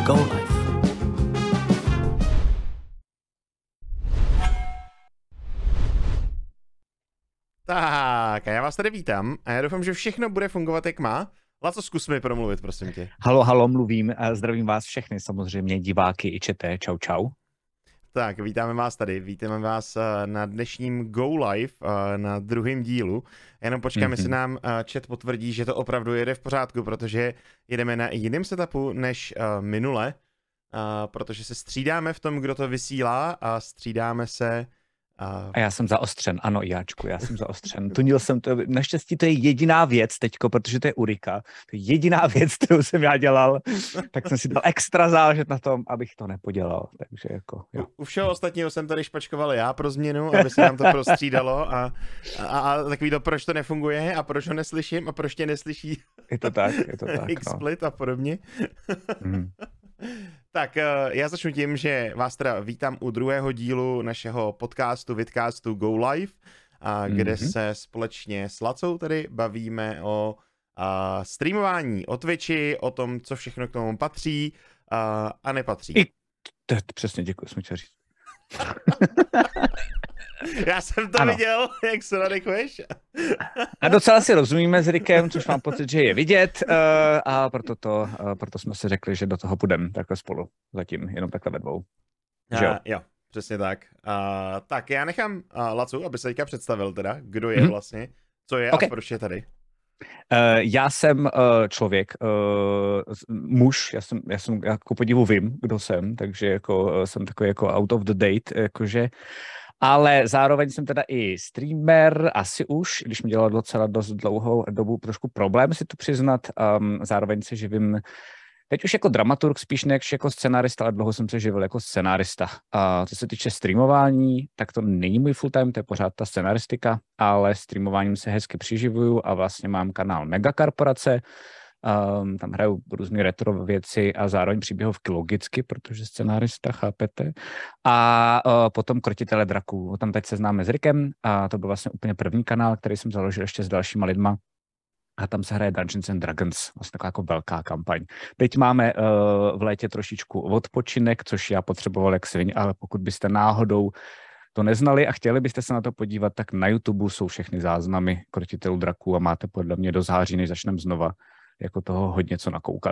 Go Life. Tak, a já vás tady vítám a já doufám, že všechno bude fungovat, jak má. Laco, zkus mi promluvit, prosím tě. Halo, mluvím. Zdravím vás všechny, samozřejmě diváky i čete. Čau. Tak, vítáme vás tady, vítáme vás na dnešním Go Live, na druhém dílu. Jenom počkáme, jestli nám chat potvrdí, že to opravdu jede v pořádku, protože jedeme na jiném setupu než minule, protože se střídáme v tom, kdo to vysílá a střídáme se... A já jsem zaostřen, ano, Jáčku, já jsem zaostřen. Tunil jsem to, naštěstí to je jediná věc teďko, protože to je Urika. To je jediná věc, kterou jsem já dělal, tak jsem si dal extra záležet na tom, abych to nepodělal, takže jako, jo. U všeho ostatního jsem tady špačkoval já pro změnu, aby se nám to prostřídalo a takový to, proč to nefunguje a proč ho neslyším a proč tě neslyší. Je to tak, X-Split a podobně. Tak já začnu tím, že vás teda vítám u druhého dílu našeho podcastu, vidcastu Go Live, kde se společně s Lacou tady bavíme o streamování, o Twitchi, o tom, co všechno k tomu patří a nepatří. Přesně, děkuji, jsem chtěl říct. Já jsem to viděl, jak se nadechuješ. A docela si rozumíme s Rikem, což mám pocit, že je vidět, a proto jsme si řekli, že do toho půjdeme takhle spolu, zatím jenom takhle ve dvou. Jo, přesně tak. Tak já nechám Lacu, aby se teďka představil teda, kdo je vlastně, co je a proč je tady. Já jsem člověk, muž, já jsem jako podivu vím, kdo jsem, takže jako jsem takový jako out of the date, jakože, ale zároveň jsem teda i streamer, asi už, když mi dělal docela dost dlouhou dobu trošku problém si to přiznat, zároveň se živím teď už jako dramaturg spíš než jako scenárista, ale dlouho jsem se živil jako scenárista. A co se týče streamování, tak to není můj full time, to je pořád ta scenaristika, ale streamováním se hezky přiživuju a vlastně mám kanál Megakorporace, tam hraju různé retro věci a zároveň příběhovky logicky, protože scenárista, chápete. A potom Krotitele draků, tam teď se známe s Rikem a to byl vlastně úplně první kanál, který jsem založil ještě s dalšíma lidma. A tam se hraje Dungeons and Dragons, vlastně taková jako velká kampaň. Teď máme v létě trošičku odpočinek, což já potřeboval jak sviň, ale pokud byste náhodou to neznali a chtěli byste se na to podívat, tak na YouTube jsou všechny záznamy Krotitelů draků a máte podle mě do září, než začneme znova, jako toho hodně co nakoukat.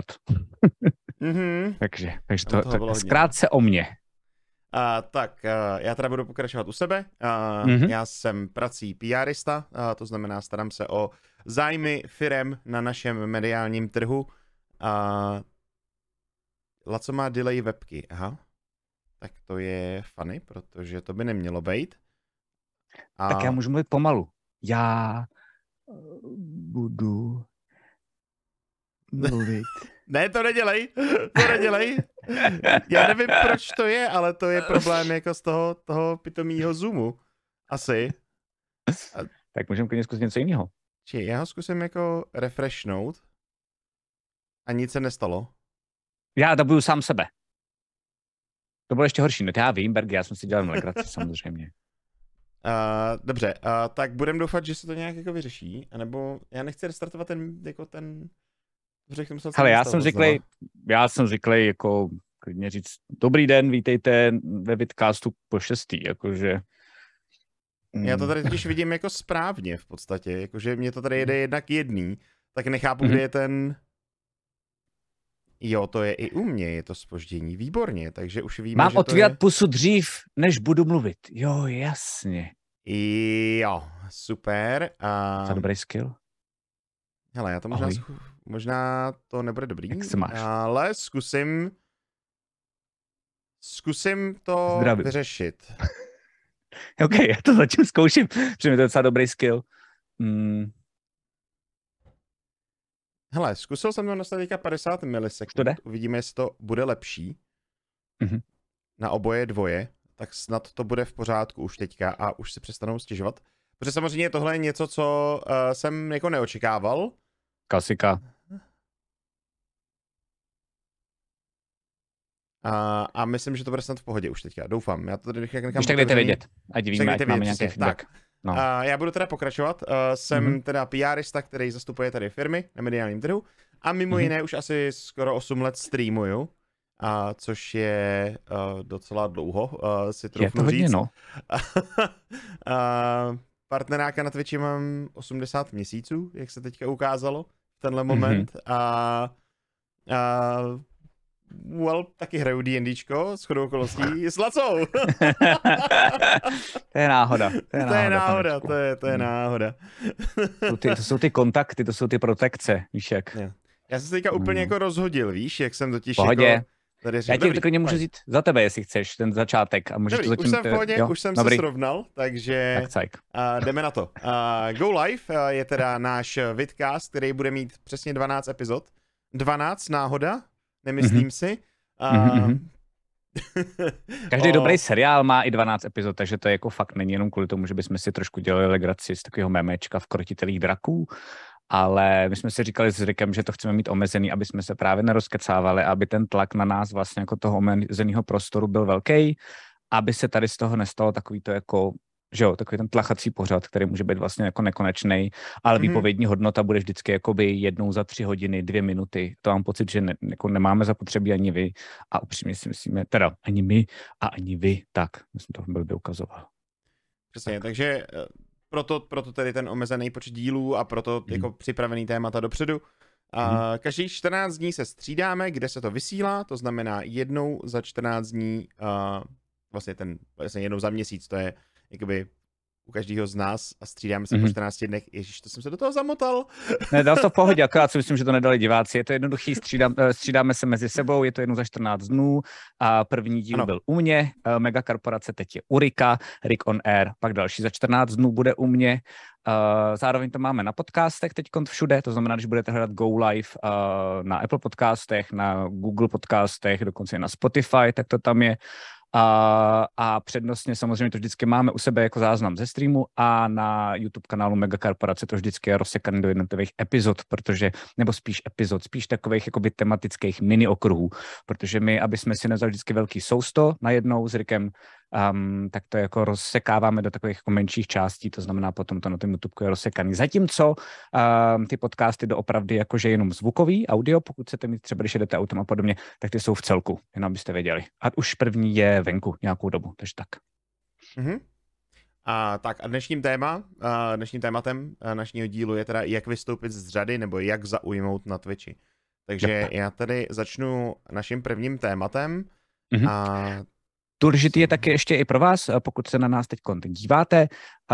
Takže to zkrátce o mně. Tak já teda budu pokračovat u sebe. Já jsem prací PRista, to znamená starám se o zájmy firem na našem mediálním trhu. Laco má delay webky, aha. Tak to je funny, protože to by nemělo být. Tak já můžu mluvit pomalu. Já budu mluvit. Ne, to nedělej. Já nevím, proč to je, ale to je problém jako z toho pitomýho Zoomu. Asi. Tak můžeme klidně zkusit něco jiného. Já ho zkusím jako refreshnout a nic se nestalo. Já dabuju sám sebe. To bylo ještě horší, no já vím, Berg, já jsem si dělal legraci samozřejmě. Dobře, tak budeme doufat, že se to nějak jako vyřeší, anebo já nechci restartovat ten... Hele, já jsem zvyklý jako klidně říct dobrý den, vítejte ve vidcastu po 6. jakože... Já to tady totiž vidím jako správně v podstatě, jakože mě to tady jede jednak jedný, tak nechápu, kde je ten... Jo, to je i u mě, je to zpoždění, výborně, takže už víme, Mám že otvírat to je... pusu dřív, než budu mluvit. Jo, jasně. Jo, super. Za dobrý skill. Hele, já to možná to nebude dobrý, jak se máš? Ale zkusím to vyřešit. OK, já to zatím zkouším, protože mi to je docela dobrý skill. Hele, zkusil jsem to nastavit teďka 50 milisekund. Uvidíme, jestli to bude lepší. Na oboje dvoje. Tak snad to bude v pořádku už teďka a už si přestanou stěžovat. Protože samozřejmě tohle je něco, co jsem jako neočekával. Klasika. A myslím, že to bude snad v pohodě už teďka. Doufám. Já to tady nechám. Když tak dejte vědět. Ať víme, ať máme nějaký feedback. Tak. No. Já budu teda pokračovat. Jsem teda PRista, který zastupuje tady firmy na mediálním trhu. A mimo jiné už asi skoro 8 let streamuju. což je docela dlouho, si Je to troufnu hodně, říct. no. Partneráka na Twitchi mám 80 měsíců, jak se teďka ukázalo v tenhle moment. Taky hraju D&Dčko, shodou okolností s Lacou. To je náhoda. To je náhoda. To jsou ty kontakty, to jsou ty protekce, víš jak. Já jsem se teďka úplně jako rozhodil, víš, jak jsem totiž Pohodě. jako... Tady Já ti klidně můžu říct za tebe, jestli chceš, ten začátek. A můžeš to zatím... Už jsem v pohodě, už jsem se srovnal, takže jdeme na to. Go Live je teda náš vidcast, který bude mít přesně 12 epizod. 12 náhoda, nemyslím si. Každý dobrý seriál má i 12 epizod, takže to jako fakt není jenom kvůli tomu, že bychom si trošku dělali legraci z takového memečka v Krotitelích draků, ale my jsme si říkali s Rickem, že to chceme mít omezený, aby jsme se právě nerozkecávali, aby ten tlak na nás vlastně jako toho omezeného prostoru byl velký, aby se tady z toho nestalo takový to jako, že jo, takový ten tlachací pořad, který může být vlastně jako nekonečnej, ale výpovědní hodnota bude vždycky jakoby jednou za 3 hodiny, 2 minuty. To mám pocit, že jako nemáme zapotřebí ani vy a upřímně si myslíme, teda ani my a ani vy, tak, myslím, to blbě ukazoval. Přesně, tak. Takže proto tedy ten omezený počet dílů a proto jako připravený témata dopředu. Každých 14 dní se střídáme, kde se to vysílá, to znamená jednou za 14 dní, vlastně jednou za měsíc, to je jakoby u každého z nás a střídáme se po 14 dnech. Ježiš, to jsem se do toho zamotal. Ne, dal to v pohodě, akorát si myslím, že to nedali diváci. Je to jednoduchý, střídáme se mezi sebou, je to jednou za 14 dnů a první díl byl u mě, Megakorporace teď je u Ricka, Rick on Air, pak další za 14 dnů bude u mě. Zároveň to máme na podcastech teď všude, to znamená, když budete hledat Go Live na Apple podcastech, na Google podcastech, dokonce i na Spotify, tak to tam je. A přednostně samozřejmě to vždycky máme u sebe jako záznam ze streamu a na YouTube kanálu Megakorporace to vždycky je rozsekaný do jednotlivých epizod, spíš takových jakoby tematických mini okruhů, protože my, aby jsme si nevzali vždycky velký sousto najednou s Rickem, tak to jako rozsekáváme do takových jako menších částí, to znamená potom to na tom YouTube je rozsekaný. Zatímco ty podcasty doopravdy jakože jenom zvukový, audio, pokud chcete mít třeba, když jedete autem a podobně, tak ty jsou v celku, jenom abyste věděli. A už první je venku nějakou dobu, takže tak. A dnešním tématem našeho dílu je teda jak vystoupit z řady nebo jak zaujmout na Twitchi. Takže já tady začnu naším prvním tématem. Důležitý je taky ještě i pro vás, pokud se na nás teď díváte,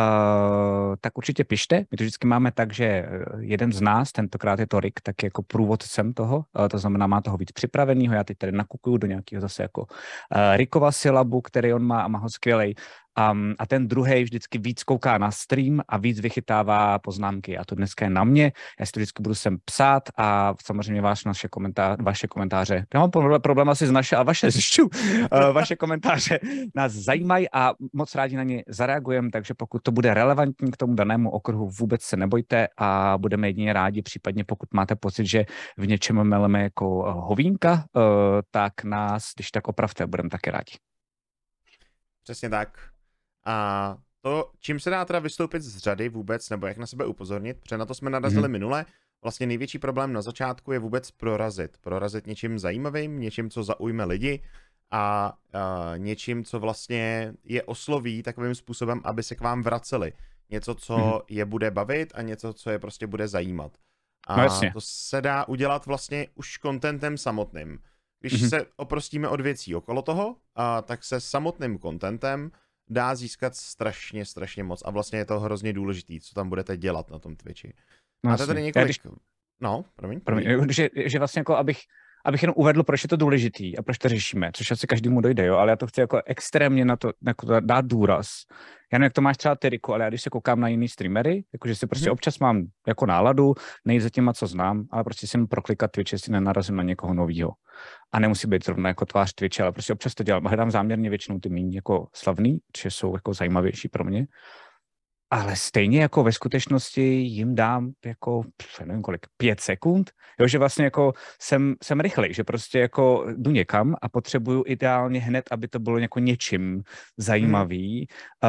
tak určitě pište. My to vždycky máme tak, že jeden z nás, tentokrát je to Rick, tak je jako průvodcem toho, to znamená, má toho víc připravenýho. Já teď tady nakukuju do nějakého zase jako Rickova syllabu, který on má a má ho skvělej. A ten druhej vždycky víc kouká na stream a víc vychytává poznámky. A to dneska je na mě, já si to vždycky budu sem psát a samozřejmě vaše komentáře. Já mám problém asi z naše a vaše zjišťu. Vaše komentáře nás zajímají a moc rádi na ně zareagujeme, takže pokud to bude relevantní k tomu danému okruhu, vůbec se nebojte a budeme jedině rádi, případně pokud máte pocit, že v něčem meleme jako hovínka, tak nás, když tak opravte, budeme taky rádi. Přesně tak. A to, čím se dá teda vystoupit z řady vůbec, nebo jak na sebe upozornit, protože na to jsme narazili minule, vlastně největší problém na začátku je vůbec prorazit něčím zajímavým, něčím, co zaujme lidi a něčím, co vlastně je osloví takovým způsobem, aby se k vám vraceli. Něco, co je bude bavit a něco, co je prostě bude zajímat. A to se dá udělat vlastně už contentem samotným. Když se oprostíme od věcí okolo toho, tak se samotným contentem dá získat strašně moc. A vlastně je to hrozně důležitý, co tam budete dělat na tom Twitchi. Máte tady několik... Promiň. Že vlastně jako abych jenom uvedl, proč je to důležitý a proč to řešíme, což asi každému dojde, jo, ale já to chci jako extrémně na to jako dát důraz. Já nevím, jak to máš třeba ty, Riku, ale já když se koukám na jiný streamery, jakože si prostě občas mám jako náladu, nejít za těma, co znám, ale prostě si proklikat Twitch, jestli nenarazím na někoho novýho. A nemusí být zrovna jako tvář Twitche, ale prostě občas to dělám. Hledám záměrně většinou ty méně jako slavný, že jsou jako zajímavější pro mě. Ale stejně jako ve skutečnosti jim dám jako, nevím kolik, 5 sekund, jo, že vlastně jako jsem rychlej, že prostě jako jdu někam a potřebuju ideálně hned, aby to bylo jako něčím zajímavý,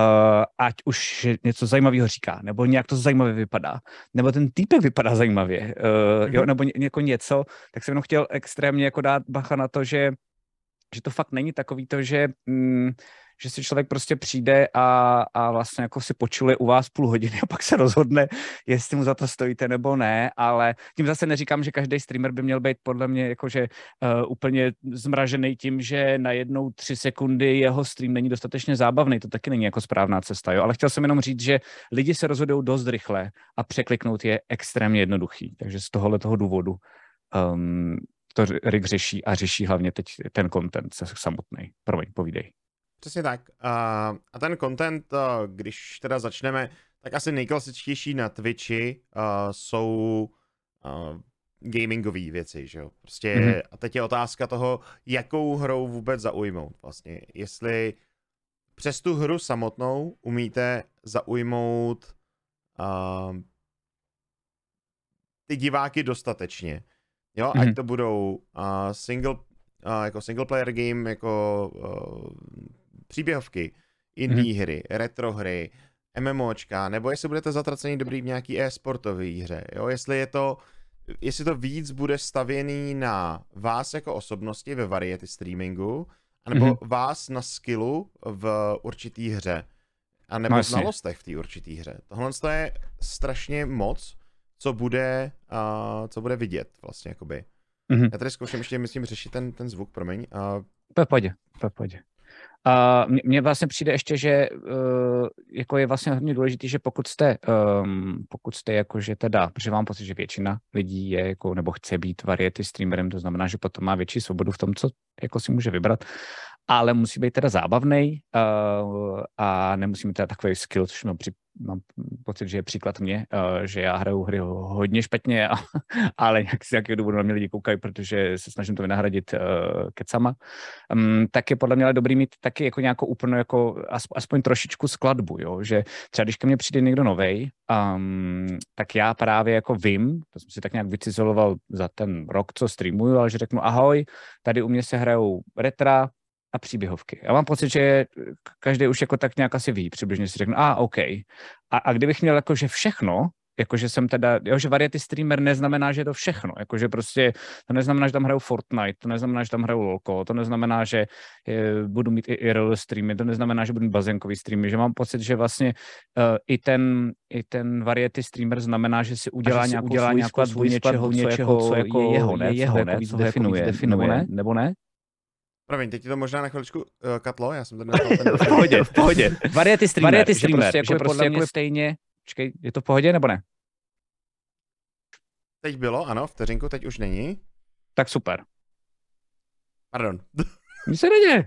ať už něco zajímavého říká, nebo nějak to zajímavě vypadá, nebo ten týpek vypadá zajímavě, jo, nebo jako něco, tak jsem jenom chtěl extrémně jako dát bacha na to, že že to fakt není takový to, že si člověk prostě přijde a vlastně jako si počuluje u vás půl hodiny a pak se rozhodne, jestli mu za to stojíte nebo ne, ale tím zase neříkám, že každý streamer by měl být podle mě jakože úplně zmražený tím, že najednou 3 sekundy jeho stream není dostatečně zábavný, to taky není jako správná cesta, jo, ale chtěl jsem jenom říct, že lidi se rozhodují dost rychle a překliknout je extrémně jednoduchý, takže z tohoto důvodu to Rick řeší a řeší hlavně teď ten content samotný. Promiň, povídej. Přesně tak. A ten content, když teda začneme, tak asi nejklasičtější na Twitchi jsou gamingové věci, že jo. Prostě a teď je otázka toho, jakou hrou vůbec zaujmout vlastně. Jestli přes tu hru samotnou umíte zaujmout ty diváky dostatečně. Jo, ať to budou jako single player game, jako příběhovky, indie hry, retro hry, MMOčka, nebo jestli budete zatracený dobrý v nějaký e-sportové hře, jo, jestli to víc bude stavěný na vás jako osobnosti ve variety streamingu, anebo vás na skillu v určitý hře, anebo znalostech v té určitý hře. Tohle je strašně moc, co bude vidět vlastně, jakoby. Já tady zkouším ještě, myslím, řešit ten zvuk, promiň. Pohodě. Mně vlastně přijde ještě, že jako je vlastně hodně důležitý, že pokud jste jakože teda, protože mám pocit, že většina lidí je jako, nebo chce být variety streamerem, to znamená, že potom má větší svobodu v tom, co jako si může vybrat, ale musí být teda zábavnej a nemusí mít teda takový skill, což mám pocit, že je příklad mě, že já hraju hry hodně špatně, ale nějak z nějakého důvodu na mě lidi koukají, protože se snažím to vynahradit kecama. Tak je podle mě ale dobrý mít taky jako nějakou úplnou, jako aspoň trošičku skladbu, jo? Že třeba když ke mně přijde někdo novej, tak já právě jako vím, to jsem si tak nějak vycizeloval za ten rok, co streamuju, ale že řeknu ahoj, tady u mě se hrajou retra a příběhovky. Já mám pocit, že každý už jako tak nějak asi ví, přibližně si řeknu, OK. A kdybych měl jakože všechno, jakože jsem teda, že variety streamer neznamená, že je to všechno, jakože prostě to neznamená, že tam hraju Fortnite, to neznamená, že tam hraju LoLko, to neznamená, že budu mít i IRL streamy, to neznamená, že budu mít bazénkový streamy, že mám pocit, že vlastně i ten variety streamer znamená, že si udělá nějakou svůj něčeho, co jako je jeho, ne, co definuje, nebo ne? Promiň, teď ti to možná na chviličku katlo, já jsem to v pohodě. Variety streamer, že prostě jako stejně. Počkej, je to v pohodě, nebo ne? Teď bylo, ano, vteřinku, teď už není. Tak super. Pardon. Nic se neděje.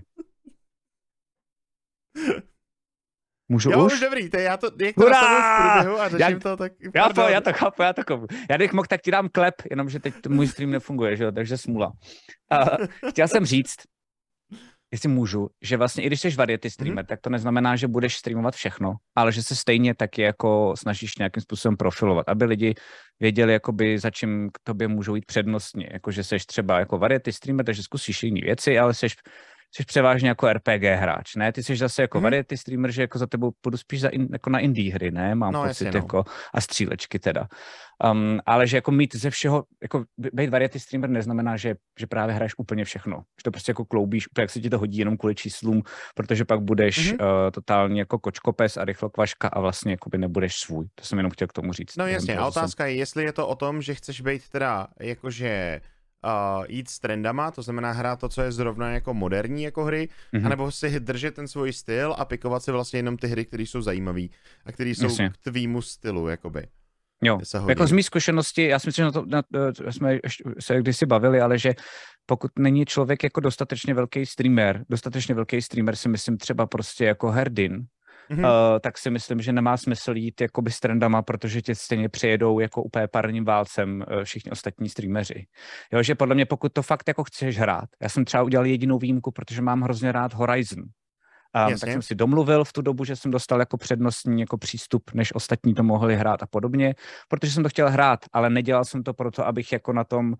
Můžu jo, už? Dobrý, jak to nastavil v průběhu a řeším to, tak... Já to chápu. Já bych mohl, tak ti dám klep, jenomže teď můj stream nefunguje, že jo, takže smůla. Chtěl jsem říct, jestli můžu, že vlastně i když jsi variety streamer, tak to neznamená, že budeš streamovat všechno, ale že se stejně taky jako snažíš nějakým způsobem profilovat, aby lidi věděli, jakoby, za čím k tobě můžou jít přednostně, jakože jsi třeba jako variety streamer, takže zkusíš jiné věci, ale jsi převážně jako RPG hráč, ne? Ty jsi zase jako variety streamer, že jako za tebou půjdu spíš jako na indie hry, ne? Mám pocit, jako a střílečky teda. Ale že jako mít ze všeho, jako být variety streamer neznamená, že právě hraješ úplně všechno. Že to prostě jako kloubíš, jak se ti to hodí jenom kvůli číslům, protože pak budeš totálně jako kočkopes a rychlokvaška a vlastně jakoby nebudeš svůj. To jsem jenom chtěl k tomu říct. No jasně, a otázka je, jestli je to o tom, že chceš být teda jakože jít s trendama, to znamená hrát to, co je zrovna jako moderní jako hry, anebo si držet ten svůj styl a pikovat si vlastně jenom ty hry, které jsou zajímavé a které jsou k tvýmu stylu, jakoby. Jo, jako z mý zkušenosti, já si myslím, že jsme se kdysi bavili, ale že pokud není člověk jako dostatečně velký streamer si myslím třeba prostě jako Herdin, tak si myslím, že nemá smysl jít jakoby s trendama, protože tě stejně přejedou jako úplně parním válcem všichni ostatní streameři. Jo, že podle mě, pokud to fakt jako chceš hrát, já jsem třeba udělal jedinou výjimku, protože mám hrozně rád Horizon. Tak jsem si domluvil v tu dobu, že jsem dostal jako přednostní jako přístup, než ostatní to mohli hrát a podobně, protože jsem to chtěl hrát, ale nedělal jsem to proto, abych jako na tom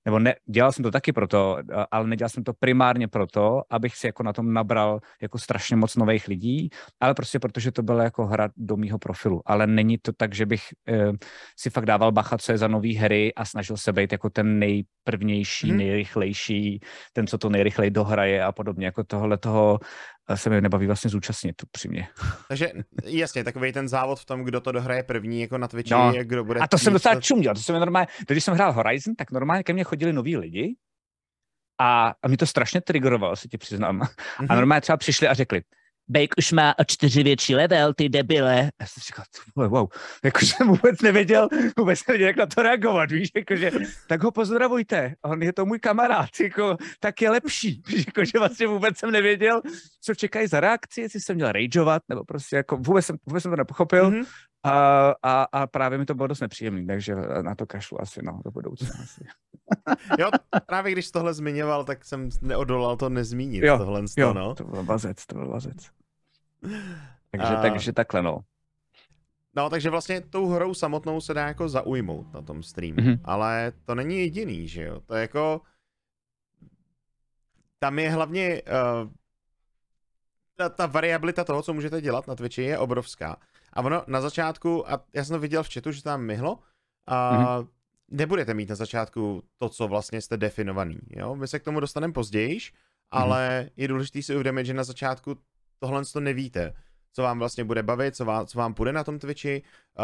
nebo ne, dělal jsem to taky proto, ale nedělal jsem to primárně proto, abych si jako na tom nabral jako strašně moc nových lidí, ale prostě protože to byla jako hra do mýho profilu. Ale není to tak, že bych si fakt dával bacha, co je za nový hry a snažil se být jako ten nejprvnější, nejrychlejší, ten, co to nejrychleji dohraje a podobně. Jako tohle toho se mi nebaví vlastně zúčastnit upřímně. Takže jasně, takový ten závod v tom, kdo to dohraje první, jako na Twitchi, No, kdo bude... a to jsem docela čuměl, to jsem normálně, když jsem hrál Horizon, tak normálně ke mně chodili noví lidi a mě to strašně triggerovalo, se ti přiznám. A normálně třeba přišli a řekli, Bake už má o 4 větší level, ty debile. Já jsem říkal, wow, jakože jsem vůbec nevěděl, jak na to reagovat, víš, jakože, tak ho pozdravujte, on je to můj kamarád, jako, tak je lepší, víš, jakože vlastně vůbec jsem nevěděl, co čekají za reakci, jestli jsem měl rageovat, nebo prostě jako vůbec jsem to nepochopil a právě mi to bylo dost nepříjemný, takže na to kašlu asi, no, do budoucna asi. Jo, právě když tohle zmiňoval, tak jsem neodolal to nezmínit, tohle, no. To byl vazec. Takže takhle, no. No, takže vlastně tou hrou samotnou se dá jako zaujmout na tom streamu, ale to není jediný, že jo, to je jako, tam je hlavně, ta variabilita toho, co můžete dělat na Twitchi je obrovská. A ono na začátku, a já jsem to viděl v chatu, že tam myhlo, nebudete mít na začátku to, co vlastně jste definovaný, jo? My se k tomu dostaneme později, ale je důležité si uvědomit, že na začátku tohle to nevíte, co vám vlastně bude bavit, co vám půjde na tom Twitchi,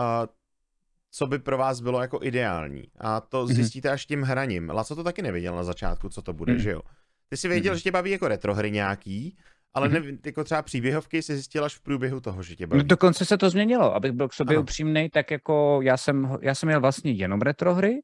co by pro vás bylo jako ideální. A to zjistíte až tím hraním. Laco to taky nevěděl na začátku, co to bude, že jo? Ty si věděl, že tě baví jako retrohry nějaký, ale jako třeba příběhovky si zjistil až v průběhu toho, že tě baví. Dokonce se to změnilo, abych byl k sobě upřímnej, tak jako já jsem měl vlastně jenom retrohry,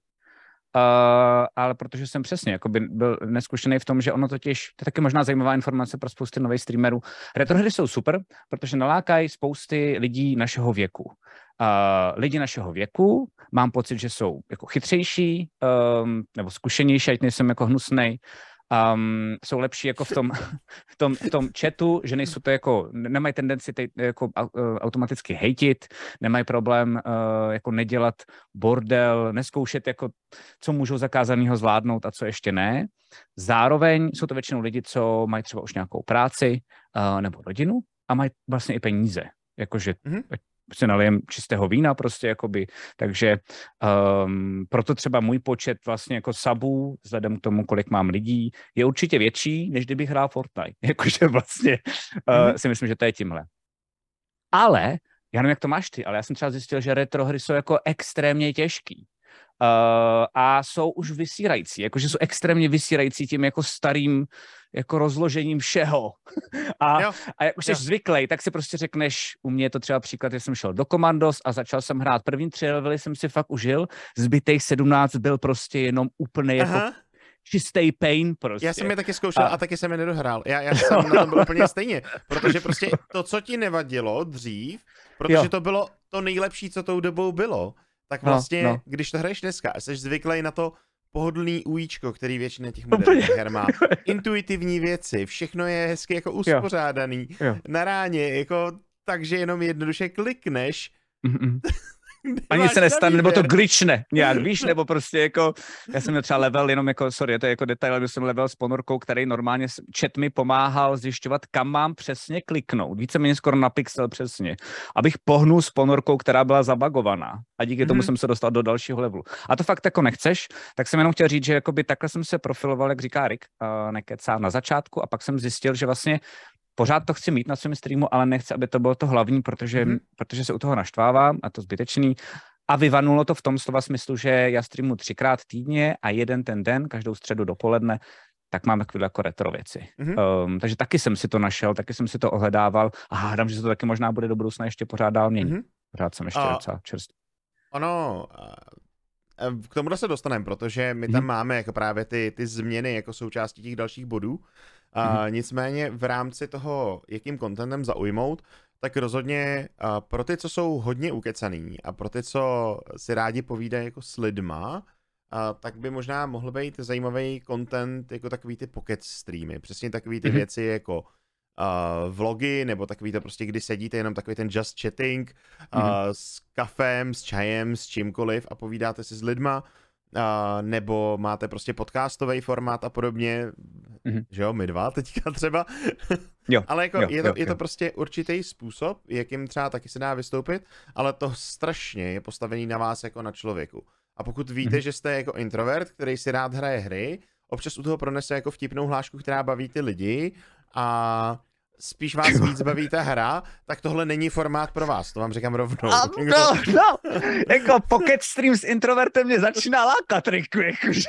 ale protože jsem přesně jako byl neskušený v tom, že ono totiž, to je taky možná zajímavá informace pro spousty nových streamerů, retrohry jsou super, protože nalákají spousty lidí našeho věku. Lidi našeho věku, mám pocit, že jsou jako chytřejší, nebo zkušenější, ať nejsem jako hnusnej, jsou lepší jako v tom chatu, že nejsou to jako, nemají tendenci jako automaticky hejtit, nemají problém jako nedělat bordel, neskoušet jako, co můžou zakázanýho zvládnout a co ještě ne. Zároveň jsou to většinou lidi, co mají třeba už nějakou práci nebo rodinu a mají vlastně i peníze, jakože si nalijem čistého vína prostě, jakoby, takže proto třeba můj počet vlastně jako subů, vzhledem k tomu, kolik mám lidí, je určitě větší, než kdybych hrál Fortnite, jakože vlastně si myslím, že to je tímhle. Ale, já nevím, jak to máš ty, ale já jsem třeba zjistil, že retrohry jsou jako extrémně těžký. A jsou už vysírající, jakože jsou extrémně vysírající tím jako starým jako rozložením všeho. A jak už jsi zvyklý, tak si prostě řekneš, u mě je to třeba příklad, že jsem šel do Commandos a začal jsem hrát první 3 levely, jsem si fakt užil, zbytej 17 byl prostě jenom úplně jako čistý pain prostě. Já jsem je taky zkoušel a taky jsem je nedohrál. Já jsem na tom byl úplně stejně, protože prostě to, co ti nevadilo dřív, protože to bylo to nejlepší, co tou dobou bylo, tak vlastně, když to hraješ dneska a jsi zvyklý na to pohodlný ujíčko, který většina těch moderních her má, intuitivní věci, všechno je hezky jako uspořádaný, na ráně, jako takže jenom jednoduše klikneš, ani se nestane, nebo to glitchne nějak, víš, nebo prostě jako, já jsem měl třeba level, jenom jako, sorry, to je jako detail, ale jsem level s ponorkou, který normálně chat mi pomáhal zjišťovat, kam mám přesně kliknout, víceméně skoro na pixel přesně, abych pohnul s ponorkou, která byla zabagovaná a díky tomu jsem se dostal do dalšího levelu. A to fakt jako nechceš, tak jsem jenom chtěl říct, že jakoby takhle jsem se profiloval, jak říká Rick, nekecá na začátku a pak jsem zjistil, že vlastně pořád to chci mít na svém streamu, ale nechci, aby to bylo to hlavní, protože se u toho naštvávám a to zbytečný. A vyvanulo to v tom slova smyslu, že já streamu 3krát týdně a jeden ten den, každou středu dopoledne, tak mám takové jako retro věci. Takže taky jsem si to našel, taky jsem si to ohledával a hádám, že se to taky možná bude do budoucna ještě pořád dál měnit. Pořád jsem ještě docela čerstvý. Ono, k tomu se dostaneme, protože my tam máme jako právě ty změny jako součástí těch dalších bodů. Nicméně v rámci toho, jakým contentem zaujmout, tak rozhodně pro ty, co jsou hodně ukecaný a pro ty, co si rádi povídají jako s lidma, tak by možná mohl být zajímavý content jako takový ty pocket streamy. Přesně takový ty věci jako vlogy, nebo takový to prostě, kdy sedíte jenom takový ten just chatting s kafem, s čajem, s čímkoliv a povídáte si s lidma. nebo máte prostě podcastový formát a podobně, že jo, my dva teďka třeba. Jo, ale jako jo, je to prostě určitý způsob, jakým třeba taky se dá vystoupit, ale to strašně je postavený na vás jako na člověku. A pokud víte, že jste jako introvert, který si rád hraje hry, občas u toho pronese jako vtipnou hlášku, která baví ty lidi a spíš vás víc baví ta hra, tak tohle není formát pro vás, to vám říkám rovnou. No, jako pocket stream s introvertem mě začíná lákat, Riku, jakože.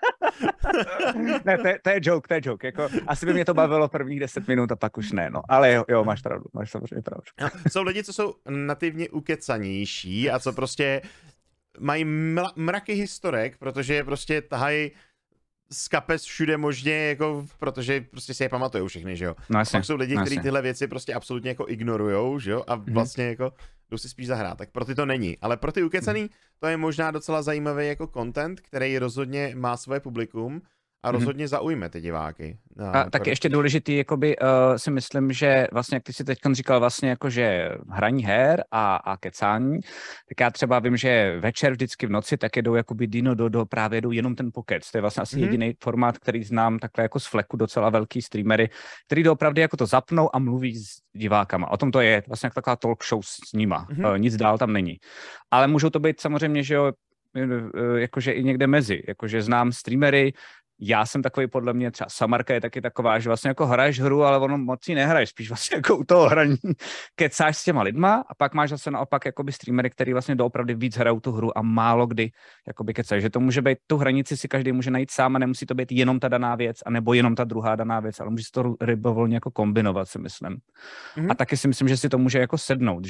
Ne, to je joke, jako asi by mě to bavilo prvních 10 minut a pak už ne, no, ale jo, máš pravdu, máš samozřejmě pravdu. Jsou lidi, co jsou nativně ukecanější a co prostě mají mraky historek, protože prostě tahají z kapes všude možně, jako, protože prostě si je pamatujou všechny, že jo. No, pak jsou lidi, kteří tyhle věci prostě absolutně jako ignorujou, že jo, a vlastně jako jdou si spíš zahrát, tak pro ty to není. Ale pro ty ukecaný to je možná docela zajímavý jako content, který rozhodně má svoje publikum a rozhodně zaujme ty diváky. A taky ještě důležitý, jakoby si myslím, že vlastně, jak ty si teď říkal, vlastně jako, že hraní her a kecání, tak já třeba vím, že večer vždycky v noci tak jedou jakoby Dino Dodo, právě jedou jenom ten pokec. To je vlastně asi jediný formát, který znám takhle jako z fleku docela velký streamery, který opravdu jako to zapnou a mluví s divákama. O tom to je vlastně jako taková talk show s nima. Nic dál tam není. Ale můžou to být samozřejmě, že jo, jakože i někde mezi. Jakože znám streamery, já jsem takový, podle mě třeba Samarka je taky taková, že vlastně jako hraješ hru, ale ono moc ji nehraješ, spíš vlastně jako u toho hraní kecáš s těma lidma a pak máš zase naopak jakoby streamery, který vlastně doopravdy víc hrajou tu hru a málo kdy jakoby kecáš, že to může být, tu hranici si každý může najít sám a nemusí to být jenom ta daná věc, anebo jenom ta druhá daná věc, ale může si to rybovolně jako kombinovat, si myslím. A taky si myslím, že si to může jako sednout,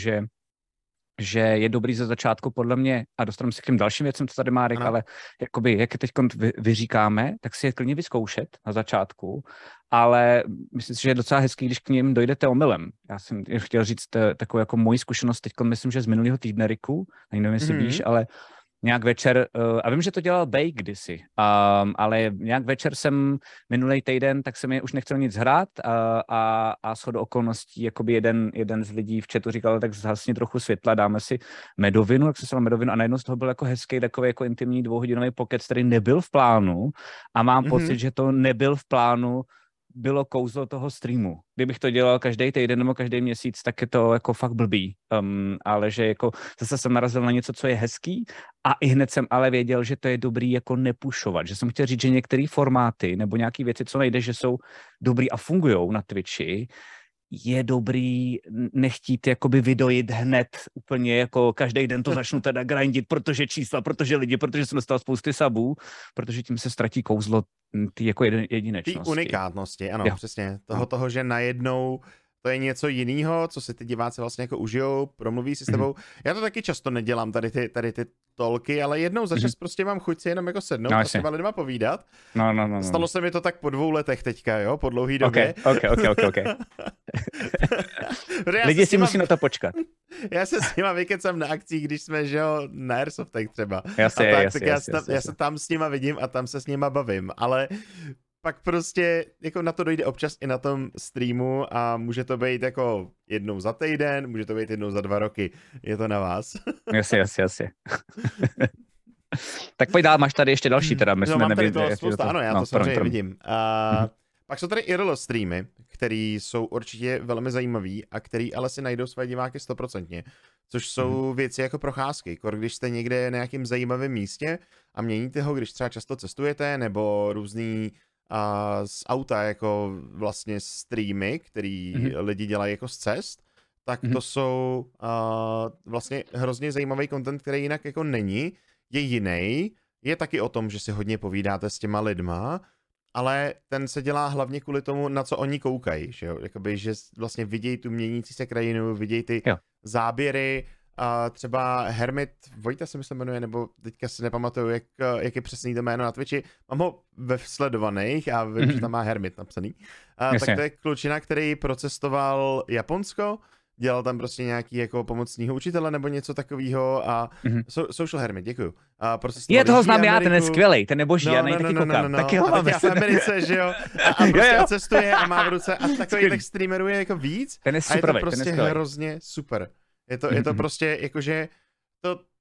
že je dobrý ze začátku podle mě, a dostaneme se k těm dalším věcem, co tady má Rick, ale jakoby, jak je teď vyříkáme, tak si je klidně vyzkoušet na začátku, ale myslím si, že je docela hezký, když k ním dojdete omylem. Já jsem chtěl říct takovou jako moji zkušenost teď, myslím, že z minulého týdne, Riku, nevím, jestli víš, ale nějak večer, a vím, že to dělal Bake kdysi, ale nějak večer jsem minulý týden, tak jsem je už nechtěl nic hrát a shodou okolností jakoby jeden z lidí v chatu říkal, tak zhasni trochu světla, dáme si medovinu, tak jsem si dal medovinu a najednou z toho byl jako hezký takový jako intimní 2hodinový pokec, který nebyl v plánu a mám pocit, že to nebyl v plánu, bylo kouzlo toho streamu. Kdybych to dělal každý týden nebo každý měsíc, tak je to jako fakt blbý. Ale že jako zase jsem narazil na něco, co je hezký a i hned jsem ale věděl, že to je dobrý jako nepušovat. Že jsem chtěl říct, že některé formáty nebo nějaké věci, co nejde, že jsou dobrý a fungujou na Twitchi, je dobrý nechtít jakoby vydojit hned úplně jako každý den to začnu teda grindit, protože čísla, protože lidi, protože jsem dostal spousty sabů, protože tím se ztratí kouzlo ty jako jedinečnosti. Ty unikátnosti, ano, jo. Přesně. Toho, že najednou to je něco jiného, co si ty diváci vlastně jako užijou, promluví si s tebou. Já to taky často nedělám, tady ty tolky, ale jednou za čas prostě mám chuť si jenom jako sednout a s těma lidma povídat. No. Stalo se mi to tak po 2 letech teďka, jo, po dlouhý době. Ok. Lidi si musí na to počkat. Já se s nima vykecám na akcích, když jsme, že jo, na Airsoftech třeba. Jasně. Já se tam s nima vidím a tam se s nima bavím, ale pak prostě jako na to dojde občas i na tom streamu a může to být jako jednou za týden, může to být jednou za 2 roky. Je to na vás. Jasně. Tak pojď dál, máš tady ještě další teda. No, mám tady to spousta, ano, já to samozřejmě vidím. Pak jsou tady IRL streamy, které jsou určitě velmi zajímavý a který ale si najdou své diváky 100%. Což jsou věci jako procházky. Když jste někde na nějakým zajímavém místě a měníte ho, když třeba často cestujete, nebo různý z auta jako vlastně streamy, který lidi dělají jako z cest, tak to jsou vlastně hrozně zajímavý content, který jinak jako není, je jiný, je taky o tom, že si hodně povídáte s těma lidma, ale ten se dělá hlavně kvůli tomu, na co oni koukají, že jo? Jakoby, že vlastně vidějí tu měnící se krajinu, vidějí ty záběry, třeba Hermit, Vojta se myslím jmenuje, nebo teďka si nepamatuju, jak je přesný to jméno na Twitchi, mám ho ve sledovaných a vím, že tam má Hermit napsaný. Tak to je klučina, který procestoval Japonsko, dělal tam prostě nějaký jako pomocného učitele nebo něco takového a Social Hermit, děkuju. Je, toho znám já, ten je skvělej, ten je boží, já na něj taky koukám. Taky ho mám v Americe, že jo, a prostě cestuje a má v ruce a takových streamerů je jako víc. Ten je super, a je to prostě hrozně super. Je to prostě jakože,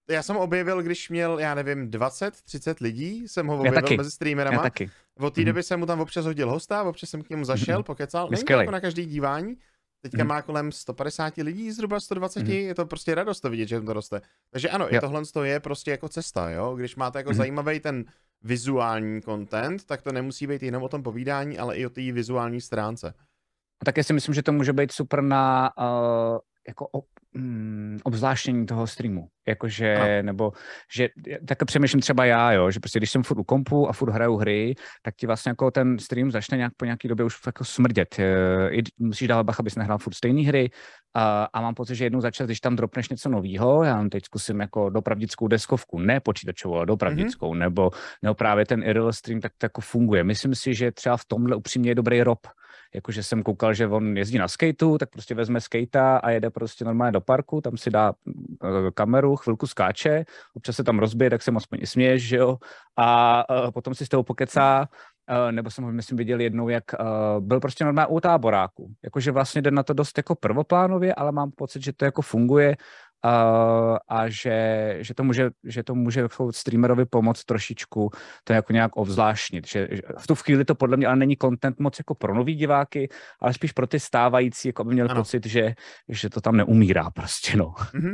já jsem objevil, když měl, já nevím, 20-30 lidí, jsem ho objevil mezi streamerama. Já taky. Od té doby jsem mu tam občas hodil hosta, občas jsem k němu zašel, pokecal. Není to jako na každý dívání. Teďka má kolem 150 lidí, zhruba 120, je to prostě radost to vidět, že to roste. Takže ano, i tohle je prostě jako cesta, jo. Když máte jako zajímavý ten vizuální content, tak to nemusí být jenom o tom povídání, ale i o té vizuální stránce. A také si myslím, že to může být super na jako obzvláštění toho streamu. Jakože, nebo, že tak přemýšlím třeba já, jo, že prostě když jsem furt u kompu a furt hraju hry, tak ti vlastně jako ten stream začne nějak po nějaký době už jako smrdět. Musíš dávat bacha, abys nehrál furt stejné hry a mám pocit, že jednou za čas, když tam dropneš něco nového, já teď zkusím jako dopravdickou deskovku, ne počítačovou, ale dopravdickou, nebo právě ten IRL stream, tak to jako funguje. Myslím si, že třeba v tomhle upřímně je dobrý Rob. Jakože jsem koukal, že on jezdí na skateu, tak prostě vezme skejta a jede prostě normálně do parku, tam si dá kameru, chvilku skáče, občas se tam rozbije, tak se moc směješ, že jo, a potom si s toho pokecá, nebo jsem ho, myslím, viděl jednou, jak byl prostě normálně u táboráku. Jakože vlastně jde na to dost jako prvoplánově, ale mám pocit, že to jako funguje a že to může jako streamerovi pomoct trošičku to jako nějak ovzvláštnit. Že v tu chvíli to podle mě ale není content moc jako pro nový diváky, ale spíš pro ty stávající, jako by měl pocit, že to tam neumírá prostě, no.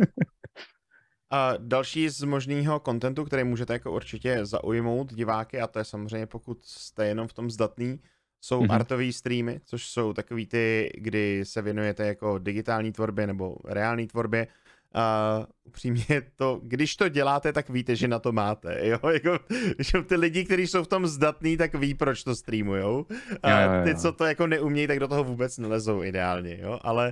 A další z možného kontentu, který můžete jako určitě zaujmout diváky, a to je samozřejmě, pokud jste jenom v tom zdatný, jsou artové streamy, což jsou takový ty, kdy se věnujete jako digitální tvorbě nebo reální tvorbě. Upřímně to, když to děláte, tak víte, že na to máte, jo, jako, že ty lidi, kteří jsou v tom zdatný, tak ví, proč to streamujou. Ty, co to jako neumějí, tak do toho vůbec nelezou ideálně, jo, ale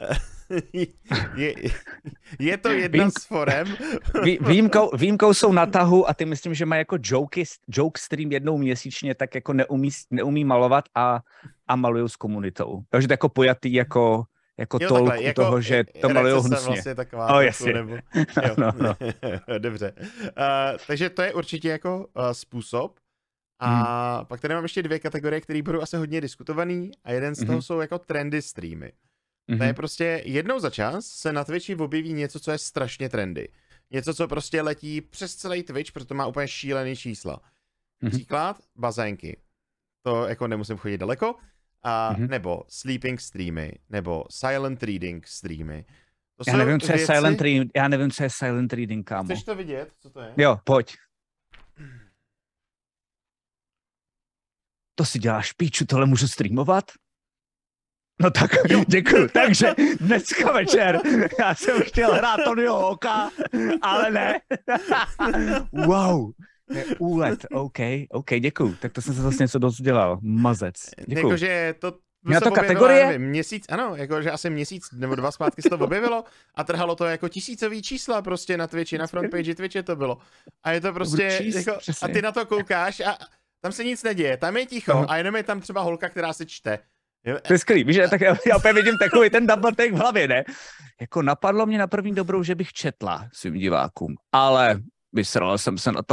je to jedna z forem. Výjimkou jsou na tahu a ty myslím, že mají jako joke stream jednou měsíčně, tak jako neumí malovat a malujou s komunitou. Takže to jako pojatý jako tolku jako toho, že to malujou hnusně. Vlastně taková jasně. Nebo, no. Dobře. Takže to je určitě jako způsob. A pak tady mám ještě dvě kategorie, které budou asi hodně diskutovaný a jeden z toho jsou jako trendy streamy. To je prostě jednou za čas se na Twitchi objeví něco, co je strašně trendy. Něco, co prostě letí přes celý Twitch, protože to má úplně šílený čísla. Příklad, bazénky. To jako nemusím chodit daleko. Nebo sleeping streamy, nebo silent reading streamy. Já nevím, co je silent reading, kámo. Chceš to vidět, co to je? Jo, pojď. To si děláš píču, tohle můžu streamovat? No tak, děkuju. Takže dneska večer já jsem chtěl hrát Tonyho Hawka, ale ne. Wow. Úlet, OK, děkuju. Tak to jsem se zase něco dost dělal. Mazec. Děkuju. Jakože to měla to kategorie? Nevím, měsíc, ano, jakože asi měsíc nebo 2 zpátky se to objevilo a trhalo to jako tisícový čísla prostě na Twitchi, na frontpage Twitche to bylo. A je to prostě, jako, a ty na to koukáš a tam se nic neděje, tam je ticho a jenom je tam třeba holka, která se čte. To je skvělý, víš, tak já opět vidím takový ten double take v hlavě, ne? Jako napadlo mě na první dobrou, že bych četla svým divákům, ale vysral jsem se na to.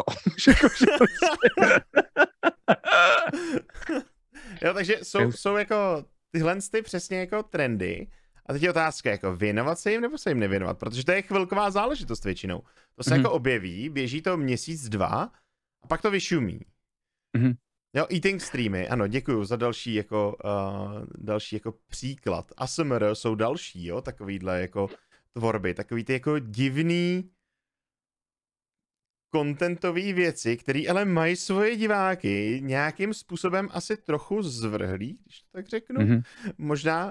Jo, takže jsou jako tyhle přesně jako trendy. A teď je otázka, jako věnovat se jim nebo se jim nevěnovat, protože to je chvilková záležitost většinou. To se jako objeví, běží to měsíc, 2 a pak to vyšumí. Jo, eating streamy, ano, děkuju za další jako příklad. ASMR jsou další, jo, takovýhle jako tvorby, takový ty jako divný kontentový věci, které ale mají svoje diváky nějakým způsobem asi trochu zvrhlý, když to tak řeknu. Možná.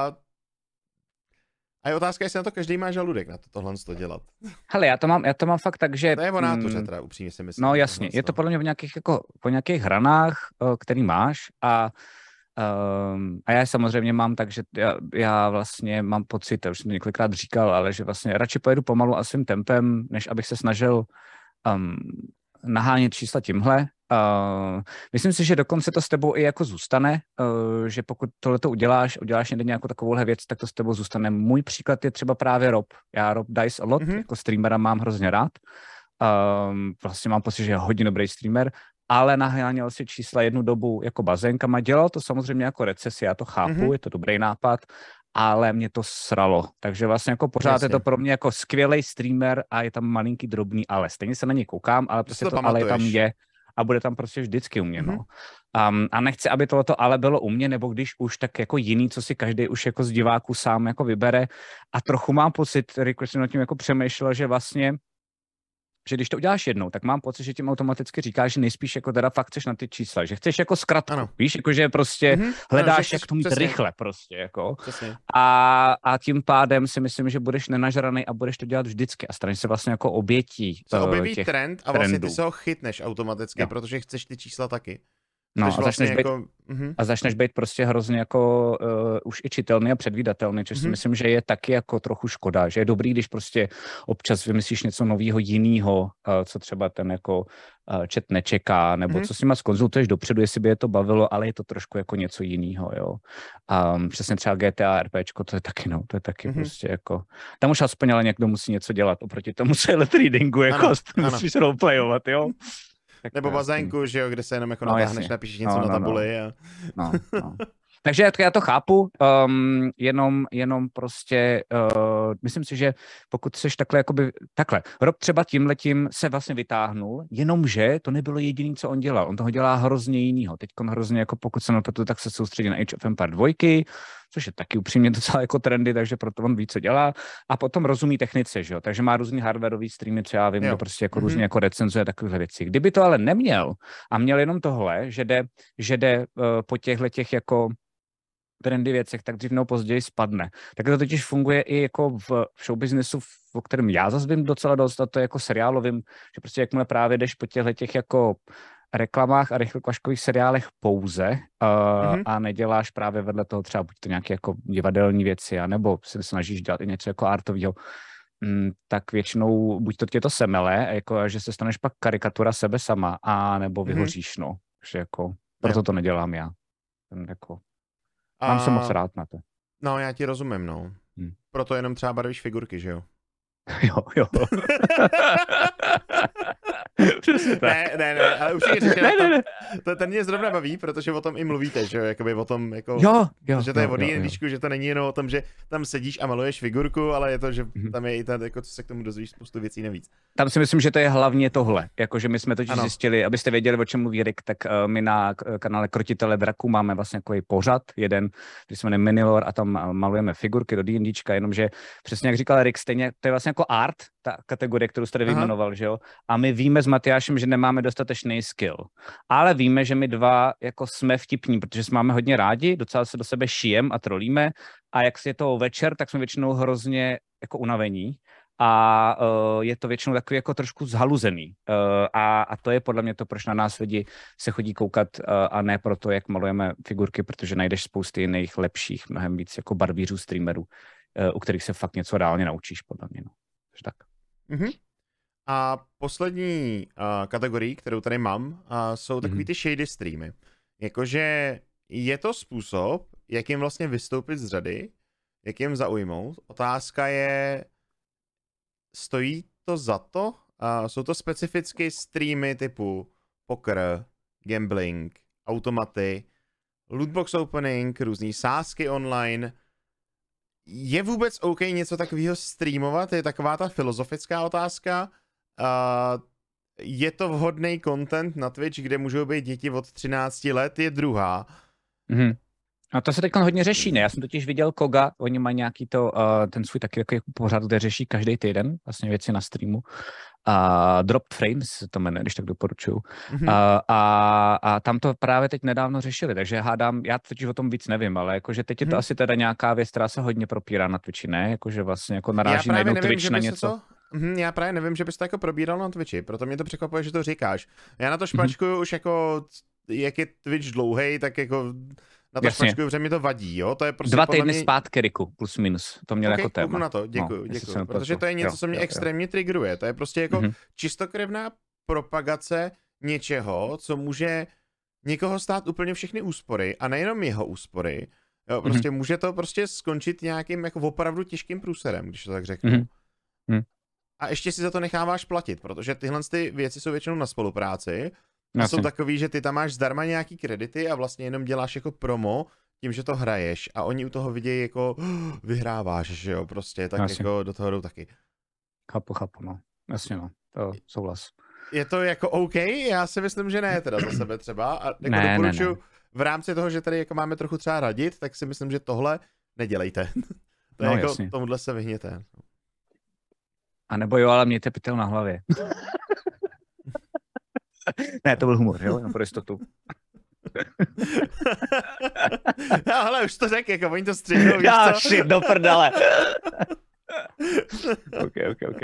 A je otázka, jestli na to každý má žaludek na tohle dělat. Hele, já to mám fakt tak, že... To je o nátuře teda, upřímně si myslím. No jasně, je to podle mě po nějakých hranách, který máš a já samozřejmě mám tak, že já vlastně mám pocit, už jsem to několikrát říkal, ale že vlastně radši pojedu pomalu a svým tempem, než abych se snažil nahánět čísla tímhle. Myslím si, že dokonce to s tebou i jako zůstane, že pokud tohleto uděláš někde nějakou takovouhle věc, tak to s tebou zůstane. Můj příklad je třeba právě Rob. Já Rob Dice a lot, jako streamera mám hrozně rád. Vlastně mám pocit, že je hodně dobrý streamer, ale naháněl si čísla jednu dobu jako bazénkama. Dělal to samozřejmě jako recesi, já to chápu, je to dobrý nápad, ale mě to sralo. Takže vlastně jako pořád Jasně. je to pro mě jako skvělý streamer a je tam malinký drobný ale. Stejně se na něj koukám, ale prostě to ale tam je a bude tam prostě vždycky u mě, no. A nechci, aby tohleto ale bylo u mě, nebo když už, tak jako jiný, co si každý už jako z diváků sám jako vybere. A trochu mám pocit, Rick, jsem nad tím jako přemýšlel, že vlastně že když to uděláš jednou, tak mám pocit, že tím automaticky říkáš, že nejspíš jako teda fakt chceš na ty čísla, že chceš jako zkratku, víš, jako že prostě hledáš, jak to mít rychle prostě, jako. A tím pádem si myslím, že budeš nenažraný a budeš to dělat vždycky a staneš se vlastně jako obětí se objeví trend a vlastně trendů. ty se ho chytneš automaticky, protože chceš ty čísla taky. No a začneš být prostě hrozně jako už i čitelný a předvídatelný, což si myslím, že je taky jako trochu škoda, že je dobrý, když prostě občas vymyslíš něco nového jinného, co třeba ten jako chat nečeká, nebo co s nima zkonzultuješ dopředu, jestli by je to bavilo, ale je to trošku jako něco jiného, jo. Přesně třeba GTA, RPčko, to je taky, no, to je taky prostě jako, tam už aspoň ale někdo musí něco dělat, oproti tomu silent readingu, jako musíš roleplayovat, jo. Tak nebo bazénku, že jo, kde se jenom jako natáhneš, napíšeš něco na tabuli. A... Takže já to chápu, jenom prostě myslím si, že pokud seš takhle, Rob třeba tímhletím se vlastně vytáhnul, jenomže to nebylo jediný, co on dělal. On toho dělá hrozně jinýho. Teď hrozně, jako pokud se nepletu, tak se soustředí na Age of Empires 2, což je taky upřímně docela jako trendy, takže proto on ví, co dělá. A potom rozumí technice, že jo. Takže má různý hardwareový streamy, co já vím, kde prostě jako různě jako recenzuje takové věci. Kdyby to ale neměl a měl jenom tohle, že jde po těch jako trendy věcech, tak dřív nebo později spadne. Tak to totiž funguje i jako v showbiznesu, o kterém já zase vím docela dost, a to je jako seriálovým, že prostě jakmile právě jdeš po těch jako reklamách a rychlokvaškových seriálech pouze a neděláš právě vedle toho třeba buď to nějaké jako divadelní věci, anebo se snažíš dělat i něco jako artového, tak většinou buď to tě to semele, jako, že se staneš pak karikatura sebe sama, a nebo vyhoříš, no. Že jako, proto to nedělám já. Jako, mám se moc rád na to. No, já ti rozumím, no. Proto jenom třeba barvíš figurky, že jo? Jo. Přesně tak. Ne, ale už to ten mě zrovna baví, protože o tom i mluvíte, že jo, jakoby o tom, jako, že to je vody jedničku, že to není jenom o tom, že tam sedíš a maluješ figurku, ale je to, že tam je i ta, jako, co se k tomu dozvíš, spoustu věcí navíc. Tam si myslím, že to je hlavně tohle, jakože my jsme totiž zjistili, abyste věděli, o čem mluví Rick, tak my na kanále Krotitele draků máme vlastně takový pořad, jeden, který se jmenuje Minilore, a tam malujeme figurky do D&Dčka, jenomže přesně jak říkal Rick, stejně to je vlastně jako art, ta kategorie, kterou jste vyjmenoval, že jo, a my víme s Matyášem, že nemáme dostatečný skill, ale víme, že my dva jako jsme vtipní, protože jsme máme hodně rádi, docela se do sebe šijem a trolíme, a jak je to večer, tak jsme většinou hrozně jako unavení a je to většinou takový jako trošku zhaluzený a to je podle mě to, proč na nás lidi se chodí koukat, a ne proto, jak malujeme figurky, protože najdeš spousty jiných lepších, mnohem víc jako barvířů, streamerů, u kterých se fakt něco reálně naučíš, podle mě, no. Takže tak. A poslední kategorii, kterou tady mám, jsou takový ty shady streamy. Jakože je to způsob, jak jim vlastně vystoupit z řady, jak jim zaujmout. Otázka je, stojí to za to? Jsou to specificky streamy typu poker, gambling, automaty, lootbox opening, různý sázky online. Je vůbec OK něco takového streamovat? Je taková ta filozofická otázka. Je to vhodný content na Twitch, kde můžou být děti od 13 let, je druhá. A to se teď hodně řeší, ne? Já jsem totiž viděl Koga, oni mají nějaký ten svůj taky jako pořád, kde řeší každý týden vlastně věci na streamu. Dropped Frames se to jmenuje, když tak doporučuju. A tam to právě teď nedávno řešili, takže hádám, já totiž o tom víc nevím, ale jakože teď je to asi teda nějaká věc, která se hodně propírá na Twitchi, ne? Jakože vlastně jako naráží na jednou Twitch na něco. Já právě nevím, že bys to jako probíral na Twitchi, proto mě to překvapuje, že to říkáš. Já na to špačkuju už jako, jak je Twitch dlouhej, tak jako na to špačkuju, protože mi to vadí, jo? To je prostě 2 týdny zpátky, Riku, plus minus, to měl jako téma. Na to, děkuju, protože to je něco, co mě extrémně triggeruje, to je prostě jako čistokrevná propagace něčeho, co může někoho stát úplně všechny úspory, a nejenom jeho úspory, jo? Prostě může to prostě skončit nějakým jako opravdu těžkým průserem, když to tak řeknu. A ještě si za to necháváš platit, protože tyhle ty věci jsou většinou na spolupráci a jsou takový, že ty tam máš zdarma nějaký kredity a vlastně jenom děláš jako promo tím, že to hraješ a oni u toho vidějí jako vyhráváš, že jo, prostě, tak Jasně. jako do toho jdou taky. Chápu, no. Jasně, no. To souhlas. Je to jako OK? Já si myslím, že ne, teda za sebe třeba. A jako Ne. v rámci toho, že tady jako máme trochu třeba radit, tak si myslím, že tohle nedělejte. To je No, jako, jasně. tomuhle se vyhněte. A nebo jo, ale mějte pytel na hlavě. Ne, to byl humor, jo, pro jistotu. No, hele, už to řekl, jako oni to střihnou, víš Já, co? shit, do prdele. OK.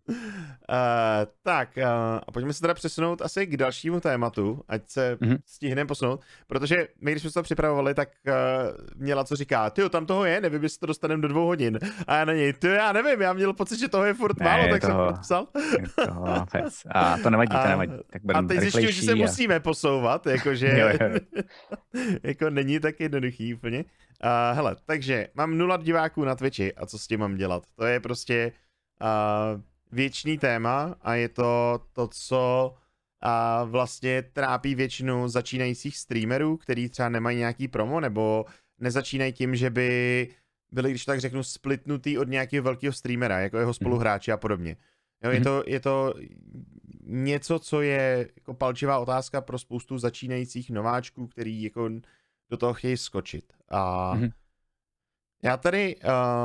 Tak, a pojďme se teda přesunout asi k dalšímu tématu, ať se stihneme posunout, protože my, když jsme se to připravovali, tak měla co říká, tyjo, tam toho je, nevím, jestli to dostaneme do 2 hodin. A já na něj, tyjo, já nevím, já měl pocit, že toho je furt málo, tak jsem podpsal. A to nevadí. Tak a teď zjišťuju, že se musíme posouvat, jakože jako není tak jednoduchý úplně. Hele, takže mám 0 diváků na Twitchi a co s tím mám dělat? To je prostě věčný téma a je to, co vlastně trápí většinu začínajících streamerů, který třeba nemají nějaký promo, nebo nezačínají tím, že by byli, když tak řeknu, splitnutý od nějakého velkého streamera, jako jeho spoluhráči a podobně. Jo, je to něco, co je jako palčivá otázka pro spoustu začínajících nováčků, který jako do toho chtějí skočit. A já tady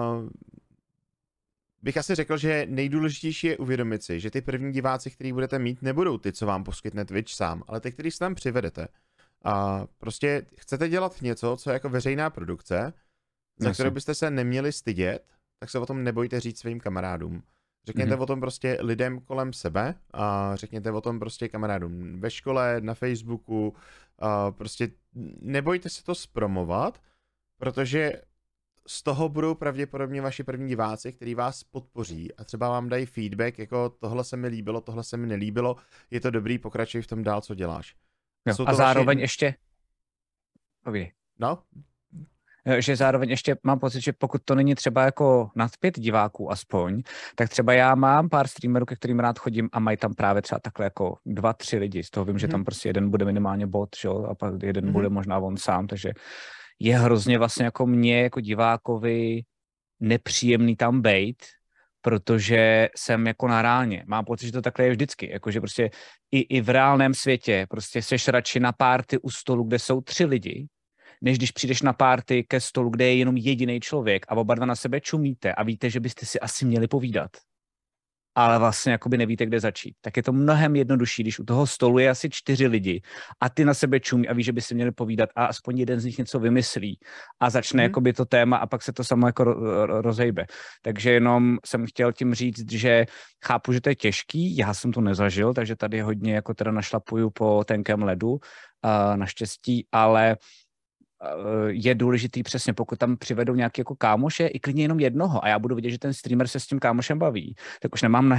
bych asi řekl, že nejdůležitější je uvědomit si, že ty první diváci, který budete mít, nebudou ty, co vám poskytne Twitch sám, ale ty, který se tam přivedete. A prostě chcete dělat něco, co je jako veřejná produkce, za kterou byste se neměli stydět, tak se o tom nebojte říct svým kamarádům. Řekněte o tom prostě lidem kolem sebe a řekněte o tom prostě kamarádům ve škole, na Facebooku, prostě nebojte se to zpromovat, protože z toho budou pravděpodobně vaši první diváci, kteří vás podpoří a třeba vám dají feedback, jako tohle se mi líbilo, tohle se mi nelíbilo, je to dobrý, pokračuj v tom dál, co děláš. A zároveň ještě... No? Že zároveň ještě mám pocit, že pokud to není třeba jako nad 5 diváků aspoň, tak třeba já mám pár streamerů, ke kterým rád chodím a mají tam právě třeba takhle jako 2-3 lidi. Z toho vím, že tam prostě jeden bude minimálně bot, jo, a pak jeden bude možná on sám, takže je hrozně vlastně jako mě, jako divákovi nepříjemný tam bejt, protože jsem jako na reálně. Mám pocit, že to takhle je vždycky, jakože prostě i v reálném světě prostě seš radši na party u stolu, kde jsou 3 lidi, než když přijdeš na party ke stolu, kde je jenom jediný člověk a oba dva na sebe čumíte a víte, že byste si asi měli povídat. Ale vlastně jakoby nevíte, kde začít. Tak je to mnohem jednodušší, když u toho stolu je asi 4 lidi a ty na sebe čumí a víš, že by si měli povídat a aspoň jeden z nich něco vymyslí a začne jakoby to téma a pak se to samo jako rozejbe. Takže jenom jsem chtěl tím říct, že chápu, že to je těžký, já jsem to nezažil, takže tady hodně jako teda našlapuju po tenkém ledu, naštěstí, ale je důležitý přesně, pokud tam přivedou nějaký jako kámoše, i klidně jenom jednoho a já budu vidět, že ten streamer se s tím kámošem baví, tak už nemám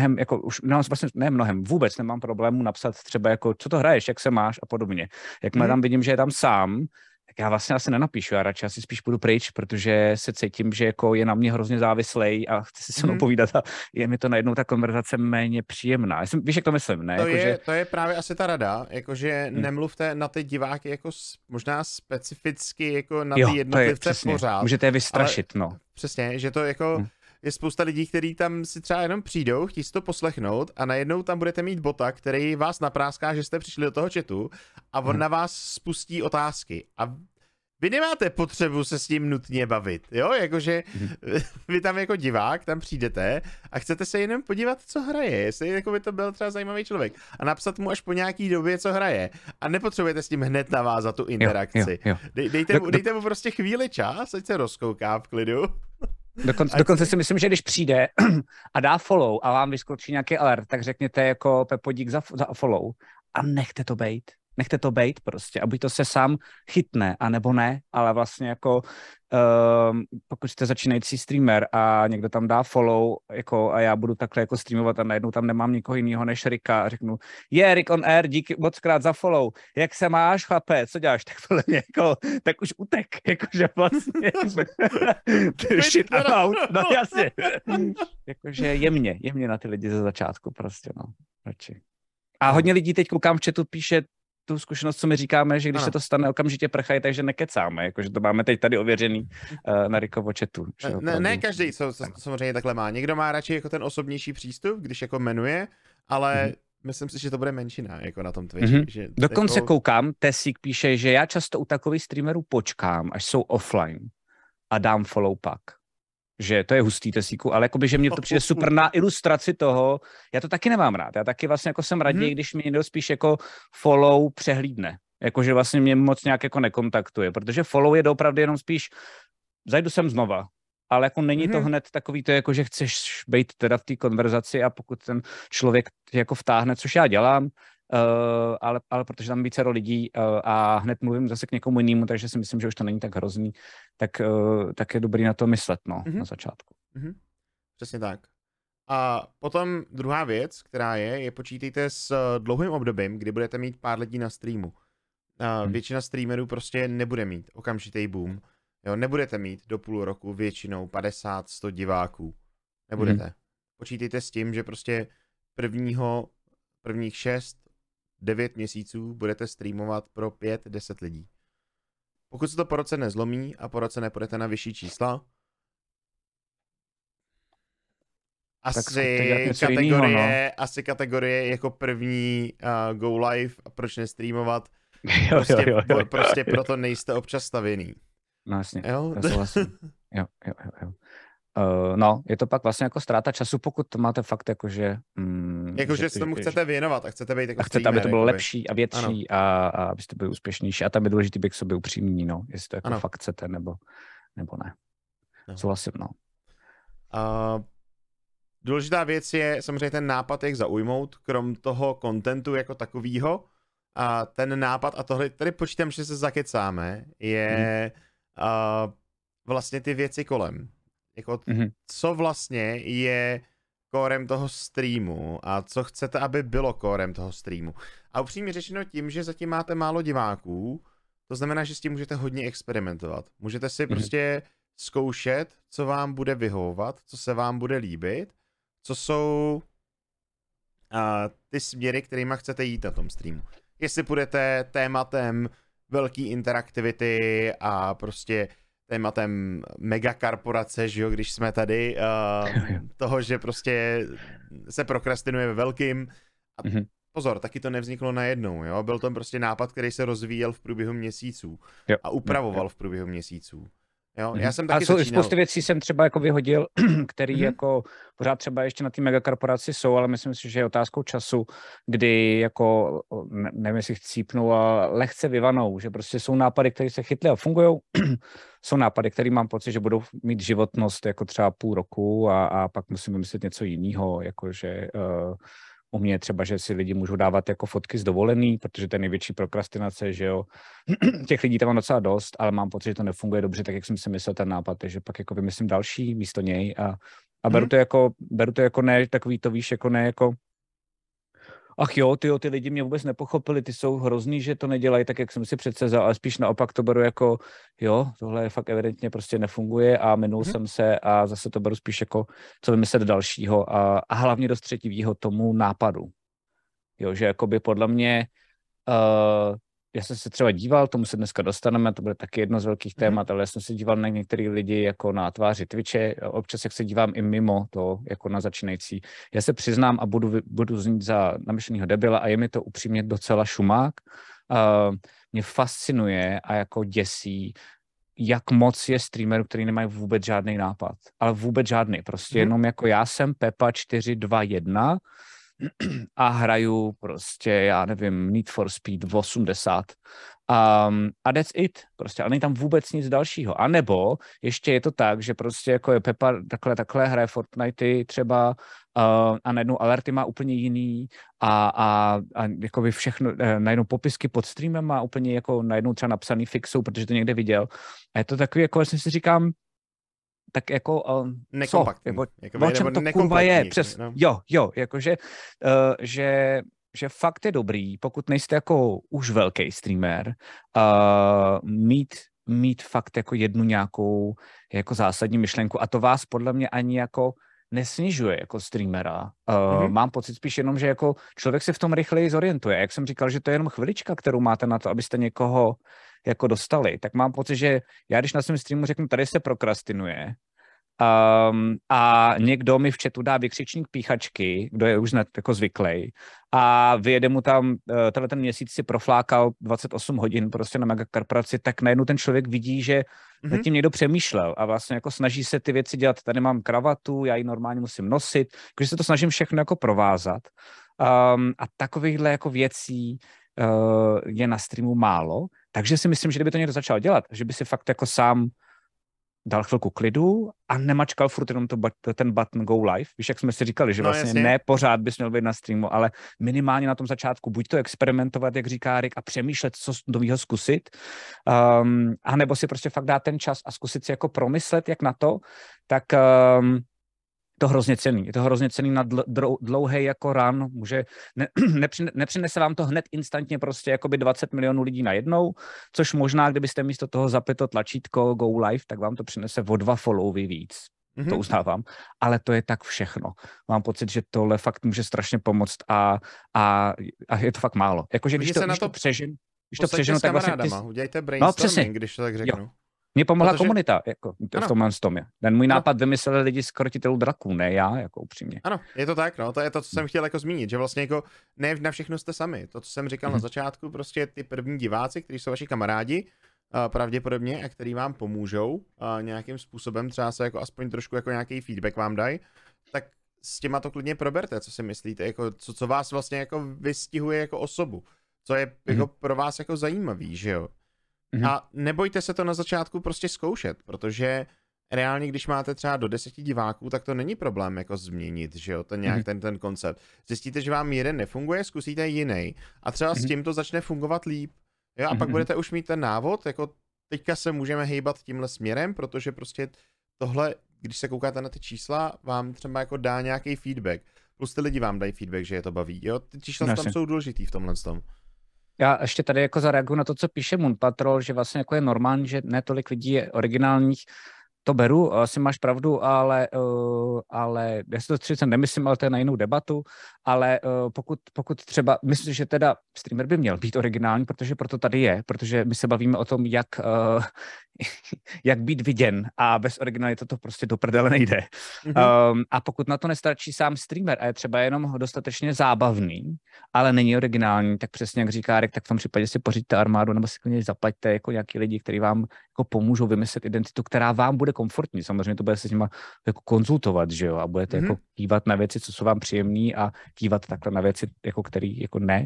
vůbec nemám problému napsat třeba jako, co to hraješ, jak se máš a podobně. Jakmile tam vidím, že je tam sám, tak já vlastně asi nenapíšu, já radši asi spíš půjdu pryč, protože se cítím, že jako je na mě hrozně závislej a chci si se mnou povídat a je mi to najednou ta konverzace méně příjemná. Víš, jak to myslím, ne? To je právě asi ta rada, jakože nemluvte na ty diváky jako možná specificky jako na ty jednotlivce pořád. Můžete je vystrašit, no. Přesně, že to jako je spousta lidí, kteří tam si třeba jenom přijdou, chtějí si to poslechnout a najednou tam budete mít bota, který vás napráská, že jste přišli do toho chatu a on na vás spustí otázky a vy nemáte potřebu se s ním nutně bavit, jo, jakože vy tam jako divák tam přijdete a chcete se jenom podívat, co hraje, jestli jako by to byl třeba zajímavý člověk a napsat mu až po nějaký době, co hraje a nepotřebujete s ním hned navázat tu interakci. Jo. Dejte mu prostě chvíli čas, ať se rozkouká v klidu. Dokonce si myslím, že když přijde a dá follow a vám vyskočí nějaký alert, tak řekněte jako Pepodík za follow a nechte to bejt prostě a buď to se sám chytne, anebo ne, ale vlastně jako pokud jste začínající streamer a někdo tam dá follow jako, a já budu takhle jako streamovat a najednou tam nemám nikoho jiného než Rika a řeknu, Rick on air, díky mockrát za follow, jak se máš, chlape, co děláš, tak podle mě jako, tak už utek, jakože vlastně shit out, no jasně, jakože jemně na ty lidi ze začátku prostě, no, radši. A hodně lidí teď koukám v chatu píše tu zkušenost, co my říkáme, že když se to stane, okamžitě prchají, takže nekecáme, jakože to máme teď tady ověřený na Rickovo chatu. Ne každý samozřejmě takhle má. Někdo má radši jako ten osobnější přístup, když jako jmenuje, ale myslím si, že to bude menšina jako na tom Twitchi. Že dokonce koukám, Tesík píše, že já často u takových streamerů počkám, až jsou offline a dám follow pak. Že to je hustý, Tesíku, ale jakoby, že mě to přijde super na ilustraci toho, já to taky nemám rád, já taky vlastně jako jsem raději, když mě někdo spíš jako follow přehlídne, jakože vlastně mě moc nějak jako nekontaktuje, protože follow je opravdu jenom spíš, zajdu sem znova, ale jako není to hned takový to, jako že chceš být teda v té konverzaci a pokud ten člověk jako vtáhne, což já dělám, ale protože tam vícero lidí a hned mluvím zase k někomu jinému, takže si myslím, že už to není tak hrozný, tak je dobrý na to myslet, na začátku. Přesně tak. A potom druhá věc, která je počítejte s dlouhým obdobím, kdy budete mít pár lidí na streamu. Většina streamerů prostě nebude mít okamžitý boom. Jo, nebudete mít do půl roku většinou 50-100 diváků. Nebudete. Počítejte s tím, že prostě prvních 6-9 měsíců budete streamovat pro 5-10 lidí. Pokud se to po roce nezlomí a po roce nepůjdete na vyšší čísla, asi kategorie jako první go live a proč nestreamovat, prostě proto nejste občas stavěný. No jasně, já souhlasím. Jo. No, je to pak vlastně jako ztráta času, pokud to máte fakt jakože... Jakože se tomu chcete věnovat a chcete být jako chcete, aby to bylo lepší a větší a abyste byli úspěšnější. A tam je důležité být k sobě upřímní, no. Jestli to jako fakt chcete, nebo ne. Souhlasím, no. Důležitá věc je samozřejmě ten nápad, jak zaujmout, krom toho kontentu jako takovýho. A ten nápad, a tohle, tady počítám, že se zakecáme, je vlastně ty věci kolem. Jako, co vlastně je kórem toho streamu a co chcete, aby bylo kórem toho streamu. A upřímně řečeno tím, že zatím máte málo diváků, to znamená, že s tím můžete hodně experimentovat. Můžete si prostě zkoušet, co vám bude vyhovovat, co se vám bude líbit, co jsou ty směry, kterýma chcete jít na tom streamu. Jestli půjdete tématem velký interaktivity a prostě tématem megakorporace, že jo, když jsme tady, toho, že prostě se prokrastinuje ve velkým. A pozor, taky to nevzniklo najednou, jo, byl to prostě nápad, který se rozvíjel v průběhu měsíců a upravoval v průběhu měsíců. Jo, já jsem taky začínal. Spousty věcí jsem třeba jako vyhodil, který jako pořád třeba ještě na té megakorporaci jsou, ale myslím si, že je otázkou času, kdy jako, nevím, jestli chcípnou a lehce vyvanou, že prostě jsou nápady, které se chytly a fungujou. Jsou nápady, které mám pocit, že budou mít životnost jako třeba půl roku a pak musím vymyslet něco jiného, jakože u mě třeba, že si lidi můžou dávat jako fotky z dovolený, protože to je největší prokrastinace, že jo. Těch lidí tam mám docela dost, ale mám pocit, že to nefunguje dobře, tak jak jsem si myslel ten nápad, takže pak jako vymyslím další místo něj a beru to jako ne takový to, víš, jako ne jako ach jo, ty lidi mě vůbec nepochopili, ty jsou hrozný, že to nedělají tak, jak jsem si předsezal, ale spíš naopak to beru jako, jo, tohle je fakt evidentně prostě nefunguje a minul jsem se a zase to beru spíš jako, co vymyslet dalšího a hlavně dost třetivýho tomu nápadu. Jo, že jakoby podle mě, já jsem se třeba díval, tomu se dneska dostaneme, to bude taky jedno z velkých témat, ale já jsem se díval na některý lidi jako na tváři Twitche, občas jak se dívám i mimo to, jako na začínající. Já se přiznám a budu znít za namyšlenýho debila a je mi to upřímně docela šumák. Mě fascinuje a jako děsí, jak moc je streamerů, který nemají vůbec žádný nápad. Ale vůbec žádný, prostě jenom jako já jsem Pepa 421 a hraju prostě, já nevím, Need for Speed 80. A that's it. Prostě, ale není tam vůbec nic dalšího. A nebo ještě je to tak, že prostě jako je Pepa takhle hraje Fortnite třeba a najednou alerty má úplně jiný a jakoby všechno, najednou popisky pod streamem má úplně jako najednou třeba napsaný fixou, protože to někde viděl. A je to takový, jako vlastně si říkám, tak jako nekompaktní. O čem to kurva je? Přes, no. Jo, jakože, že fakt je dobrý, pokud nejste jako už velký streamer, mít fakt jako jednu nějakou jako zásadní myšlenku a to vás podle mě ani jako nesnižuje jako streamera. Mám pocit spíš jenom, že jako člověk se v tom rychleji zorientuje. Jak jsem říkal, že to je jenom chvilička, kterou máte na to, abyste někoho jako dostali, tak mám pocit, že já když na svém streamu řeknu, tady se prokrastinuje, a někdo mi v chatu dá vykřičník píchačky, kdo je už jako zvyklý, a vyjede mu tam, ten měsíc si proflákal 28 hodin prostě na megakorporaci, tak najednou ten člověk vidí, že nad tím někdo přemýšlel a vlastně jako snaží se ty věci dělat. Tady mám kravatu, já ji normálně musím nosit, takže se to snažím všechno jako provázat. A takovýchhle jako věcí je na streamu málo, takže si myslím, že kdyby to někdo začal dělat, že by si fakt jako sám dal chvilku klidu a nemačkal furt jenom ten button go live. Víš, jak jsme si říkali, že vlastně jasně. Ne pořád bys měl být na streamu, ale minimálně na tom začátku buď to experimentovat, jak říká Rick, a přemýšlet, co novýho zkusit, a nebo si prostě fakt dát ten čas a zkusit si jako promyslet, jak na to, tak to hrozně cený. Je to hrozně cený na dlouhý jako run. Nepřinese vám to hned instantně prostě jakoby 20 milionů lidí najednou, což možná, kdybyste místo toho zapli to tlačítko go live, tak vám to přinese o 2 followy víc. To uznávám. Ale to je tak všechno. Mám pocit, že tohle fakt může strašně pomoct a je to fakt málo. Jakože když to přeženu, tak vlastně udělejte brainstorming, když to tak řeknu. Jo. Mně pomohla komunita, jako v tomhle stomě. Ten můj nápad vymysleli lidi z Krotitelů draků, ne já, jako upřímně. Ano, je to tak, no, to je to, co jsem chtěl jako zmínit, že vlastně jako ne na všechno jste sami. To, co jsem říkal na začátku, prostě ty první diváci, kteří jsou vaši kamarádi, pravděpodobně, a který vám pomůžou nějakým způsobem, třeba se jako aspoň trošku jako nějaký feedback vám dají, tak s těma to klidně proberte, co si myslíte, jako co vás vlastně jako vystihuje jako osobu, co je jako pro vás jako zajímavý, že jo. A nebojte se to na začátku prostě zkoušet, protože reálně, když máte třeba do 10 diváků, tak to není problém jako změnit, že jo, ten nějak ten koncept. Zjistíte, že vám jeden nefunguje, zkusíte jiný a třeba s tím to začne fungovat líp. Jo, a pak budete už mít ten návod, jako teďka se můžeme hejbat tímhle směrem, protože prostě tohle, když se koukáte na ty čísla, vám třeba jako dá nějaký feedback. Plus ty lidi vám dají feedback, že je to baví, jo, ty čísla tam jsou důležitý v tomhle tom. Já ještě tady jako zareaguju na to, co píše Moon Patrol, že vlastně jako je normální, že ne tolik lidí je originálních. To beru, asi máš pravdu, ale já si to 30 nemyslím, ale to je na jinou debatu, ale pokud třeba, myslím, že teda streamer by měl být originální, protože proto tady je, protože my se bavíme o tom, jak být viděn a bez originality to prostě do prdele nejde. A pokud na to nestačí sám streamer a je třeba jenom dostatečně zábavný, ale není originální, tak přesně jak říká Rick, tak v tom případě si pořiďte armádu nebo si klidně zaplaťte jako nějaký lidi, kteří vám jako pomůžou vymyslet identitu, která vám bude komfortní. Samozřejmě to bude se s nima jako konzultovat, že jo, a budete jako kývat na věci, co jsou vám příjemný, a kývat takhle na věci, jako který jako ne,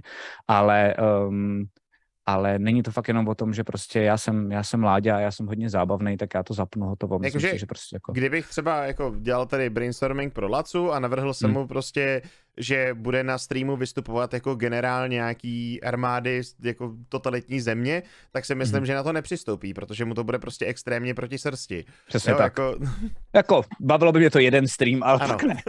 ale není to fakt jenom o tom, že prostě já jsem Láďa a já jsem hodně zábavný, tak já to zapnu, hotovo. Myslím si, že prostě jako... Kdybych třeba jako dělal tady brainstorming pro Lacu a navrhl jsem mu prostě, že bude na streamu vystupovat jako generál nějaký armády jako totalitní země, tak si myslím, že na to nepřistoupí, protože mu to bude prostě extrémně proti srsti. Přesně jo, tak. Jako bavilo by mě to jeden stream, ale ano. Tak ne.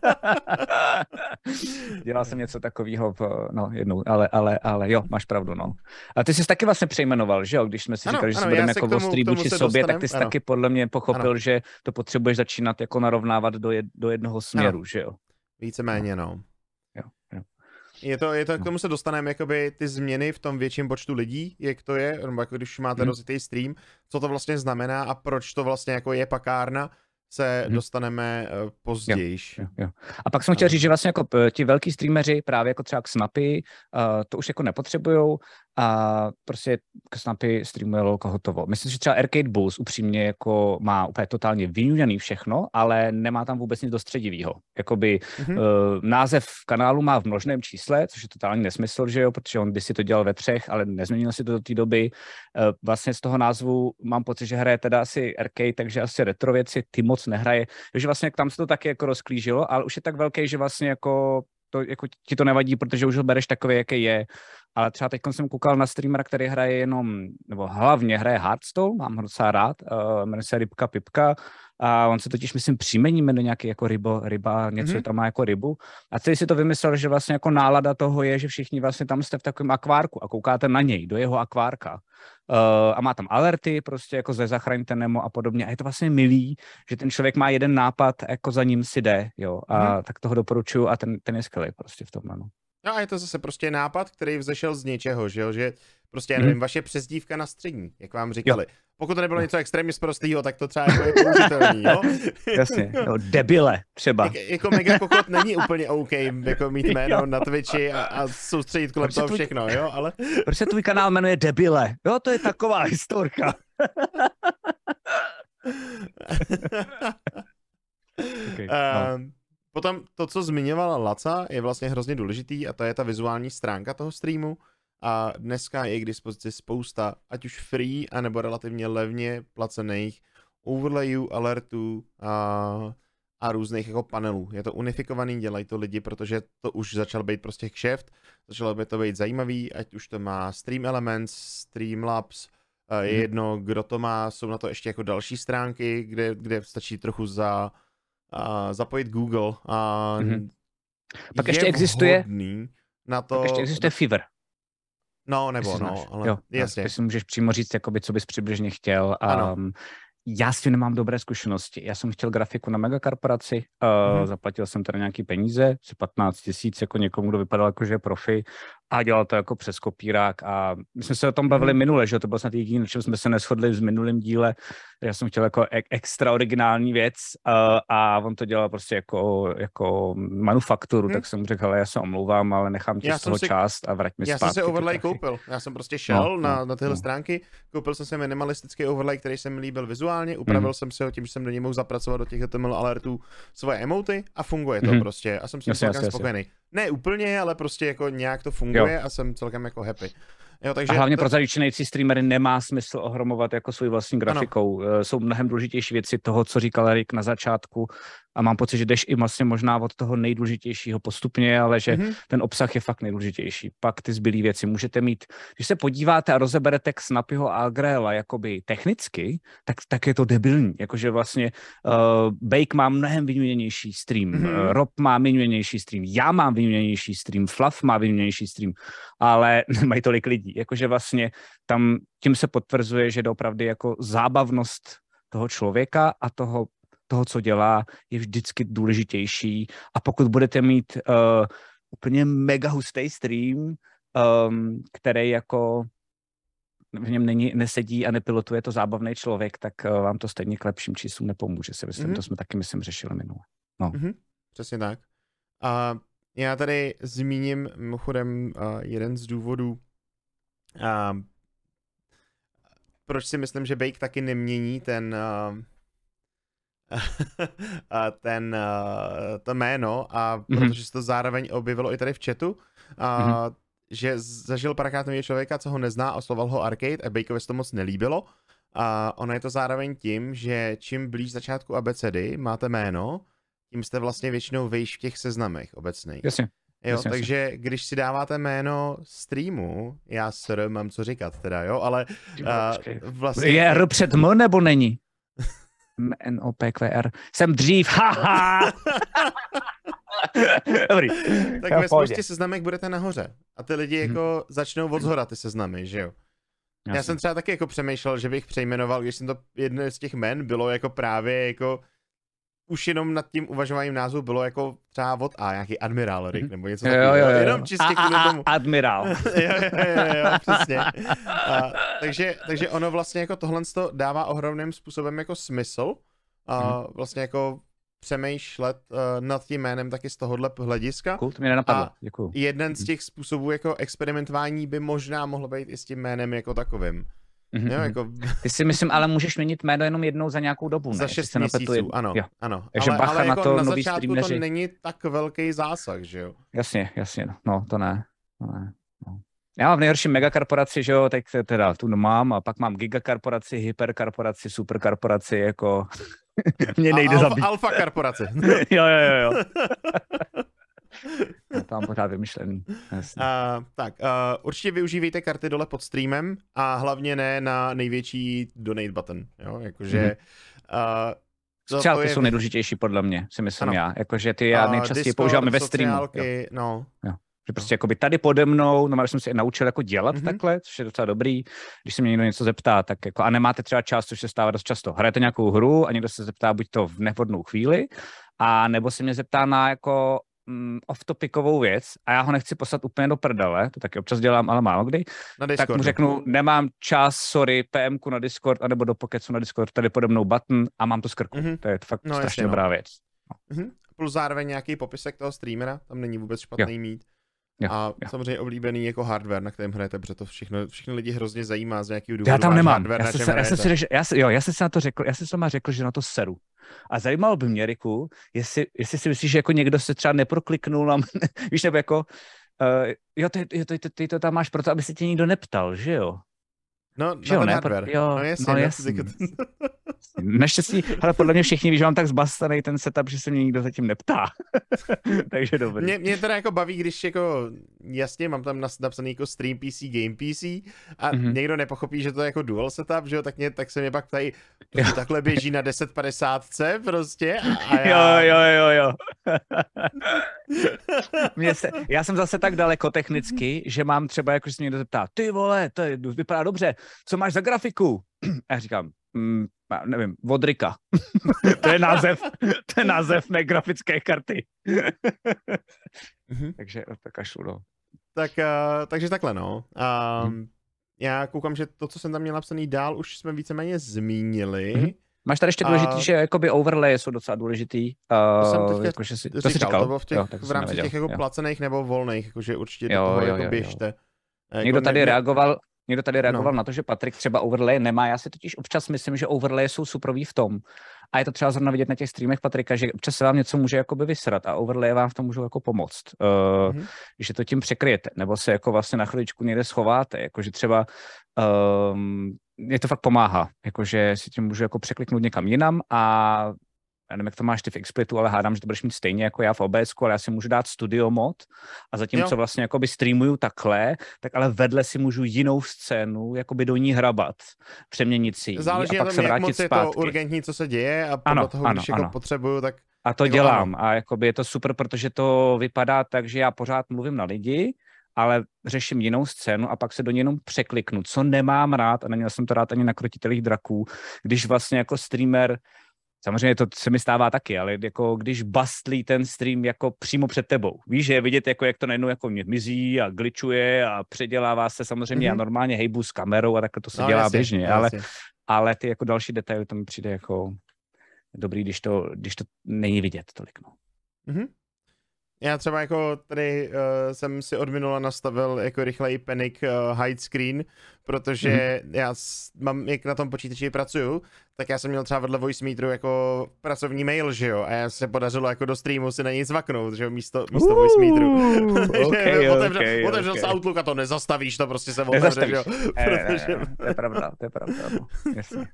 Dělal jsem něco takového, jednou, ale jo, máš pravdu, no. A ty jsi taky vlastně přejmenoval, že jo, když jsme si říkali, že se budeme jako o streamu či sobě, tak ty jsi taky podle mě pochopil, že to potřebuješ začínat jako narovnávat do jednoho směru, že jo. Víceméně, no. Jo. Je to, k tomu se dostaneme, jakoby ty změny v tom větším počtu lidí, jak to je, nebo jako když máte rozjetý stream, co to vlastně znamená a proč to vlastně jako je pakárna, se dostaneme později. Jo. A pak jsem chtěl říct, že vlastně jako ti velký streameři, právě jako třeba Xnapy, to už jako nepotřebujou a prostě Xnapy streamuje lolko hotovo. Myslím, že třeba Arcade Bulls upřímně jako má úplně totálně vyňuňaný všechno, ale nemá tam vůbec nic dostředivýho. Jakoby název kanálu má v množném čísle, což je totální nesmysl, že jo, protože on kdysi to dělal ve 3, ale nezměnil si to do té doby. Vlastně z toho názvu mám pocit, že hraje teda asi arcade, takže asi retro věci, ty moc nehraje. Takže vlastně tam se to taky jako rozklížilo, ale už je tak velký, že vlastně jako to jako ti to nevadí, protože už ho bereš takový, jaký je. ale třeba teď jsem koukal na streamera, který hraje jenom, nebo hlavně hraje Hearthstone, mám ho docela rád, jmenuje se Rybka Pipka, a on se totiž, myslím, příjmení jmenuje nějaký jako ryba, něco tam má jako rybu. A celý si to vymyslel, že vlastně jako nálada toho je, že všichni vlastně tam jste v takovém akvárku a koukáte na něj, do jeho akvárka. A má tam alerty, prostě jako zachraňte Nemo a podobně. A je to vlastně milý, že ten člověk má jeden nápad, jako za ním si jde, jo. A tak toho doporučuju a ten je skvělý prostě v tomhle, no. No a je to zase prostě nápad, který vzešel z něčeho, že jo, že prostě, já nevím, vaše přezdívka na střední, jak vám říkali. Jo. Pokud to nebylo něco extrémně sprostýho, tak to třeba jako je použitelný, jo? Jasně, jo, debile třeba. Jako Mega Kokot není úplně OK, jako mít jméno na Twitchi a soustředit kolem toho všechno, jo, ale... Proč se tvůj kanál jmenuje Debile? Jo, to je taková historka. Okay, no. Potom to, co zmiňovala Laca, je vlastně hrozně důležitý a to je ta vizuální stránka toho streamu. A dneska je k dispozici spousta, ať už free, anebo relativně levně placených overlayů, alertů a různých jako panelů. Je to unifikovaný, dělají to lidi, protože to už začal být prostě kšeft, začalo by to být zajímavý, ať už to má Stream Elements, Streamlabs, je jedno, kdo to má, jsou na to ještě jako další stránky, kde stačí trochu zapojit Google. Pak ještě existuje na to... Pak ještě existuje Fiverr. No, nebo no, ale jo, jasně. Ty si můžeš přímo říct, jakoby, co bys přibližně chtěl. Já s tím nemám dobré zkušenosti. Já jsem chtěl grafiku na megakorporaci, zaplatil jsem teda nějaký peníze, 15 000 jako někomu, kdo vypadal jako, že je profi, a dělal to jako přes kopírák a my jsme se o tom bavili minule, že to byl snad jediný, na čem jsme se neshodli v minulém díle. Já jsem chtěl jako extra originální věc a on to dělal prostě jako manufakturu, tak jsem řekl, ale já se omlouvám, ale nechám ti z toho část a vrať mi zpátky. Já jsem si overlay koupil, já jsem prostě šel na tyhle stránky, koupil jsem si minimalistický overlay, který se mi líbil vizuálně, upravil jsem si ho tím, že jsem do něj mohl zapracovat do těch HTML alertů svoje emoty a funguje to prostě a jsem s tím celkem spokojený. Ne úplně, ale prostě jako nějak to funguje a jsem celkem jako happy. Jo, takže a hlavně pro začínající streamery nemá smysl ohromovat jako svou vlastní grafikou. Jsou mnohem důležitější věci toho, co říkal Erik na začátku a mám pocit, že jdeš i vlastně možná od toho nejdůležitějšího postupně, ale že ten obsah je fakt nejdůležitější. Pak ty zbylé věci můžete mít, když se podíváte a rozeberete k Snappyho a Agrela jakoby technicky, tak je to debilní. Jakože vlastně Bake má mnohem vyměněnější stream, Rob má vyměněnější stream, já mám vyměněnější stream, Fluff má vyměněnější stream, ale nemají tolik lidí. Jakože vlastně tam tím se potvrzuje, že doopravdy jako zábavnost toho člověka a toho, co dělá, je vždycky důležitější. A pokud budete mít úplně mega hustý stream, který jako v něm nesedí a nepilotuje to zábavný člověk, tak vám to stejně k lepším číslům nepomůže, si myslím. To jsme taky, myslím, řešili minule. No. Přesně tak. A já tady zmíním mimochodem jeden z důvodů, proč si myslím, že Bake taky nemění to jméno a protože se to zároveň objevilo i tady v chatu, že zažil párkrát nového člověka, co ho nezná, osloval ho Arcade a Bakeovi se to moc nelíbilo. A ono je to zároveň tím, že čím blíž začátku abecedy máte jméno, tím jste vlastně většinou vejš v těch seznamech obecných. Jasně. Jo, takže když si dáváte jméno streamu, já mám co říkat teda, jo, ale vlastně... Je R před M nebo není? NOPQR. Jsem dřív, haha! Dobrý. Tak ve spoustě seznamek budete nahoře a ty lidi jako začnou od zhora ty seznamy, že jo? Já jsem třeba taky jako přemýšlel, že bych přejmenoval, když jsem to jedno z těch jmen bylo jako právě jako už jenom nad tím uvažováním názvu bylo jako třeba od A, nějaký Admiral Rick, nebo něco takového. Jenom čistě kvůli tomu. Admiral. jo, přesně. Takže ono vlastně jako tohle dává ohromným způsobem jako smysl. Vlastně jako přemýšlet nad tím jménem taky z tohohle hlediska. To mě nenapadlo, děkuju. Jeden z těch způsobů jako experimentování by možná mohlo být i s tím jménem jako takovým. Jo, jako... Ty si myslím, ale můžeš měnit jméno jenom jednou za nějakou dobu, ne? Za 6 měsíců, ano. Takže bacha ale na jako to, na nový začátku streameři. to není tak velký zásah, že jo? Jasně, no, to ne. Já mám v nejhorším megakorporaci, že jo, teď teda tu mám a pak mám gigakorporaci, hyperkorporaci, superkorporaci, jako mě nejde zabít. Alfa korporace. jo. Já to mám pořád vymyšlený. Určitě využívejte karty dole pod streamem a hlavně ne na největší donate button, jo, jakože... Sociálky jsou nejdůležitější podle mě, si myslím já. Jakože ty já nejčastěji používám ve streamu. No. Jo. Že prostě jakoby tady pode mnou, no jsem si naučil jako dělat takhle, což je docela dobrý. Když se mě někdo něco zeptá, tak jako a nemáte třeba čas, což se stává dost často. Hrajete nějakou hru a někdo se zeptá buď to v nevhodnou chvíli, a nebo se mě zeptá na jako off-topicovou věc a já ho nechci poslat úplně do prdele, to taky občas dělám, ale málo kdy, tak mu řeknu, nemám čas, sorry, PMku na Discord, anebo do Pokecu na Discord, tady pode mnou button a mám to z krku. To je fakt strašně dobrá věc. Plus zároveň nějaký popisek toho streamera, tam není vůbec špatný mít. Samozřejmě oblíbený jako hardware, na kterém hrajete, protože to všechny lidi hrozně zajímá z nějakého důvodu. Já tam nemám. Já jsem si na to řekl, já jsem sama řekl, že na to seru. A zajímalo by mě, Riku, jestli si myslíš, že jako někdo se třeba neprokliknul na víš, nebo jako, ty to tam máš proto, aby se tě nikdo neptal, že jo? No, že na ten hardware. No jasně. Naštěstí, ale podle mě všichni víš, že mám tak zbastaný ten setup, že se mě nikdo zatím neptá. Takže dobrý. Mě teda jako baví, když jako, jasně, mám tam napsaný jako stream PC, game PC a někdo nepochopí, že to je jako dual setup, že jo, tak se mě pak ptají, to takhle běží na 1050C prostě a já... Jo. Já jsem zase tak daleko technicky, že mám třeba, jako se mě někdo zeptá, ty vole, to vypadá dobře, co máš za grafiku? A já říkám, nevím, Vodrika. To je název mé grafické karty. Takže kašlu, no. Takže takhle, no. Já koukám, že to, co jsem tam měl napsaný dál, už jsme víceméně zmínili. Máš tady ještě důležitý, že jakoby overlaye jsou docela důležitý. To jsem teďka jako, říkal, to bylo v rámci těch jako placených nebo volných, jakože určitě do toho jako běžte. Někdo tady reagoval na to, že Patrik třeba overlay nemá. Já si totiž občas myslím, že overlay jsou suprový v tom. A je to třeba zrovna vidět na těch streamech Patrika, že občas se vám něco může jakoby vysrat a overlay vám v tom můžou jako pomoct. Když to tím překryjete, nebo se jako vlastně na chviličku někde schováte, jakože třeba je to fakt pomáhá, jakože si tím můžu jako překliknout někam jinam a já nevím, jak to máš ty v XSplitu, ale hádám, že to budeš mít stejně jako já v OBSku, ale já si můžu dát studio mod a zatímco vlastně jakoby streamuju takhle, tak ale vedle si můžu jinou scénu jakoby do ní hrabat, přeměnit si ji záleží a pak se vrátit zpátky. Je to urgentní, co se děje a podle toho, když jako potřebuju, tak... A to dělám a jakoby je to super, protože to vypadá tak, že já pořád mluvím na lidi, ale řeším jinou scénu a pak se do ní jenom překliknu, co nemám rád a neměl jsem to rád ani na Krotitelích draků, když vlastně jako streamer, samozřejmě to se mi stává taky, ale jako když bastlí ten stream jako přímo před tebou. Víš, že je vidět, jako jak to najednou jako mizí a glitchuje a předělává se samozřejmě, já normálně hejbu s kamerou a takhle to se dělá běžně, ale ty jako další detaily to mi přijde jako dobrý, když to není vidět tolik. No. Já třeba jako tady jsem si od minula nastavil jako rychleji panic hide screen, protože já mám, jak na tom počítači pracuju, tak já jsem měl třeba vedle voice meteru jako pracovní mail, že jo, a já se podařilo jako do streamu si na něj zvaknout, že jo, místo voice meteru. Otevřel se Outlook a to nezastavíš, to prostě se otevře, že jo. To je pravda, no. Jasně.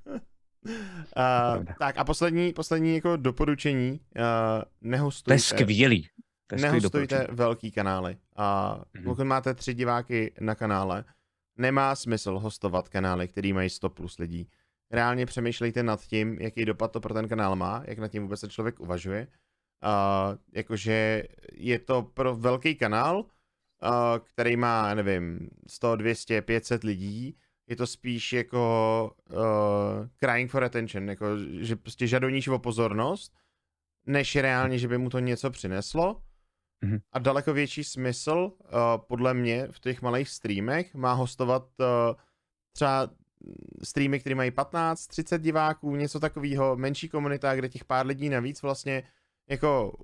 Tak a poslední jako doporučení, nehostujte. To je skvělý. Nehostujte velký kanály. A pokud máte 3 diváky na kanále, nemá smysl hostovat kanály, který mají 100 plus lidí. Reálně přemýšlejte nad tím, jaký dopad to pro ten kanál má, jak nad tím vůbec ten člověk uvažuje. Jakože je to pro velký kanál, který má, nevím, 100, 200, 500 lidí, je to spíš jako crying for attention, jako, že prostě žadoníš o pozornost, než reálně, že by mu to něco přineslo. A daleko větší smysl, podle mě, v těch malých streamech má hostovat třeba streamy, které mají 15, 30 diváků, něco takového, menší komunita, kde těch pár lidí navíc vlastně jako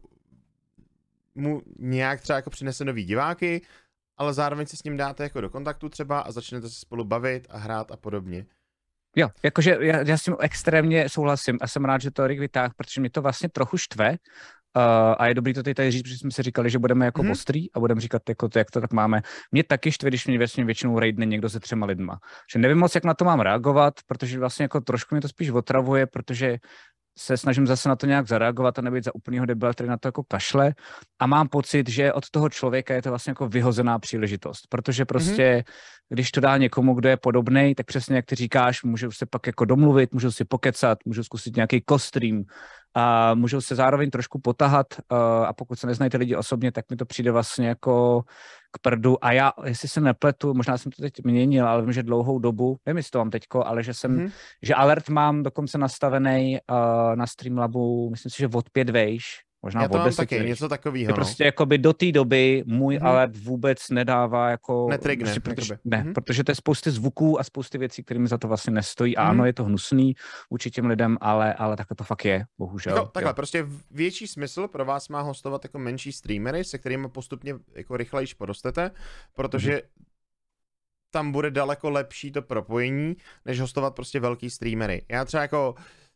mu nějak třeba jako přinese nový diváky, ale zároveň se s ním dáte jako do kontaktu třeba a začnete se spolu bavit a hrát a podobně. Jo, jakože já s tím extrémně souhlasím a jsem rád, že to Rick vytáhl, protože mě to vlastně trochu štve a je dobrý to tady říct, protože jsme si říkali, že budeme jako ostrý a budeme říkat, jako to, jak to tak máme. Mě taky štve, když mě většinou raidne někdo se 3 lidma. Že nevím moc, jak na to mám reagovat, protože vlastně jako trošku mě to spíš otravuje, protože se snažím zase na to nějak zareagovat a nebýt za úplnýho debila, který na to jako kašle. A mám pocit, že od toho člověka je to vlastně jako vyhozená příležitost, protože prostě, když to dá někomu, kdo je podobnej, tak přesně jak ty říkáš, můžou se pak jako domluvit, můžou si pokecat, můžou zkusit nějaký kostream a můžou se zároveň trošku potahat a pokud se neznají ty lidi osobně, tak mi to přijde vlastně jako k prdu. A já, jestli se nepletu, možná jsem to teď měnil, ale vím, že dlouhou dobu, nevím, jestli to mám teďko, ale že jsem, že alert mám dokonce nastavený na Streamlabu, myslím si, že od 5 vejš, možná já to od mám 10 taky, vejš. něco takového. Prostě jakoby do té doby můj alert vůbec nedává jako... Netrigne. Prostě, protože to je spousty zvuků a spousty věcí, kterými za to vlastně nestojí. A ano, je to hnusný vůči těm lidem, ale takhle to fakt je, bohužel. Jako, takhle, prostě větší smysl pro vás má hostovat jako menší streamery, se kterými postupně jako rychlejš porostete, protože tam bude daleko lepší to propojení, než hostovat prostě velký streamery. Já třeba jako...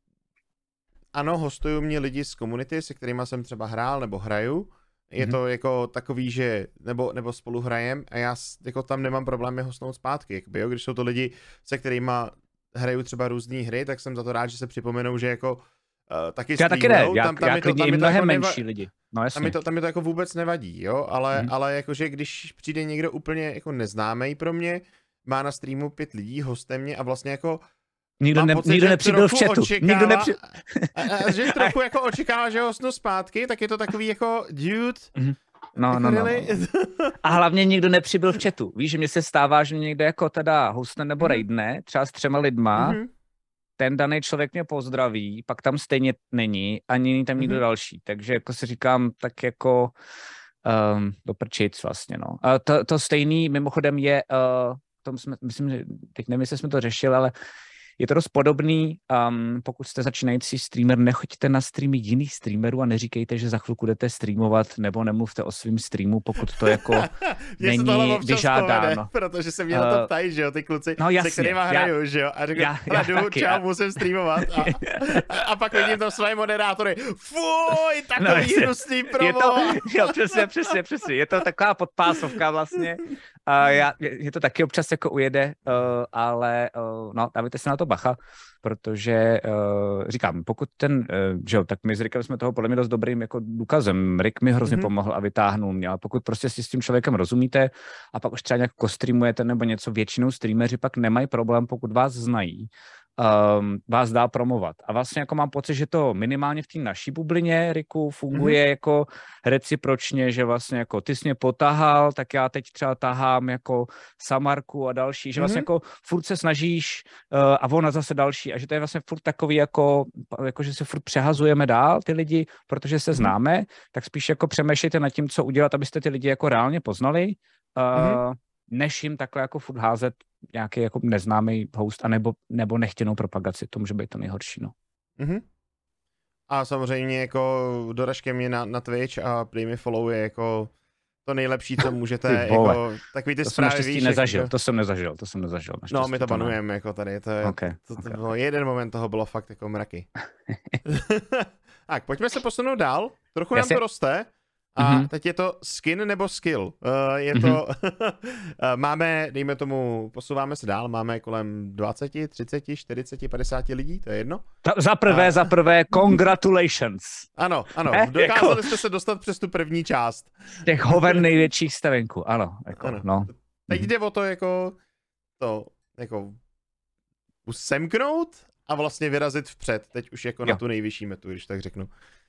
Ano, hostují mě lidi z komunity, se kterými jsem třeba hrál nebo hraju. Je to jako takový, že nebo spolu hrajem a já jako tam nemám problémy hostnout zpátky. Jakoby, jo? Když jsou to lidi, se kterými hraju třeba různé hry, tak jsem za to rád, že se připomenou, že jako taky já taky ne, tam klidně i mnohem menší lidi. No, jasně. Tam mi to jako vůbec nevadí, jo, ale jakože když přijde někdo úplně jako neznámý pro mě, má na streamu 5 lidí, hoste mě a vlastně jako Nikdo nepřibyl v chatu. Že trochu jako očekává, že hostnu zpátky, tak je to takový jako dude. No. A hlavně nikdo nepřibyl v chatu. Víš, že mně se stává, že někde jako teda hostne nebo raidne, třeba s 3 lidma, ten daný člověk mě pozdraví, pak tam stejně není, ani není tam nikdo další. Takže jako si říkám, tak jako do prčic vlastně, no. To stejný mimochodem je, myslím, že teď nevím, jestli jsme to řešili, ale je to dost podobný, pokud jste začínající streamer, nechoďte na streamy jiných streamerů a neříkejte, že za chvilku jdete streamovat, nebo nemluvte o svým streamu, pokud to jako není vyžádáno. Protože se mě na to ptají, že jo, ty kluci, se kterýma hraju, že jo, a řeknu, čau, musím streamovat a pak vidím tam své moderátory, fuj, takový hnusný promo. Jo, přesně, je to taková podpásovka vlastně. Je to taky občas jako ujede, ale no, dávajte se na to bacha, protože říkám, pokud že jo, tak my s Rickem jsme toho podle mě dost dobrým jako důkazem. Rick mi hrozně pomohl a vytáhnul mě, ale pokud prostě si s tím člověkem rozumíte a pak už třeba nějak kostreamujete nebo něco, většinou streameři pak nemají problém, pokud vás znají, vás dá promovat. A vlastně jako mám pocit, že to minimálně v té naší bublině, Riku, funguje jako recipročně, že vlastně jako ty jsi mě potahal, tak já teď třeba tahám jako Samarku a další, že vlastně jako furt se snažíš a ona zase další a že to je vlastně furt takový jako že se furt přehazujeme dál ty lidi, protože se známe, tak spíš jako přemýšlejte nad tím, co udělat, abyste ty lidi jako reálně poznali, než jim takhle jako furt házet nějaký jako neznámý host, nebo nechtěnou propagaci, to může být to nejhorší, no. A samozřejmě jako doražte mě na Twitch a dej mi follow je jako to nejlepší, co můžete, jako takový ty zprávy, víš. To jsem nezažil. No, my to banujeme, jako tady, to bylo jeden moment, toho bylo fakt jako mraky. Tak, pojďme se posunout dál, trochu nám to roste. A teď je to skin nebo skill. Je to, máme, dejme tomu, posouváme se dál, máme kolem 20, 30, 40, 50 lidí, to je jedno. Za prvé, congratulations. Ano, dokázali jste se dostat přes tu první část. Těch hoven největších stavenků, ano. No. Teď jde o to semknout a vlastně vyrazit vpřed, teď už jako na tu nejvyšší metu, když tak řeknu.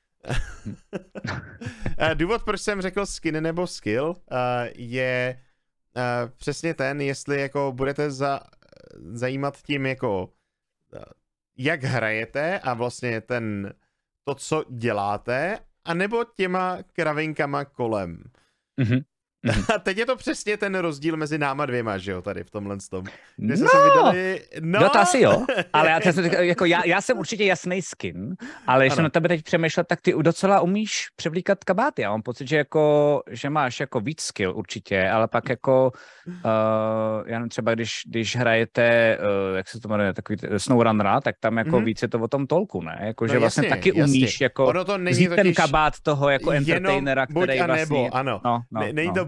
Důvod, proč jsem řekl skin nebo skill, je přesně ten, jestli jako budete zajímat tím jako jak hrajete a vlastně to, co děláte, anebo těma kravinkama kolem. A teď je to přesně ten rozdíl mezi náma dvěma, že jo, tady v tomhle tom. No to asi jo, ale já jsem určitě jasný skin, ale když jsem na tebe teď přemýšlel, tak ty docela umíš převlíkat kabáty. Já mám pocit, že máš jako víc skill určitě, ale pak jako, já nevím, třeba když hrajete, jak se to jmenuje, takový SnowRunnera, tak tam jako víc je to o tom tolku, ne? Jako, že vlastně taky umíš jako vzít ten kabát toho jako entertainera, který vlastně... Ano, není to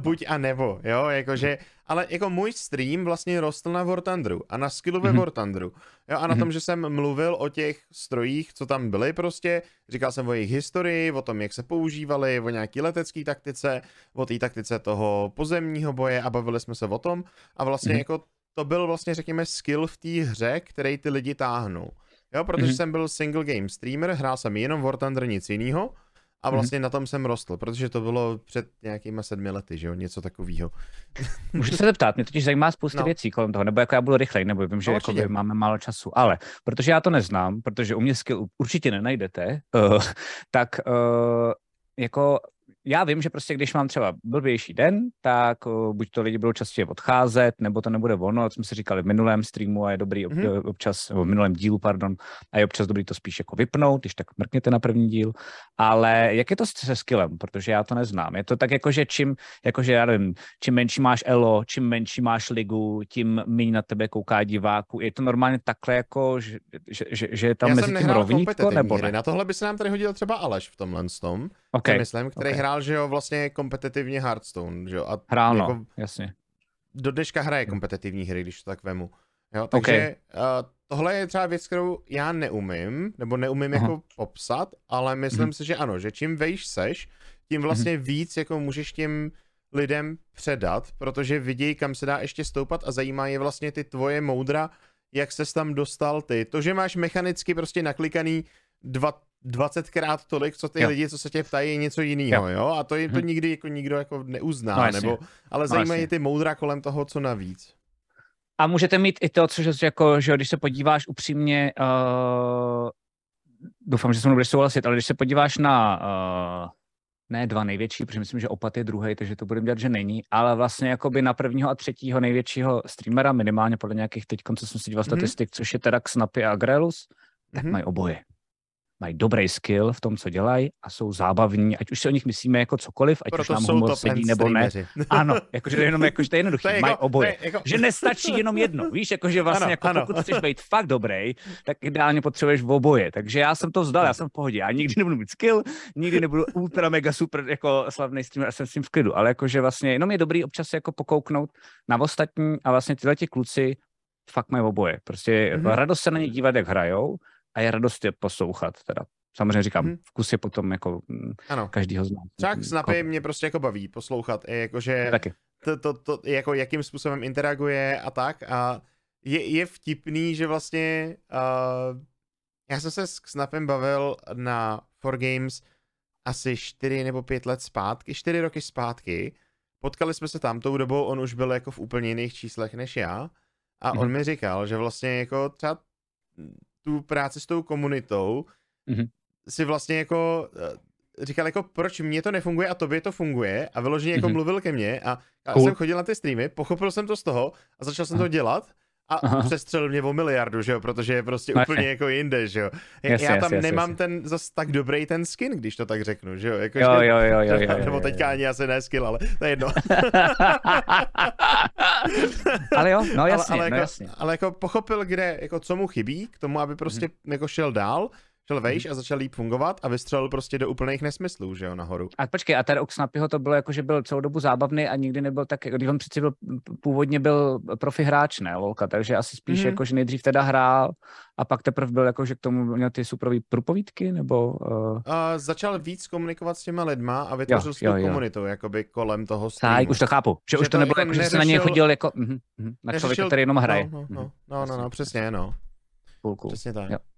buď a nebo, jo, jakože, ale jako můj stream vlastně rostl na War Thunderu a na skillu ve War Thunderu, jo, a na tom, že jsem mluvil o těch strojích, co tam byly prostě, říkal jsem o jejich historii, o tom, jak se používali, o nějaký letecký taktice, o té taktice toho pozemního boje a bavili jsme se o tom a vlastně jako to byl vlastně, řekněme, skill v té hře, který ty lidi táhnou. Jo, protože jsem byl single game streamer, hrál jsem jenom War Thunder, nic jiného. A vlastně na tom jsem rostl, protože to bylo před nějakýma 7 lety, že jo, něco takového. Můžu se zeptat, mě totiž zajímá spousta věcí kolem toho, nebo jako já budu rychlej, nebo vím, že jako máme málo času, ale protože já to neznám, protože u mě skill určitě nenajdete, tak jako já vím, že prostě když mám třeba blbější den, tak buď to lidi budou častěji odcházet, nebo to nebude ono, jak jsme si říkali v minulém streamu a je dobrý občas, v minulém dílu, pardon, a je občas dobrý to spíš jako vypnout, když tak mrkněte na první díl, ale jak je to se skillem, protože já to neznám. Je to tak jako, že já nevím, čím menší máš elo, čím menší máš ligu, tím méně na tebe kouká diváků. Je to normálně takhle jako, že je tam mezi tím rovnítko, nebo ne? Na tohle by se nám tady hodil třeba Aleš v tomhle tom. Okay. Myslím, který hrál, že jo, vlastně kompetitivně Hearthstone, že jo. A hrál, jako no, jasně. Do dneška hraje kompetitivní hry, když to tak vemu. Jo, takže tohle je třeba věc, kterou já neumím, nebo neumím jako popsat, ale myslím si, že ano, že čím vejš seš, tím vlastně víc jako můžeš těm lidem předat, protože vidějí, kam se dá ještě stoupat a zajímá je vlastně ty tvoje moudra, jak ses tam dostal ty. To, že máš mechanicky prostě naklikaný 20krát tolik, co ty lidi, co se tě ptají, je něco jiného, jo? A to nikdy jako nikdo jako neuzná, no, nebo, ale zajímají ty moudra kolem toho, co navíc. A můžete mít i to, což jako, že když se podíváš upřímně, doufám, že se mnou budeš souhlasit, ale když se podíváš na ne 2 největší, protože myslím, že Opat je druhý, takže to budeme dělat, že není, ale vlastně jakoby na 1. a 3. největšího streamera, minimálně podle nějakých teď, co jsem si díval statistik, což je teda Snapy a Grelus, tak mají oboje. Mají dobrý skill v tom, co dělají a jsou zábavní, ať už si o nich myslíme jako cokoliv, ať už nám humor sedí nebo ne. Ano, jakože jenom jakože to je jednoduchý, mají oboje. Že nestačí jenom jedno, víš, jakože vlastně pokud chceš být fakt dobrý, tak ideálně potřebuješ oboje. Takže já jsem to vzdal, já jsem v pohodě. Já nikdy nebudu mít skill, nikdy nebudu ultra mega super jako slavný streamer a jsem s tím v klidu, ale jakože vlastně jenom je dobrý občas jako pokouknout na ostatní a vlastně tyhle ti kluci fakt mají oboje. Prostě radost se na ně dívat, jak hrajou. A je radost je poslouchat, teda. Samozřejmě říkám, vkus je potom jako každýho zná. Třeba Snapy mě prostě jako baví poslouchat, jakože to jako jakým způsobem interaguje a tak a je vtipný, že vlastně já jsem se s Snapem bavil na 4Games asi 4 nebo 5 let zpátky, 4 roky zpátky. Potkali jsme se tam tou dobou, on už byl jako v úplně jiných číslech než já a on mi říkal, že vlastně jako třeba tu práci s tou komunitou si vlastně jako říkal jako proč mně to nefunguje a tobě to funguje a vyloženě jako mluvil ke mně a jsem chodil na ty streamy, pochopil jsem to z toho a začal jsem to dělat a přestřelil mě o miliardu, že jo, protože je prostě úplně jako jinde, že jo. Já tam nemám ten zas tak dobrý ten skin, když to tak řeknu, že jo. Jako, jo. Nebo teďka ani asi ne skill, ale to je jedno. Ale jo, no jasně, ale jako pochopil, kde, jako co mu chybí k tomu, aby prostě jako šel dál, šel vejš a začal líp fungovat a vystřelil prostě do úplných nesmyslů, že jo, nahoru. A počkej, a tady u Snapyho to bylo jako, že byl celou dobu zábavný a nikdy nebyl tak, když on přeci původně byl profi hráč, ne, lolka, takže asi spíš jako, že nejdřív teda hrál a pak teprve byl jako, že k tomu měl ty superový průpovídky, nebo... Začal víc komunikovat s těma lidma a vytvořil svou komunitu, jakoby kolem toho streamu. Tak, už to chápu, že už to nebylo jako, že se na něj chodil jako na člověka, který jenom hraje. No, přesně, no. Cool. Přesně tak. Jo.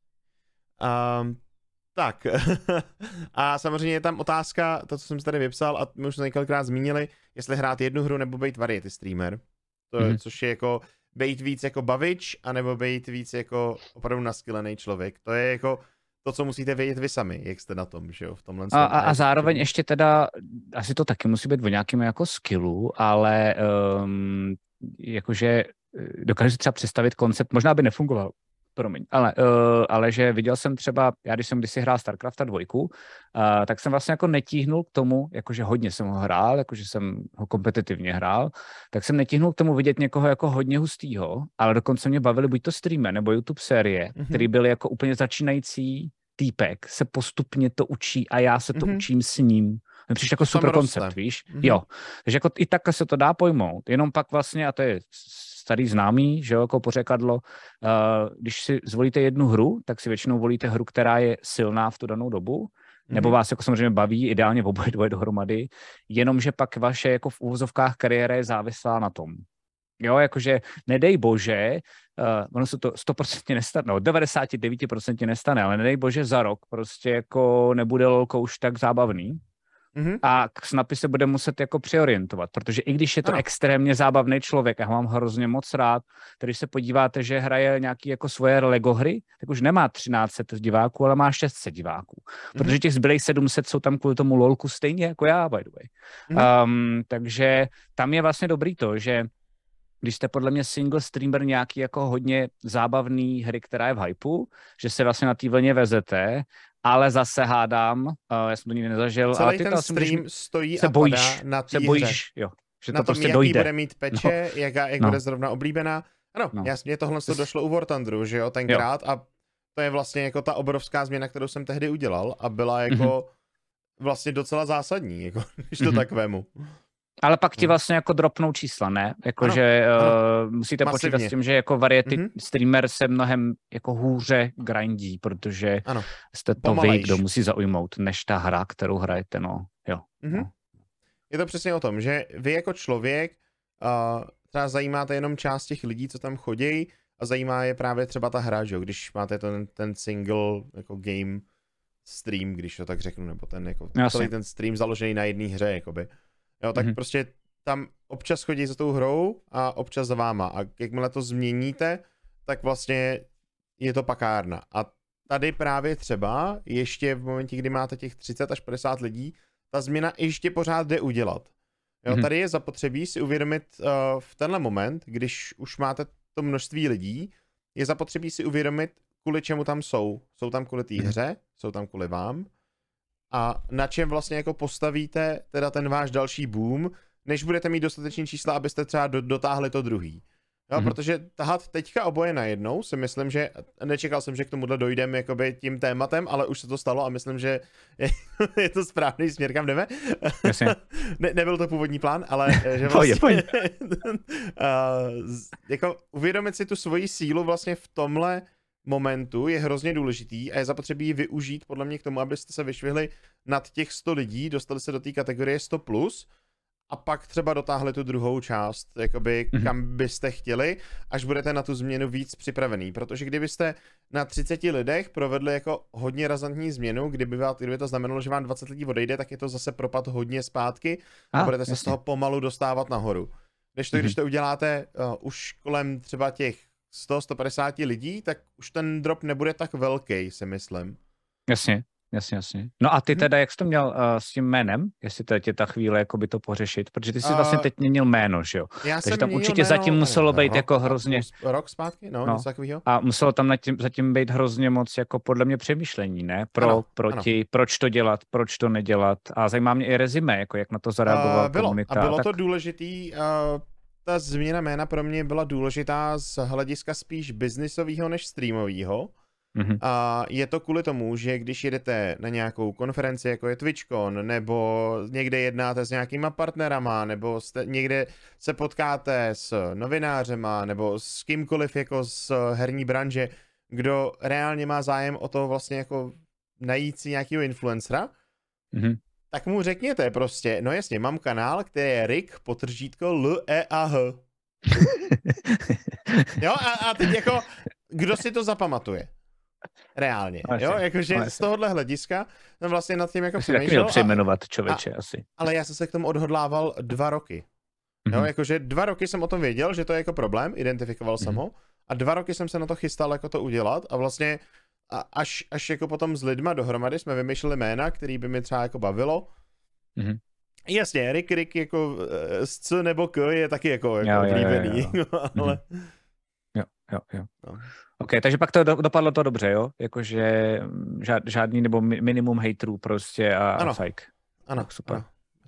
Tak, a samozřejmě je tam otázka, to, co jsem si tady vypsal, a my už jsme několikrát zmínili, jestli hrát jednu hru nebo být variety streamer, což je jako být víc jako bavič, anebo být víc jako opravdu naskylený člověk. To je jako to, co musíte vědět vy sami, jak jste na tom, že jo, v tomhle. A zároveň ještě teda, asi to taky musí být o nějakém jako skillu, ale jakože dokážu si třeba představit koncept, možná by nefungoval, ale že viděl jsem třeba, já když jsem kdysi hrál StarCrafta 2, tak jsem vlastně jako netíhnul k tomu, jakože hodně jsem ho hrál, jakože jsem ho kompetitivně hrál, tak jsem netíhnul k tomu vidět někoho jako hodně hustýho, ale dokonce mě bavili buď to streamer nebo YouTube série, který byl jako úplně začínající týpek, se postupně to učí a já se to učím s ním. mi přišlo jako super koncept, víš? Jo, takže jako i takhle se to dá pojmout, jenom pak vlastně, a to je starý známý, že jo, jako pořekadlo, když si zvolíte jednu hru, tak si většinou volíte hru, která je silná v tu danou dobu, nebo vás jako samozřejmě baví, ideálně oboje dvoje dohromady, jenomže pak vaše jako v úvozovkách kariéra je závislá na tom. Jo, jakože nedej bože, ono se to 100% nestane, no 99% nestane, ale nedej bože za rok prostě jako nebude LOLko už tak zábavný. A Snapy se bude muset jako přeorientovat, protože i když je to extrémně zábavný člověk, a mám hrozně moc rád, když se podíváte, že hraje nějaký jako svoje Lego hry, tak už nemá 1300 diváků, ale má 600 diváků, protože těch zbylých 700 jsou tam kvůli tomu LOLku stejně jako já, by the way. Takže tam je vlastně dobrý to, že když jste podle mě single streamer nějaký jako hodně zábavný hry, která je v hypeu, že se vlastně na té vlně vezete, ale zase hádám, já jsem to nikdy nezažil. Celý ten stream stojí se a bojíš, padá na té se bojíš, jo, že na to tom, prostě jaký dojde. bude mít peče, jak bude zrovna oblíbená. Ano, mě tohle došlo u War Thunderu, že jo, tenkrát, a to je vlastně jako ta obrovská změna, kterou jsem tehdy udělal a byla jako vlastně docela zásadní, jako, když to tak vemu. Ale pak ti vlastně jako dropnou čísla, ne? Jakože musíte počítat s tím, že jako variety streamer se mnohem jako hůře grindí, protože jste to vy, kdo musí zaujmout, než ta hra, kterou hrajete, no. Jo. No. Je to přesně o tom, že vy jako člověk třeba zajímáte jenom část těch lidí, co tam chodí, a zajímá je právě třeba ta hra, že jo? Když máte ten single jako game stream, když to tak řeknu, nebo ten jako celý ten stream založený na jedné hře, jakoby. Jo, tak prostě tam občas chodí za tou hrou a občas za váma. A jakmile to změníte, tak vlastně je to pakárna. A tady právě třeba ještě v momentě, kdy máte těch 30 až 50 lidí, ta změna ještě pořád jde udělat. Jo, tady je zapotřebí si uvědomit v tenhle moment, když už máte to množství lidí, je zapotřebí si uvědomit, kvůli čemu tam jsou. Jsou tam kvůli té hře, jsou tam kvůli vám. A na čem vlastně jako postavíte teda ten váš další boom, než budete mít dostatečný čísla, abyste třeba dotáhli to druhý. Jo, protože tahat teďka oboje najednou, si myslím, že nečekal jsem, že k tomuhle dojdeme jakoby tím tématem, ale už se to stalo a myslím, že je to správný směr, kam jdeme. Nebyl to původní plán, ale že vlastně jako uvědomit si tu svoji sílu vlastně v tomhle momentu je hrozně důležitý a je zapotřebí ji využít podle mě k tomu, abyste se vyšvihli nad těch 100 lidí, dostali se do té kategorie 100+, a pak třeba dotáhli tu druhou část, jakoby kam byste chtěli, až budete na tu změnu víc připravený, protože kdybyste na 30 lidech provedli jako hodně razantní změnu, kdyby to znamenalo, že vám 20 lidí odejde, tak je to zase propad hodně zpátky a budete se z toho pomalu dostávat nahoru. Když to uděláte už kolem třeba těch 100-150 lidí, tak už ten drop nebude tak velký, si myslím. Jasně. No a ty teda, jak jsi to měl s tím jménem, jestli to je ta chvíle jakoby to pořešit, protože ty jsi vlastně teď měnil jméno, že jo? Takže tam určitě zatím muselo být jako hrozně... Rok zpátky, něco takového. A muselo tam zatím být hrozně moc jako podle mě přemýšlení, ne? Proti, proč to dělat, proč to nedělat. A zajímá mě i rezime, jako jak na to zareagoval komunita. A bylo to důležitý, ta změna jména pro mě byla důležitá z hlediska spíš biznisového než streamového. A je to kvůli tomu, že když jedete na nějakou konferenci, jako je TwitchCon, nebo někde jednáte s nějakýma partnerama, nebo někde se potkáte s novinářema, nebo s kýmkoliv jako z herní branže, kdo reálně má zájem o to vlastně jako najít si nějakého influencera, tak mu řekněte prostě, no jasně, mám kanál, který je Rick_LEAH. Jo, a teď jako, kdo si to zapamatuje? Reálně, jo, jakože z tohohle hlediska jsem vlastně nad tím jako přemýšlel. Přejmenovat člověče asi. Ale já jsem se k tomu odhodlával 2 roky. Jo, jakože 2 roky jsem o tom věděl, že to je jako problém, identifikoval jsem ho, a 2 roky jsem se na to chystal jako to udělat a vlastně až jako potom s lidma dohromady jsme vymýšleli jména, který by mi třeba jako bavilo. Jasně, Rick jako s C nebo K je taky jako oblíbený, ale... Jo. No. OK, takže pak to dopadlo to dobře, jo? Jakože žádný nebo minimum hejtrů prostě a fajk. Ano, super. Ano.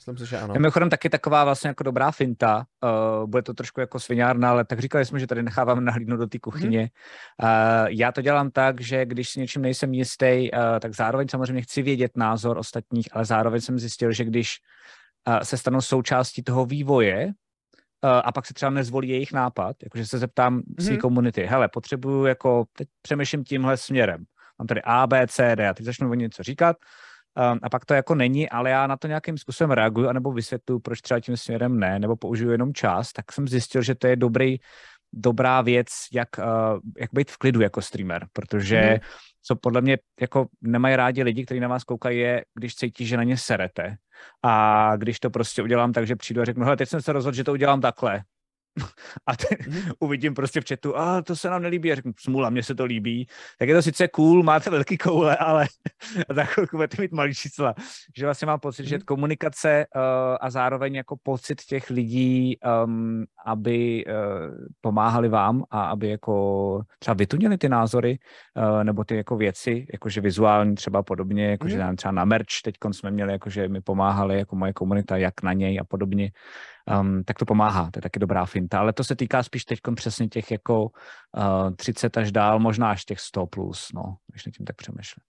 Myslím si, že ano. Mimochodem taky taková vlastně jako dobrá finta, bude to trošku jako sviňárna, ale tak říkali jsme, že tady necháváme nahlídnout do té kuchyně. Já to dělám tak, že když si něčím nejsem jistý, tak zároveň samozřejmě chci vědět názor ostatních, ale zároveň jsem zjistil, že když se stanou součástí toho vývoje, a pak se třeba nezvolí jejich nápad, jakože se zeptám své komunity, hele, potřebuju jako, teď přemýšlím tímhle směrem, mám tady A, B, C, D a teď začnu o něco říkat a pak to jako není, ale já na to nějakým způsobem reaguju anebo vysvětluju, proč třeba tím směrem ne, nebo použiju jenom část, tak jsem zjistil, že to je dobrá věc, jak být v klidu jako streamer, protože co podle mě jako nemají rádi lidi, kteří na vás koukají, je, když cítí, že na ně serete. A když to prostě udělám tak, že přijdu a řeknu, hele, teď jsem se rozhodl, že to udělám takhle. A uvidím prostě v chatu, to se nám nelíbí. A řeknu, smůla, mně se to líbí. Tak je to sice cool, máte velký koule, ale za chvilku budete mít malý čísla. Že vlastně mám pocit, že komunikace a zároveň jako pocit těch lidí, aby pomáhali vám a aby jako třeba vytunili ty názory nebo ty jako věci, jakože vizuální třeba podobně, jakože třeba na merch teďkon jsme měli, jakože mi pomáhali jako moje komunita, jak na něj a podobně. Tak to pomáhá, to je taky dobrá finta, ale to se týká spíš teďkon přesně těch jako 30 až dál, možná až těch 100 plus, no, když nad tím tak přemýšlím.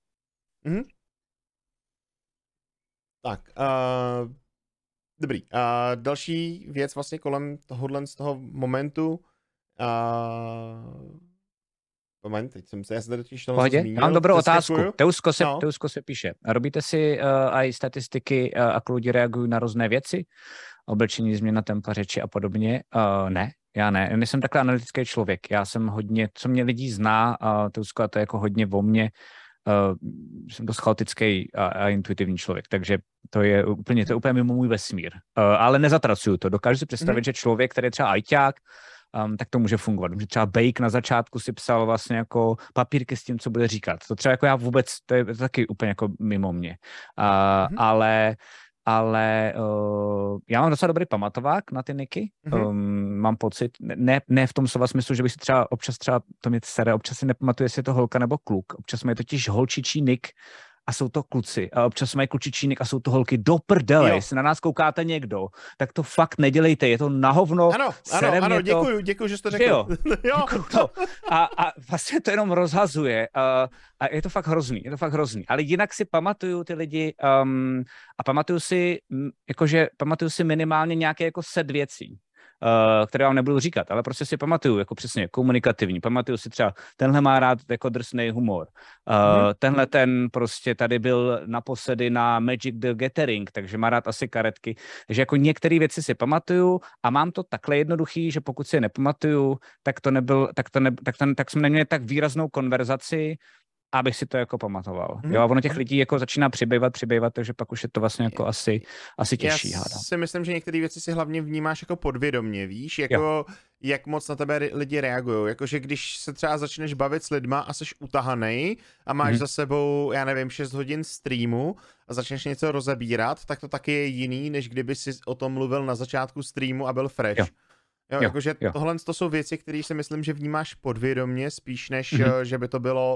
Tak, dobrý. Další věc vlastně kolem tohohle z toho momentu, moment, teď jsem se, já se tady totiž toho zmínil. Mám dobrou otázku. Teusko se píše. Robíte si i statistiky a lidi reagují na různé věci? Oblečení, změna tempa řeči a podobně? Ne, já ne. Já nejsem takhle analytický člověk. Já jsem hodně, co mě lidí zná, Teusko, a to je jako hodně o mně, jsem dost chaotický a intuitivní člověk, takže to je úplně mimo můj vesmír. Ale nezatracuju to. Dokážu si představit, že člověk, který je třeba ajťák, tak to může fungovat. Že třeba Bake na začátku si psal vlastně jako papírky s tím, co bude říkat. To třeba jako já vůbec, to je taky úplně jako mimo mě. Ale já mám docela dobrý pamatovák na ty niky. Mám pocit, ne v tom slova smyslu, že bych si třeba občas to mě sere, občas si nepamatuju, jestli je to holka nebo kluk. Občas mají totiž holčičí nick a jsou to kluci. A občas mají klučičí nick a jsou to holky. Do prdele, jestli na nás koukáte někdo, tak to fakt nedělejte. Je to na hovno. Ano, děkuju, že jsi to řekl. Jo. To. A vlastně to jenom rozhazuje. A je to fakt hrozný. Ale jinak si pamatuju ty lidi a pamatuju si minimálně nějaké jako set věcí, které vám nebudu říkat, ale prostě si pamatuju jako přesně komunikativní. Pamatuju si třeba, tenhle má rád jako drsnej humor. Tenhle ten prostě tady byl naposledy na Magic the Gathering, takže má rád asi karetky. Takže jako některé věci si pamatuju a mám to takhle jednoduchý, že pokud si je nepamatuju, tak jsme neměli tak výraznou konverzaci, abych si to jako pamatoval. Jo, a ono těch lidí jako začíná přibývat, takže pak už je to vlastně jako asi těžší, hádám. Já si myslím, že některé věci si hlavně vnímáš jako podvědomě, víš, jako jak moc na tebe lidi reagují. Jakože když se třeba začneš bavit s lidma a jsi utahanej a máš za sebou, já nevím, 6 hodin streamu a začneš něco rozebírat, tak to taky je jiný, než kdyby si o tom mluvil na začátku streamu a byl fresh. Jakože tohle to jsou věci, které si myslím, že vnímáš podvědomě, spíš než, že by to bylo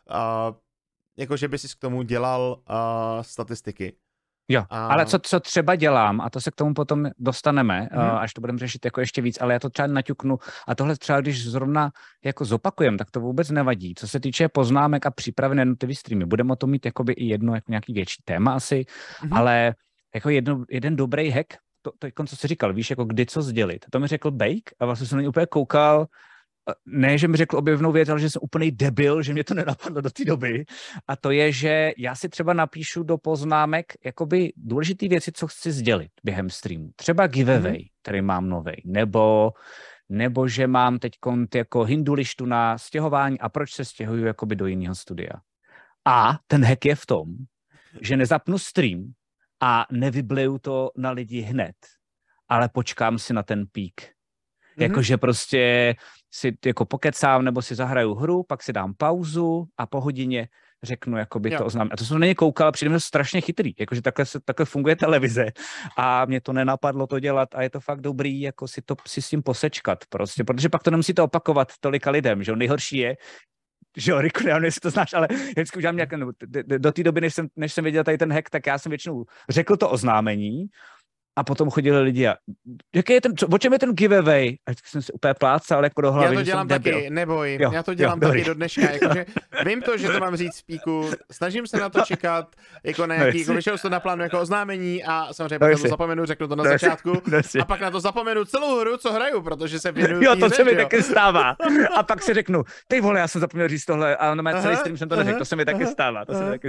jako že by si k tomu dělal statistiky. Jo, ale co třeba dělám, a to se k tomu potom dostaneme, až to budeme řešit jako ještě víc, ale já to třeba naťuknu a tohle třeba, když zrovna jako zopakujem, tak to vůbec nevadí. Co se týče poznámek a přípravy na jednotlivý streamy, budeme o tom mít jakoby i jedno jako nějaký větší téma asi, ale jako jeden dobrý hack, to co jsi říkal, víš, jako kdy co sdělit. To mi řekl Bake a vlastně jsem na něj úplně koukal. Ne, že mi řekl objevnou věc, ale že jsem úplnej debil, že mě to nenapadlo do té doby. A to je, že já si třeba napíšu do poznámek jakoby důležitý věci, co chci sdělit během streamu. Třeba giveaway, který mám novej, nebo že mám teď jako hindulištu na stěhování a proč se stěhuju jakoby do jiného studia. A ten hack je v tom, že nezapnu stream a nevybleju to na lidi hned, ale počkám si na ten pík. Jakože prostě si jako pokecám nebo si zahraju hru, pak si dám pauzu a po hodině řeknu, jakoby to oznámím. A to jsem na ně koukal, přijde mi to strašně chytrý, jakože takhle funguje televize a mě to nenapadlo to dělat a je to fakt dobrý, jako si s tím posečkat prostě, protože pak to nemusíte opakovat tolika lidem, že nejhorší je, že jo, Riku, nevím, jestli to znáš, ale vždycky udělám nějak, do té doby, než jsem věděl tady ten hack, tak já jsem většinou řekl to oznámení A potom chodili lidi a jaký je o čem je ten giveaway? A jsem si úplně plácal jako do hlavy. Já to dělám taky, neboj, já to dělám taky do dneška, jakože vím to, že to mám říct v píku, snažím se na to čekat, jako na nějaký, jako většinou to naplánu jako oznámení a samozřejmě potom to zapomenu, řeknu to na začátku a pak na to zapomenu celou hru, co hraju, protože se věnuju Jo, to se mi taky stává. A pak si řeknu, ty vole, já jsem zapomněl říct tohle a na mé celý stream jsem to neřekl, to se mi taky stává,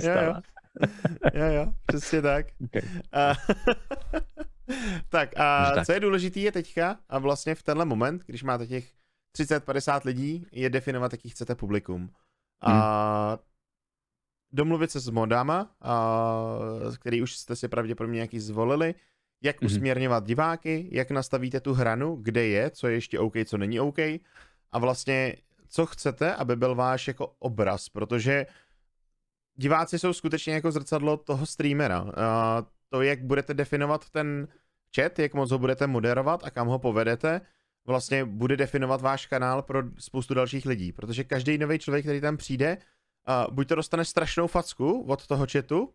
Jo, přesně tak. Okay. Tak a co je důležité je teďka a vlastně v tenhle moment, když máte těch 30-50 lidí, je definovat, jaký chcete publikum. A domluvit se s modama, který už jste si pravděpodobně nějaký zvolili, jak usměrňovat diváky, jak nastavíte tu hranu, kde je, co je ještě OK, co není OK a vlastně co chcete, aby byl váš jako obraz, protože diváci jsou skutečně jako zrcadlo toho streamera. To, jak budete definovat ten chat, jak moc ho budete moderovat a kam ho povedete, vlastně bude definovat váš kanál pro spoustu dalších lidí, protože každý nový člověk, který tam přijde, buď to dostane strašnou facku od toho chatu,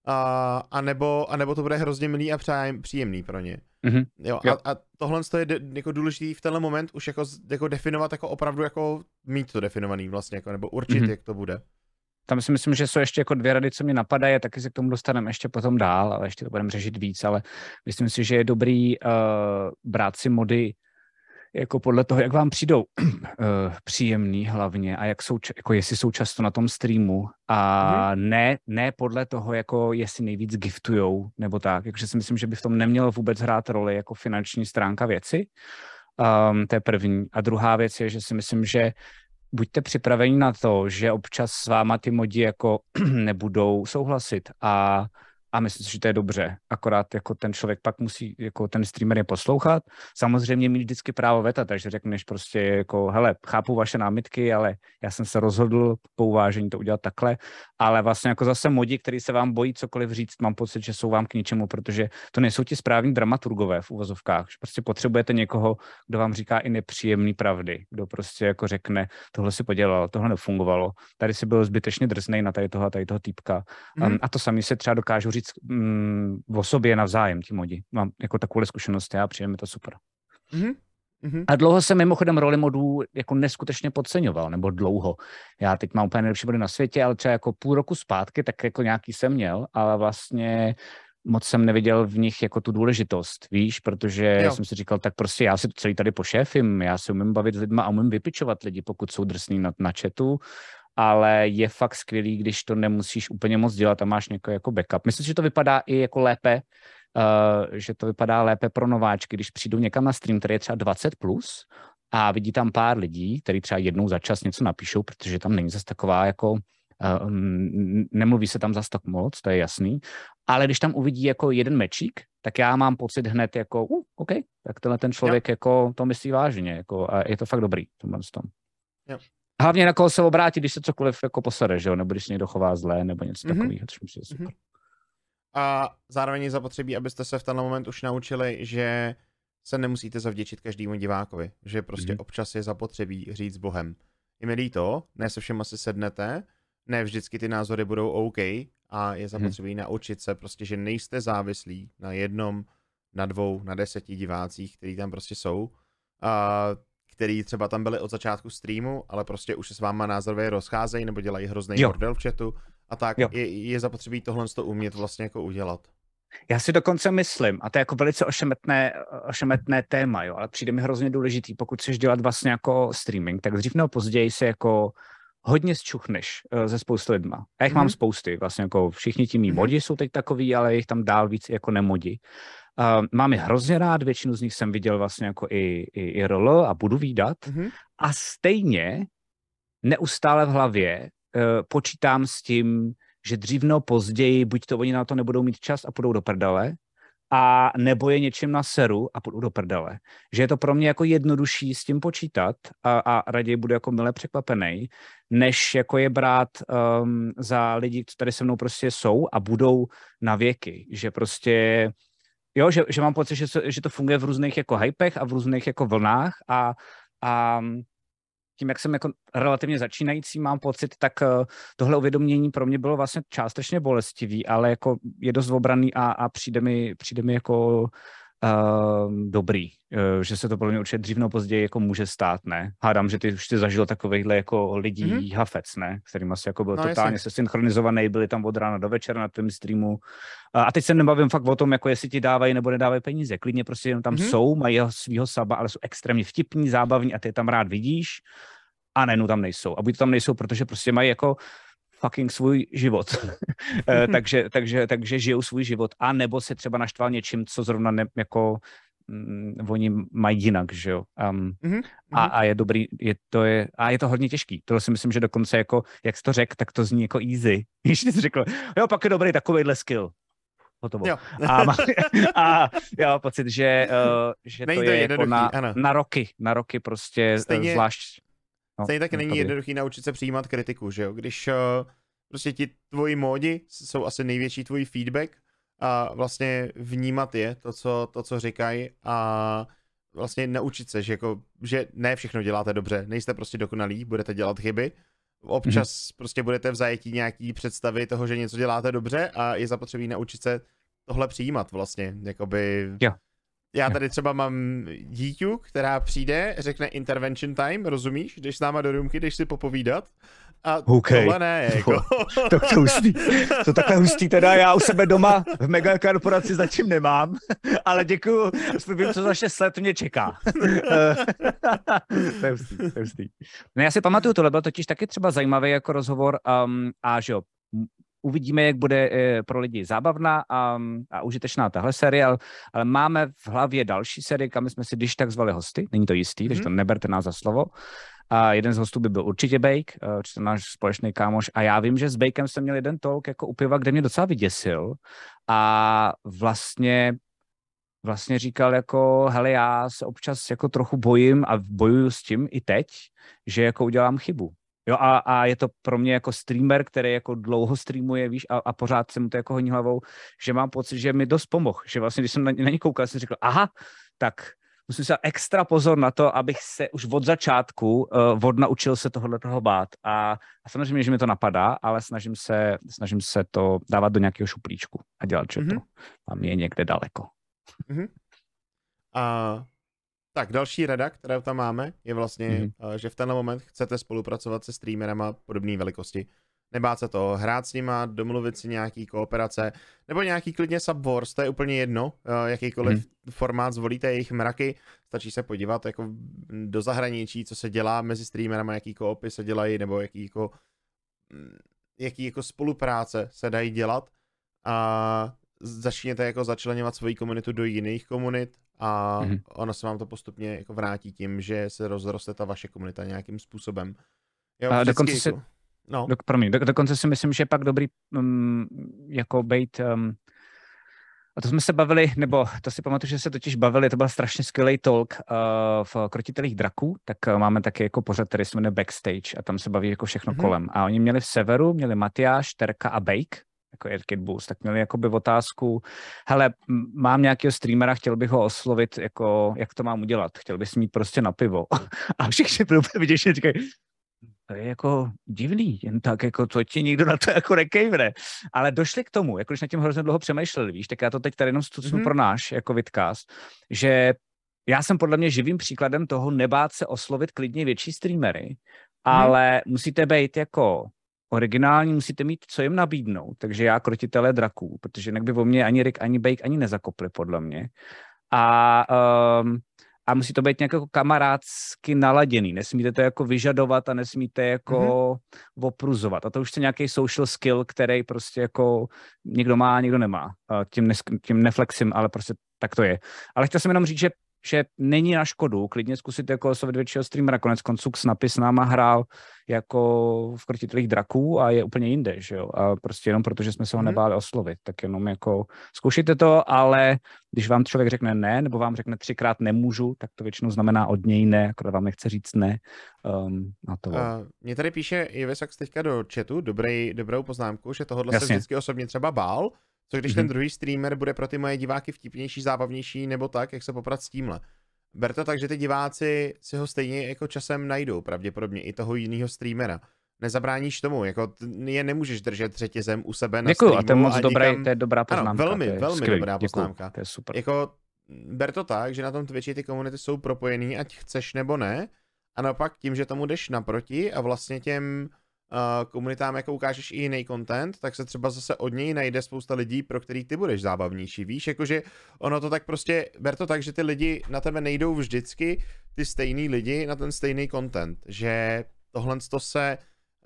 anebo to bude hrozně milý a příjemný pro ně. Jo, a tohle je jako důležitý v tenhle moment už jako definovat, jako opravdu jako mít to definovaný vlastně, jako, nebo určit, jak to bude. Tam si myslím, že jsou ještě jako 2 rady, co mě napadají, taky se k tomu dostaneme ještě potom dál, ale ještě to budeme řešit víc, ale myslím si, že je dobrý brát si mody jako podle toho, jak vám přijdou příjemný hlavně a jak jsou, jako jestli jsou často na tom streamu a ne podle toho, jako jestli nejvíc giftujou nebo tak, takže si myslím, že by v tom nemělo vůbec hrát roli jako finanční stránka věci, to je první. A druhá věc je, že si myslím, že buďte připraveni na to, že občas s váma ty modi jako nebudou souhlasit a myslím si, že to je dobře. Akorát jako ten člověk pak musí, jako ten streamer je poslouchat. Samozřejmě mít vždycky právo veta, takže řekneš prostě jako, hele, chápu vaše námitky, ale já jsem se rozhodl po uvážení to udělat takhle, ale vlastně jako zase modi, který se vám bojí cokoliv říct, mám pocit, že jsou vám k ničemu, protože to nejsou ti správní dramaturgové v uvozovkách, že prostě potřebujete někoho, kdo vám říká i nepříjemný pravdy, kdo prostě jako řekne, tohle si podělal, tohle nefungovalo, tady si byl zbytečně drsnej na tady toho týpka. A to sami se třeba dokážu říct o sobě navzájem, ti modi. Mám jako takovou zkušenost, já přijde mi to super. A dlouho jsem mimochodem roli modů jako neskutečně podceňoval, nebo dlouho. Já teď mám úplně nejlepší body na světě, ale třeba jako půl roku zpátky, tak jako nějaký jsem měl, ale vlastně moc jsem neviděl v nich jako tu důležitost, víš, protože jsem si říkal, tak prostě já si to celý tady pošéfím, já si umím bavit s lidma a umím vypičovat lidi, pokud jsou drsný na chatu, ale je fakt skvělý, když to nemusíš úplně moc dělat a máš někoho jako backup. Myslím, že to vypadá i jako lépe, že to vypadá lépe pro nováčky, když přijdou někam na stream, který je třeba 20+, a vidí tam pár lidí, kteří třeba jednou za čas něco napíšou, protože tam není zas taková jako, nemluví se tam zas tak moc, to je jasný, ale když tam uvidí jako jeden mečík, tak já mám pocit hned jako, OK, tak tenhle ten člověk jako to myslí vážně, jako, a je to fakt dobrý. Hlavně na koho se obrátit, když se cokoliv jako posere, že jo, nebo když se někdo chová zlé, nebo něco takového, což myslím, že super. A zároveň je zapotřebí, abyste se v tenhle moment už naučili, že se nemusíte zavděčit každému divákovi, že prostě občas je zapotřebí říct Bohem. Je mi líto, ne se všem asi sednete, ne vždycky ty názory budou OK a je zapotřebí naučit se prostě, že nejste závislí na jednom, na 2, na 10 divácích, kteří tam prostě jsou, který třeba tam byli od začátku streamu, ale prostě už se s váma názorově rozcházejí nebo dělají hrozný bordel v chatu a tak je zapotřebí tohle umět vlastně jako udělat. Já si dokonce myslím, a to je jako velice ošemetné téma, jo, ale přijde mi hrozně důležitý, pokud chceš dělat vlastně jako streaming, tak dřív nebo později se jako hodně zčuchneš ze spousty lidma. A jich mám spousty, vlastně jako všichni ti mý modi jsou teď takový, ale jich tam dál víc jako nemodi. Mám je hrozně rád, většinu z nich jsem viděl vlastně jako i RL a budu vídat. A stejně neustále v hlavě počítám s tím, že dřív nebo později buď to oni na to nebudou mít čas a půjdou do prdele, a nebo je něčím na seru a půjdu do prdele. Že je to pro mě jako jednodušší s tím počítat a raději budu jako mile překvapený, než jako je brát za lidi, co tady se mnou prostě jsou a budou na věky. Že prostě, jo, že mám pocit, že to funguje v různých jako hypech a v různých jako vlnách a tím, jak jsem jako relativně začínající, mám pocit, tak tohle uvědomění pro mě bylo vlastně částečně bolestivý, ale jako je dost obranný a přijde mi jako dobrý, že se to podle mě určitě dřív nebo později jako může stát, ne? Hádám, že ty už jsi zažil takovejhle jako lidí hafec, ne? Kterým asi jako byl totálně sesynchronizovaný, byli tam od rána do večera na tvém streamu. A teď se nebavím fakt o tom, jako jestli ti dávají nebo nedávají peníze. Klidně prostě jenom tam jsou, mají svýho saba, ale jsou extrémně vtipní, zábavní a ty je tam rád vidíš a ne, tam nejsou. A buď tam nejsou, protože prostě mají jako fucking svůj život. takže žijou svůj život. A nebo se třeba naštval něčím, co zrovna oni mají jinak, že jo. A je dobrý, je to hodně těžký. Tohle si myslím, že dokonce jako, jak jsi to řekl, tak to zní jako easy. Když jsi řekl, jo, pak je dobrý takovejhle skill. Hotovo. Jo. A já mám pocit, že to je jako na roky prostě zvlášť. No, stejně taky není jednoduchý naučit se přijímat kritiku, že jo? Když prostě ti tvoji módi jsou asi největší tvůj feedback a vlastně vnímat je, to, co říkají a vlastně naučit se, že ne všechno děláte dobře, nejste prostě dokonalí, budete dělat chyby, občas prostě budete v zajetí nějaký představy toho, že něco děláte dobře a je zapotřebí naučit se tohle přijímat vlastně, jakoby... Jo. Já tady třeba mám dítě, která přijde, řekne intervention time, rozumíš? Jdeš s náma do roomky, jdeš si popovídat. A tohle ne, jako. To je hustý. To takhle hustý, teda já u sebe doma v megakorporaci zatím nemám, ale děkuju, aspoň vím, co za 6 let mě čeká. To je hustý. No já si pamatuju, tohle byl totiž taky třeba zajímavý jako rozhovor a že jo, uvidíme, jak bude pro lidi zábavná a užitečná tahle série, ale máme v hlavě další série, kam jsme si když tak zvali hosty, není to jistý, takže to neberte nás za slovo. A jeden z hostů by byl určitě Bake, to náš společný kámoš, a já vím, že s Bakem jsem měl jeden talk jako u piva, kde mě docela vyděsil a vlastně říkal jako, hele, já se občas jako trochu bojím a bojuju s tím i teď, že jako udělám chybu. Jo, a je to pro mě jako streamer, který jako dlouho streamuje, víš, a pořád se mu to jako honí hlavou, že mám pocit, že mi dost pomohl, že vlastně, když jsem na ně koukal, jsem říkal, aha, tak musím si dát extra pozor na to, abych se už od začátku odnaučil se toho bát. A samozřejmě, že mi to napadá, ale snažím se to dávat do nějakého šuplíčku a dělat, že to tam je někde daleko. Tak další rada, kterou tam máme, je vlastně, že v tenhle moment chcete spolupracovat se streamerama podobné velikosti. Nebát se to, hrát s nima, domluvit si nějaký kooperace, nebo nějaký klidně subwars, to je úplně jedno, jakýkoliv formát zvolíte, jejich mraky, stačí se podívat jako do zahraničí, co se dělá mezi streamerama, jaký koopy se dělají, nebo jaký jako spolupráce se dají dělat a začněte jako začleňovat svoji komunitu do jiných komunit a ono se vám to postupně jako vrátí tím, že se rozroste ta vaše komunita nějakým způsobem. Jo, a dokonce si myslím, že je pak dobrý jako bejt, a to jsme se bavili, nebo to si pamatuju, že se totiž bavili, to byl strašně skvělý talk v Krotitelích draků, tak máme taky jako pořad, který se jmenuje Backstage a tam se baví jako všechno kolem. A oni měli v Severu, měli Matyáš, Terka a Bake, jako Kid Boost, tak měli jakoby otázku, hele, mám nějakého streamera, chtěl bych ho oslovit, jako, jak to mám udělat, chtěl bych mít prostě na pivo. A všichni byli vděční, říkají, to je jako divný, jen tak, jako to ti nikdo na to jako nekejvne. Ale došli k tomu, jako když nad tím hrozně dlouho přemýšleli, víš, tak já to teď tady jenom stucnu pro náš jako vidcast, že já jsem podle mě živým příkladem toho nebát se oslovit klidně větší streamery, ale musíte být jako originální, musíte mít, co jim nabídnout. Takže já Krotitelé draků, protože jinak by o mě ani Rick, ani Bake, ani nezakopli, podle mě. A musí to být nějak jako kamarádsky naladěný. Nesmíte to jako vyžadovat a nesmíte jako opruzovat. A to už je nějaký social skill, který prostě jako někdo má, někdo nemá. Tím neflexím, ale prostě tak to je. Ale chtěl jsem jenom říct, že není na škodu, klidně zkusit jako oslovit většího streamera. Konec konců Snapy s náma hrál jako v Krotitelích draků a je úplně jinde, že jo. A prostě jenom protože jsme se ho nebáli oslovit, tak jenom jako zkoušejte to, ale když vám člověk řekne ne, nebo vám řekne 3krát nemůžu, tak to většinou znamená od něj ne, akorát vám nechce říct ne. Mně tady píše Ivesax teďka do chatu dobrou poznámku, že tohle se vždycky osobně třeba bál. Co když ten druhý streamer bude pro ty moje diváky vtipnější, zábavnější, nebo tak, jak se poprat s tímhle. ber to tak, že ty diváci si ho stejně jako časem najdou, pravděpodobně i toho jiného streamera. Nezabráníš tomu, jako je nemůžeš držet řetězem u sebe na Děkuju, streamu. A to je moc dobré, někam... to je dobrá poznámka. Ano, velmi, to je velmi skvělý. dobrá poznámka. To je super. Jako, ber to tak, že na tom Twitchi ty komunity jsou propojený, ať chceš nebo ne, a naopak tím, že tomu jdeš naproti a vlastně těm komunitám jako ukážeš i jiný content, tak se třeba zase od něj najde spousta lidí, pro který ty budeš zábavnější, víš, jakože ono to tak prostě, ber to tak, že ty lidi na tebe nejdou vždycky, ty stejný lidi na ten stejný content, že tohle se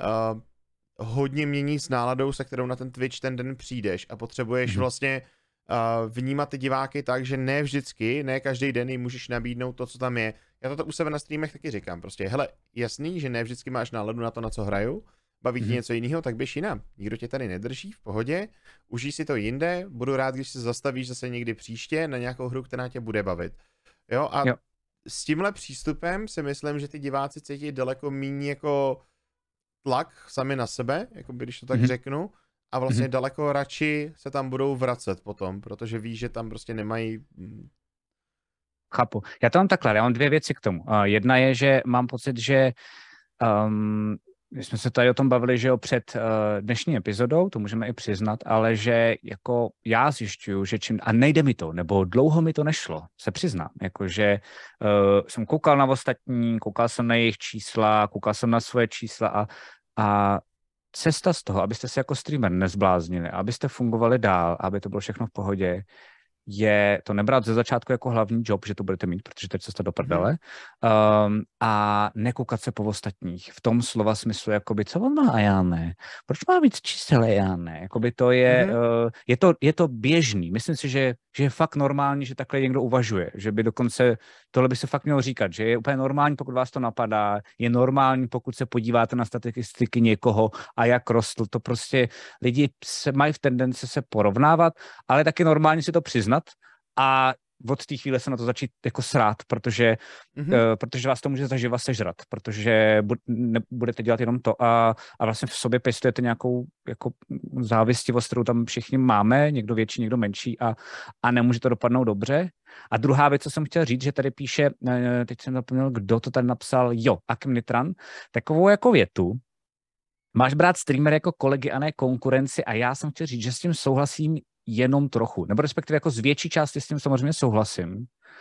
hodně mění s náladou, se kterou na ten Twitch ten den přijdeš a potřebuješ vlastně vnímat ty diváky tak, že ne vždycky, ne každý den jim můžeš nabídnout to, co tam je. Já to u sebe na streamech taky říkám, prostě hele, jasný, že ne vždycky máš náladu na to, na co hraju, baví tě něco jiného, tak běž jinam. Nikdo tě tady nedrží, v pohodě, užij si to jinde, budu rád, když se zastavíš zase někdy příště na nějakou hru, která tě bude bavit. Jo, a s tímhle přístupem si myslím, že ty diváci cítí daleko méně jako tlak sami na sebe, jako když to tak řeknu, a vlastně daleko radši se tam budou vracet potom, protože ví, že tam prostě nemají... Chápu. Já to mám takhle, já mám dvě věci k tomu. Jedna je, že mám pocit, že my jsme se tady o tom bavili, že jo, před dnešní epizodou, to můžeme i přiznat, ale že jako já zjišťuju, že a nejde mi to, nebo dlouho mi to nešlo, se přiznám, jakože jsem koukal na ostatní, koukal jsem na jejich čísla, koukal jsem na svoje čísla a cesta z toho, abyste se jako streamer nezbláznili, abyste fungovali dál, aby to bylo všechno v pohodě, je to nebrat ze začátku jako hlavní job, že to budete mít, protože teď jste do prdele, a nekoukat se po ostatních. V tom slova smyslu, jakoby, co on má a já ne? Proč má víc čísel a já ne? Jakoby to je, je to běžný. Myslím si, že je fakt normální, že takhle někdo uvažuje, že by dokonce, tohle by se fakt mělo říkat, že je úplně normální, pokud vás to napadá, je normální, pokud se podíváte na statistiky někoho a jak rostl, to prostě lidi mají v tendenci se porovnávat, ale taky normálně si to přiznat a od té chvíle se na to začít jako srát, protože vás to může zaživa sežrat, protože budete dělat jenom to a vlastně v sobě pěstujete nějakou jako závistivost, kterou tam všichni máme, někdo větší, někdo menší a nemůže to dopadnout dobře. A druhá věc, co jsem chtěl říct, že tady píše, teď jsem zapomněl, kdo to tady napsal, Akimnitran, takovou jako větu, máš brát streamer jako kolegy a ne konkurenci a já jsem chtěl říct, že s tím souhlasím jenom trochu, nebo respektive jako z větší části s tím samozřejmě souhlasím,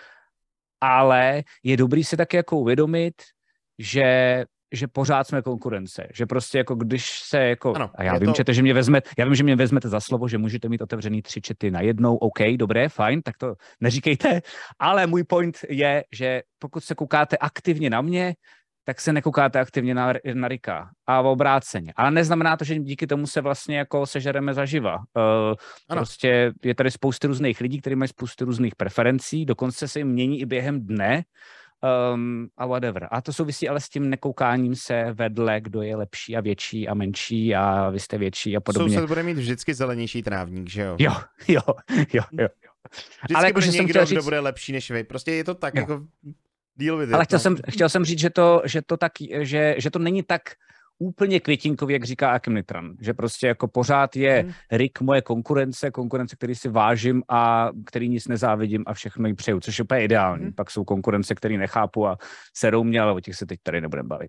ale je dobrý si taky jako uvědomit, že pořád jsme konkurence, že prostě jako když se jako, ano, a já vím, že mě vezmete za slovo, že můžete mít otevřený 3 chaty najednou, OK, dobré, fajn, tak to neříkejte, ale můj point je, že pokud se koukáte aktivně na mě, tak se nekoukáte aktivně na Rika a obráceně. Ale neznamená to, že díky tomu se vlastně jako sežereme zaživa. Prostě je tady spousty různých lidí, kteří mají spousty různých preferencí, dokonce se jim mění i během dne a whatever. A to souvisí ale s tím nekoukáním se vedle, kdo je lepší a větší a menší a vy jste větší a podobně. Soused bude mít vždycky zelenější trávník, že jo? Jo. Vždycky ale bude někdo, kdo bude lepší než vy. Prostě je to tak, jako... Ale chtěl jsem říct, že to není tak úplně květinkový, jak říká Akimnitran, že prostě jako pořád je Rick moje konkurence, který si vážím a který nic nezávidím a všechno jí přeju, což je úplně ideální. Pak jsou konkurence, který nechápu a serou mě, ale o těch se teď tady nebudeme bavit.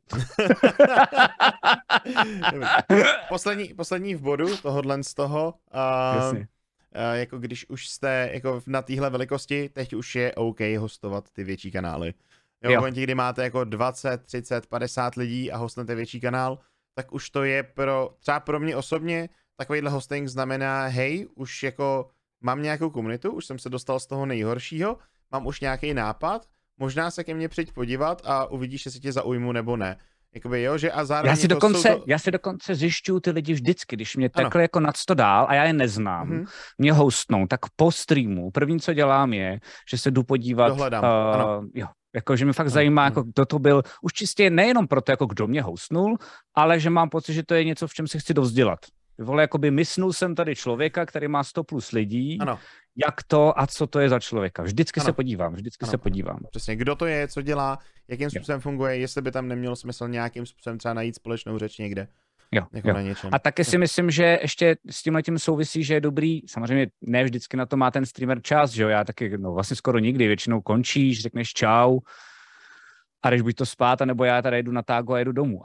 Poslední v bodu tohodle z toho, jako když už jste jako na téhle velikosti, teď už je OK hostovat ty větší kanály. Jo, v momentě, kdy máte jako 20, 30, 50 lidí a hostnete větší kanál, tak už to je třeba pro mě osobně, takovýhle hosting znamená, hej, už jako mám nějakou komunitu, už jsem se dostal z toho nejhoršího, mám už nějaký nápad, možná se ke mně přijď podívat a uvidíš, jestli tě zaujmu nebo ne. Jakoby jo, že a zároveň já si dokonce zjišťuju ty lidi vždycky, když mě takhle jako nad 100 dál a já je neznám, mě hostnou, tak po streamu první, co dělám je, že se jdu podívat, jakože mi fakt zajímá, jako kdo to byl, už čistě nejenom proto, jako kdo mě hostnul, ale že mám pocit, že to je něco, v čem se chci dovzdělat. Vole, jakoby mysnul jsem tady člověka, který má 100 plus lidí, jak to a co to je za člověka. Vždycky se podívám. Přesně, kdo to je, co dělá, jakým způsobem funguje, jestli by tam nemělo smysl nějakým způsobem třeba najít společnou řeč někde. Jo, jako jo. na něčem. A taky si myslím, že ještě s tímhletím souvisí, že je dobrý, samozřejmě ne vždycky na to má ten streamer čas, že jo, já taky, no vlastně skoro nikdy, většinou končíš, řekneš čau a jdeš buď to spát, anebo já tady jdu na tágo a jedu domů,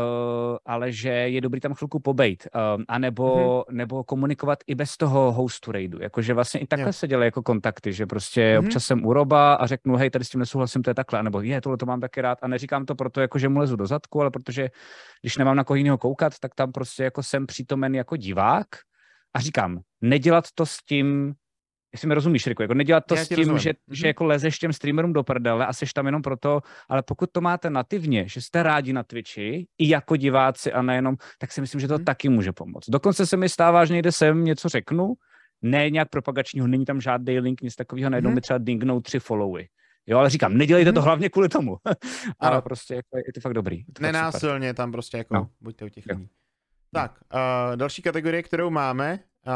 ale že je dobrý tam chvilku pobejt, nebo komunikovat i bez toho hostu raidu, jakože vlastně i takhle se dělají jako kontakty, že prostě občas jsem u Roba a řeknu, hej, tady s tím nesouhlasím, to je takhle, nebo tohle to mám taky rád a neříkám to proto, jako, že mu lezu do zadku, ale protože když nemám na koho jiného koukat, tak tam prostě jako jsem přítomen jako divák a říkám, nedělat to s tím, jestli mi rozumíš, Riku, jako nedělat to s tím, že jako lezeš těm streamerům do prdele a seš tam jenom proto, ale pokud to máte nativně, že jste rádi na Twitchi, i jako diváci a nejenom, tak si myslím, že to taky může pomoct. Dokonce se mi stává, že někde sem něco řeknu, ne nějak propagačního, není tam žádný link, nic takového, najednou mi třeba dingnou 3 followy. Jo, ale říkám, nedělejte to hlavně kvůli tomu. Ale prostě jako je to fakt dobrý. Nenásilně tam prostě jako buďte u těch lidí. Tak, další kategorie, kterou máme,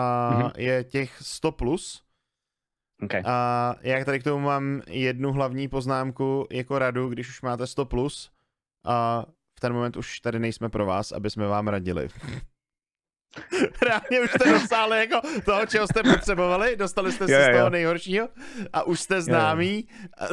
je těch 100+. Okay. A já tady k tomu mám jednu hlavní poznámku jako radu, když už máte 100+, a v ten moment už tady nejsme pro vás, aby jsme vám radili. Reálně už jste dosáhli jako toho, čeho jste potřebovali, dostali jste se z toho nejhoršího a už jste známí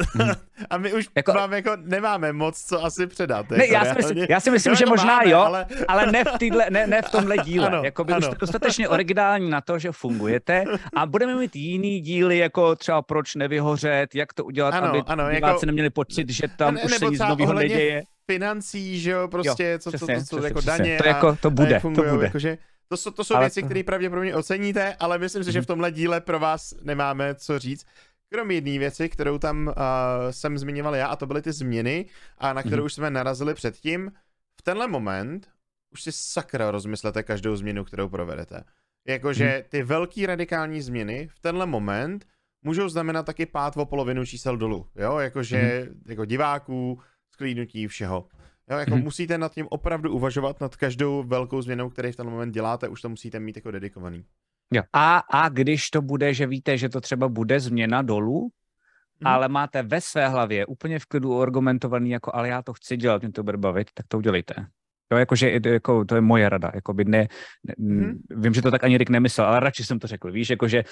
a my už vám jako nemáme moc co asi předat. Ne, já si myslím, že možná máme, ale ne v tomhle díle. Ano, jakoby už jste dostatečně originální na to, že fungujete a budeme mít jiný díly, jako třeba proč nevyhořet, jak to udělat, aby diváci jako neměli pocit, že tam už se nic nového neděje. Financí, že jo, prostě, co jako daně to bude. Jakože to jsou věci, které pravděpodobně oceníte, ale myslím si, že v tomhle díle pro vás nemáme co říct. Kromě jedné věci, kterou tam jsem zmiňoval já, a to byly ty změny, a na kterou už jsme narazili předtím. V tenhle moment už si sakra rozmyslete každou změnu, kterou provedete. Jakože ty velký radikální změny v tenhle moment můžou znamenat taky pád o polovinu čísel dolů. Jo, jakože jako diváků, sklídnutí všeho. Jo, jako musíte nad tím opravdu uvažovat, nad každou velkou změnou, kterou v ten moment děláte, už to musíte mít jako dedikovaný. Jo. A když to bude, že víte, že to třeba bude změna dolů, ale máte ve své hlavě úplně v klidu argumentovaný, jako ale já to chci dělat, mě to bude bavit, tak to udělejte. Jo, jakože jako, to je moje rada, jakoby vím, že to tak ani Rick nemyslel, ale radši jsem to řekl, víš, jakože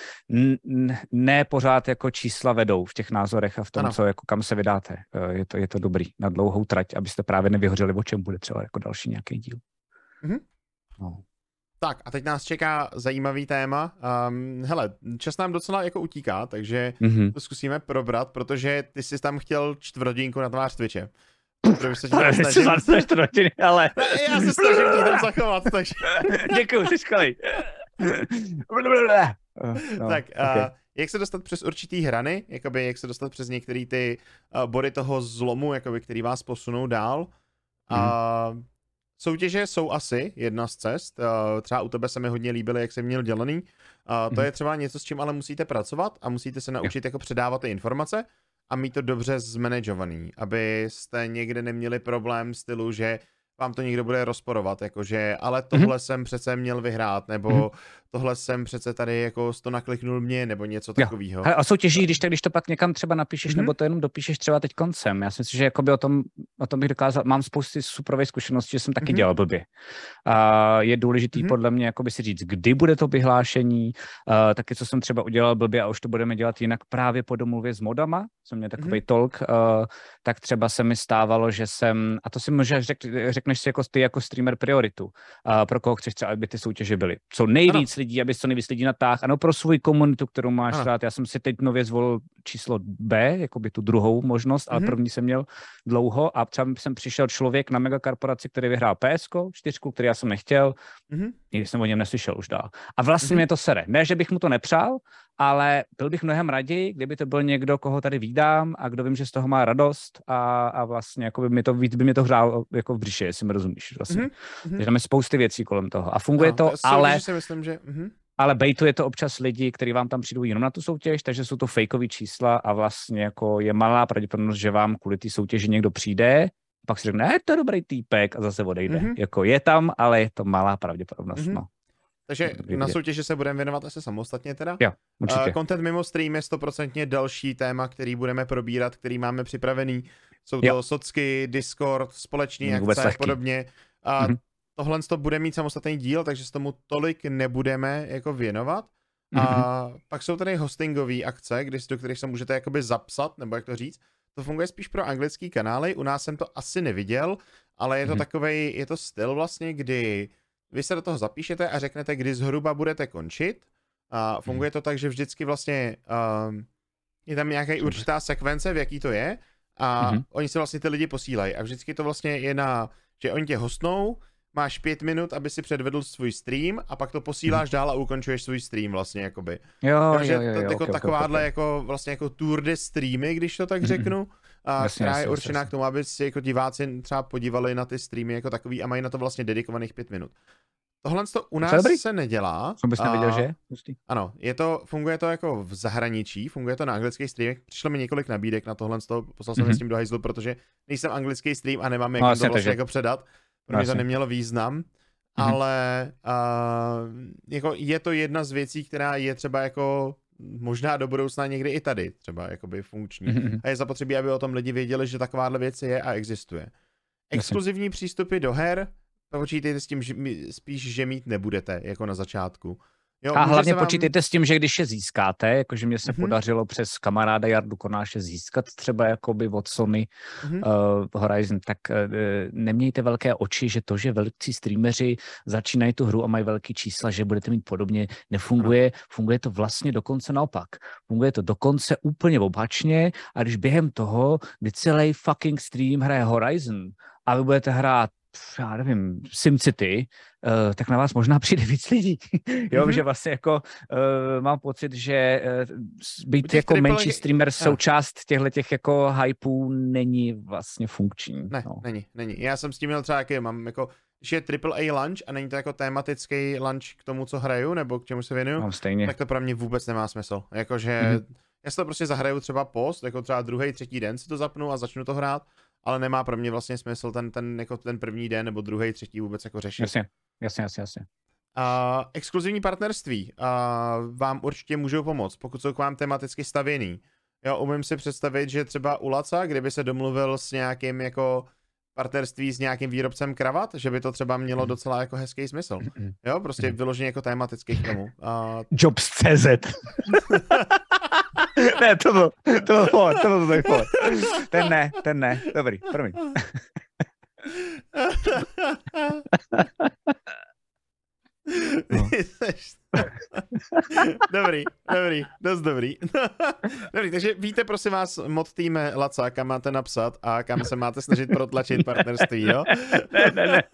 ne pořád jako čísla vedou v těch názorech a v tom, co, jako kam se vydáte. Je to dobrý na dlouhou trať, abyste právě nevyhořeli, o čem bude třeba jako další nějaký díl. Tak a teď nás čeká zajímavý téma. Hele, čas nám docela jako utíká, takže to zkusíme probrat, protože ty jsi tam chtěl 4 hodinku na tvář Twitche. Ale... Já se snažím tě tam zachovat, takže... Děkuju, jsi skvělej. Tak, jak se dostat přes určitý hrany, jakoby jak se dostat přes některé ty body toho zlomu, jakoby, který vás posunou dál. Soutěže jsou asi jedna z cest, třeba u tebe se mi hodně líbily, jak jsem měl dělaný. To je třeba něco, s čím ale musíte pracovat a musíte se naučit jako předávat ty informace a mít to dobře zmanagovaný, abyste někde neměli problém stylu, že vám to někdo bude rozporovat, jakože, ale tohle jsem přece měl vyhrát, nebo tohle jsem přece tady jako to nakliknul mě, nebo něco takového. A soutěží, když to pak někam třeba napíšeš, nebo to jenom dopíšeš třeba teď koncem. Já si myslím, že jakoby o tom bych dokázal, mám spousty superových zkušeností, že jsem taky dělal blbě. Je důležitý podle mě jakoby si říct, kdy bude to vyhlášení, taky co jsem třeba udělal blbě a už to budeme dělat jinak právě po domluvě s modama, jsem měl takový talk, tak třeba se mi stávalo, že jsem, a to si možná řekneš si ty jako streamer prioritu, pro koho chceš třeba, aby ty soutěže byly. Co nejvíc lidí, aby co nejvíc lidí natáhl, ano, pro svou komunitu, kterou máš rád. Já jsem si teď nově zvolil číslo B, jako by tu druhou možnost, ale první jsem měl dlouho a třeba jsem přišel člověk na megakorporaci, který vyhrál PSko, 4, který já jsem nechtěl, nikdy jsem o něm neslyšel už dál. A vlastně mě to sere. Ne, že bych mu to nepřál, ale byl bych mnohem raději, kdyby to byl někdo, koho tady vídám a kdo vím, že z toho má radost a vlastně jako by mě to hřálo jako v břiše, jestli mi rozumíš. Vlastně. Takže tam je spousty věcí kolem toho a funguje to, ale... Si myslím, že... Ale bejtuje to občas lidi, kteří vám tam přijdou jenom na tu soutěž, takže jsou to fejkový čísla a vlastně jako je malá pravděpodobnost, že vám kvůli té soutěži někdo přijde, pak si řekne, to je dobrý týpek a zase odejde. Jako je tam, ale je to malá pravděpodobnost. No. Takže na soutěži se budeme věnovat asi samostatně teda. Jo, určitě. Content mimo stream je 100% další téma, který budeme probírat, který máme připravený. Jsou to socky, Discord, společný akce a podobně. tohle to bude mít samostatný díl, takže se tomu tolik nebudeme jako věnovat. A pak jsou tady hostingové akce, do kterých se můžete jakoby zapsat, nebo jak to říct. To funguje spíš pro anglický kanály, u nás jsem to asi neviděl, ale je to takovej, je to styl vlastně, kdy vy se do toho zapíšete a řeknete, kdy zhruba budete končit. A funguje to tak, že vždycky vlastně je tam nějaká určitá sekvence, v jaký to je, a oni se vlastně ty lidi posílají. A vždycky to vlastně je že oni tě hostnou, máš 5 minut, aby si předvedl svůj stream a pak to posíláš dál a ukončuješ svůj stream vlastně jakoby. Jo, jako takováhle jako vlastně jako tour de streamy, když to tak řeknu, která je určená k tomu, aby si jako diváci třeba podívali na ty streamy jako takový a mají na to vlastně dedikovaných 5 minut. Tohle to u nás se nedělá. Jsem bys nevěděl, že? Ano, funguje to jako v zahraničí, funguje to na anglických streamech. Přišlo mi několik nabídek na tohle, poslal jsem s tím do hajzlu, protože nejsem anglický stream a nemám jak to vlastně jako předat. Pro mě to nemělo význam, ale jako je to jedna z věcí, která je třeba jako možná do budoucna někdy i tady třeba jakoby funkční. A je zapotřebí, aby o tom lidi věděli, že takováhle věc je a existuje. Exkluzivní přístupy do her, počítejte s tím, že spíš, že mít nebudete, jako na začátku. Jo, a hlavně počítejte s tím, že když je získáte, jakože mě se podařilo přes kamaráda Jardu Konáše získat třeba jakoby od Sony Horizon, tak nemějte velké oči, že to, že velcí streameři začínají tu hru a mají velký čísla, že budete mít podobně, nefunguje. Funguje to vlastně dokonce naopak. Funguje to dokonce úplně opačně a když během toho, kdy celý fucking stream hraje Horizon a vy budete hrát já nevím, SimCity, tak na vás možná přijde víc lidí. Jo, že vlastně jako mám pocit, že být jako menší streamer součást těchto jako hypeů není vlastně funkční. Ne, no. Není. Já jsem s tím měl třeba jaký, mám jako, když je AAA lunch a není to jako tematický lunch k tomu, co hraju, nebo k čemu se věnuju, tak to pro mě vůbec nemá smysl. Jakože já si to prostě zahraju třeba post, jako třeba druhý, třetí den si to zapnu a začnu to hrát, ale nemá pro mě vlastně smysl ten první den nebo druhý, třetí vůbec jako řešit. Jasně. Exkluzivní partnerství vám určitě můžou pomoct, pokud jsou k vám tematicky stavěný. Jo, umím si představit, že třeba u Laca, kdyby se domluvil s nějakým jako partnerství s nějakým výrobcem kravat, že by to třeba mělo docela jako hezký smysl. Jo, prostě vyloženě jako tematicky k tomu. Jobs.cz Ne, to byl for. Ten ne. Dobrý, promiň. No. Dobrý, dost dobrý. Dobrý, takže víte, prosím vás, mod týme Laca, kam máte napsat a kam se máte snažit protlačit partnerství, jo? Ne.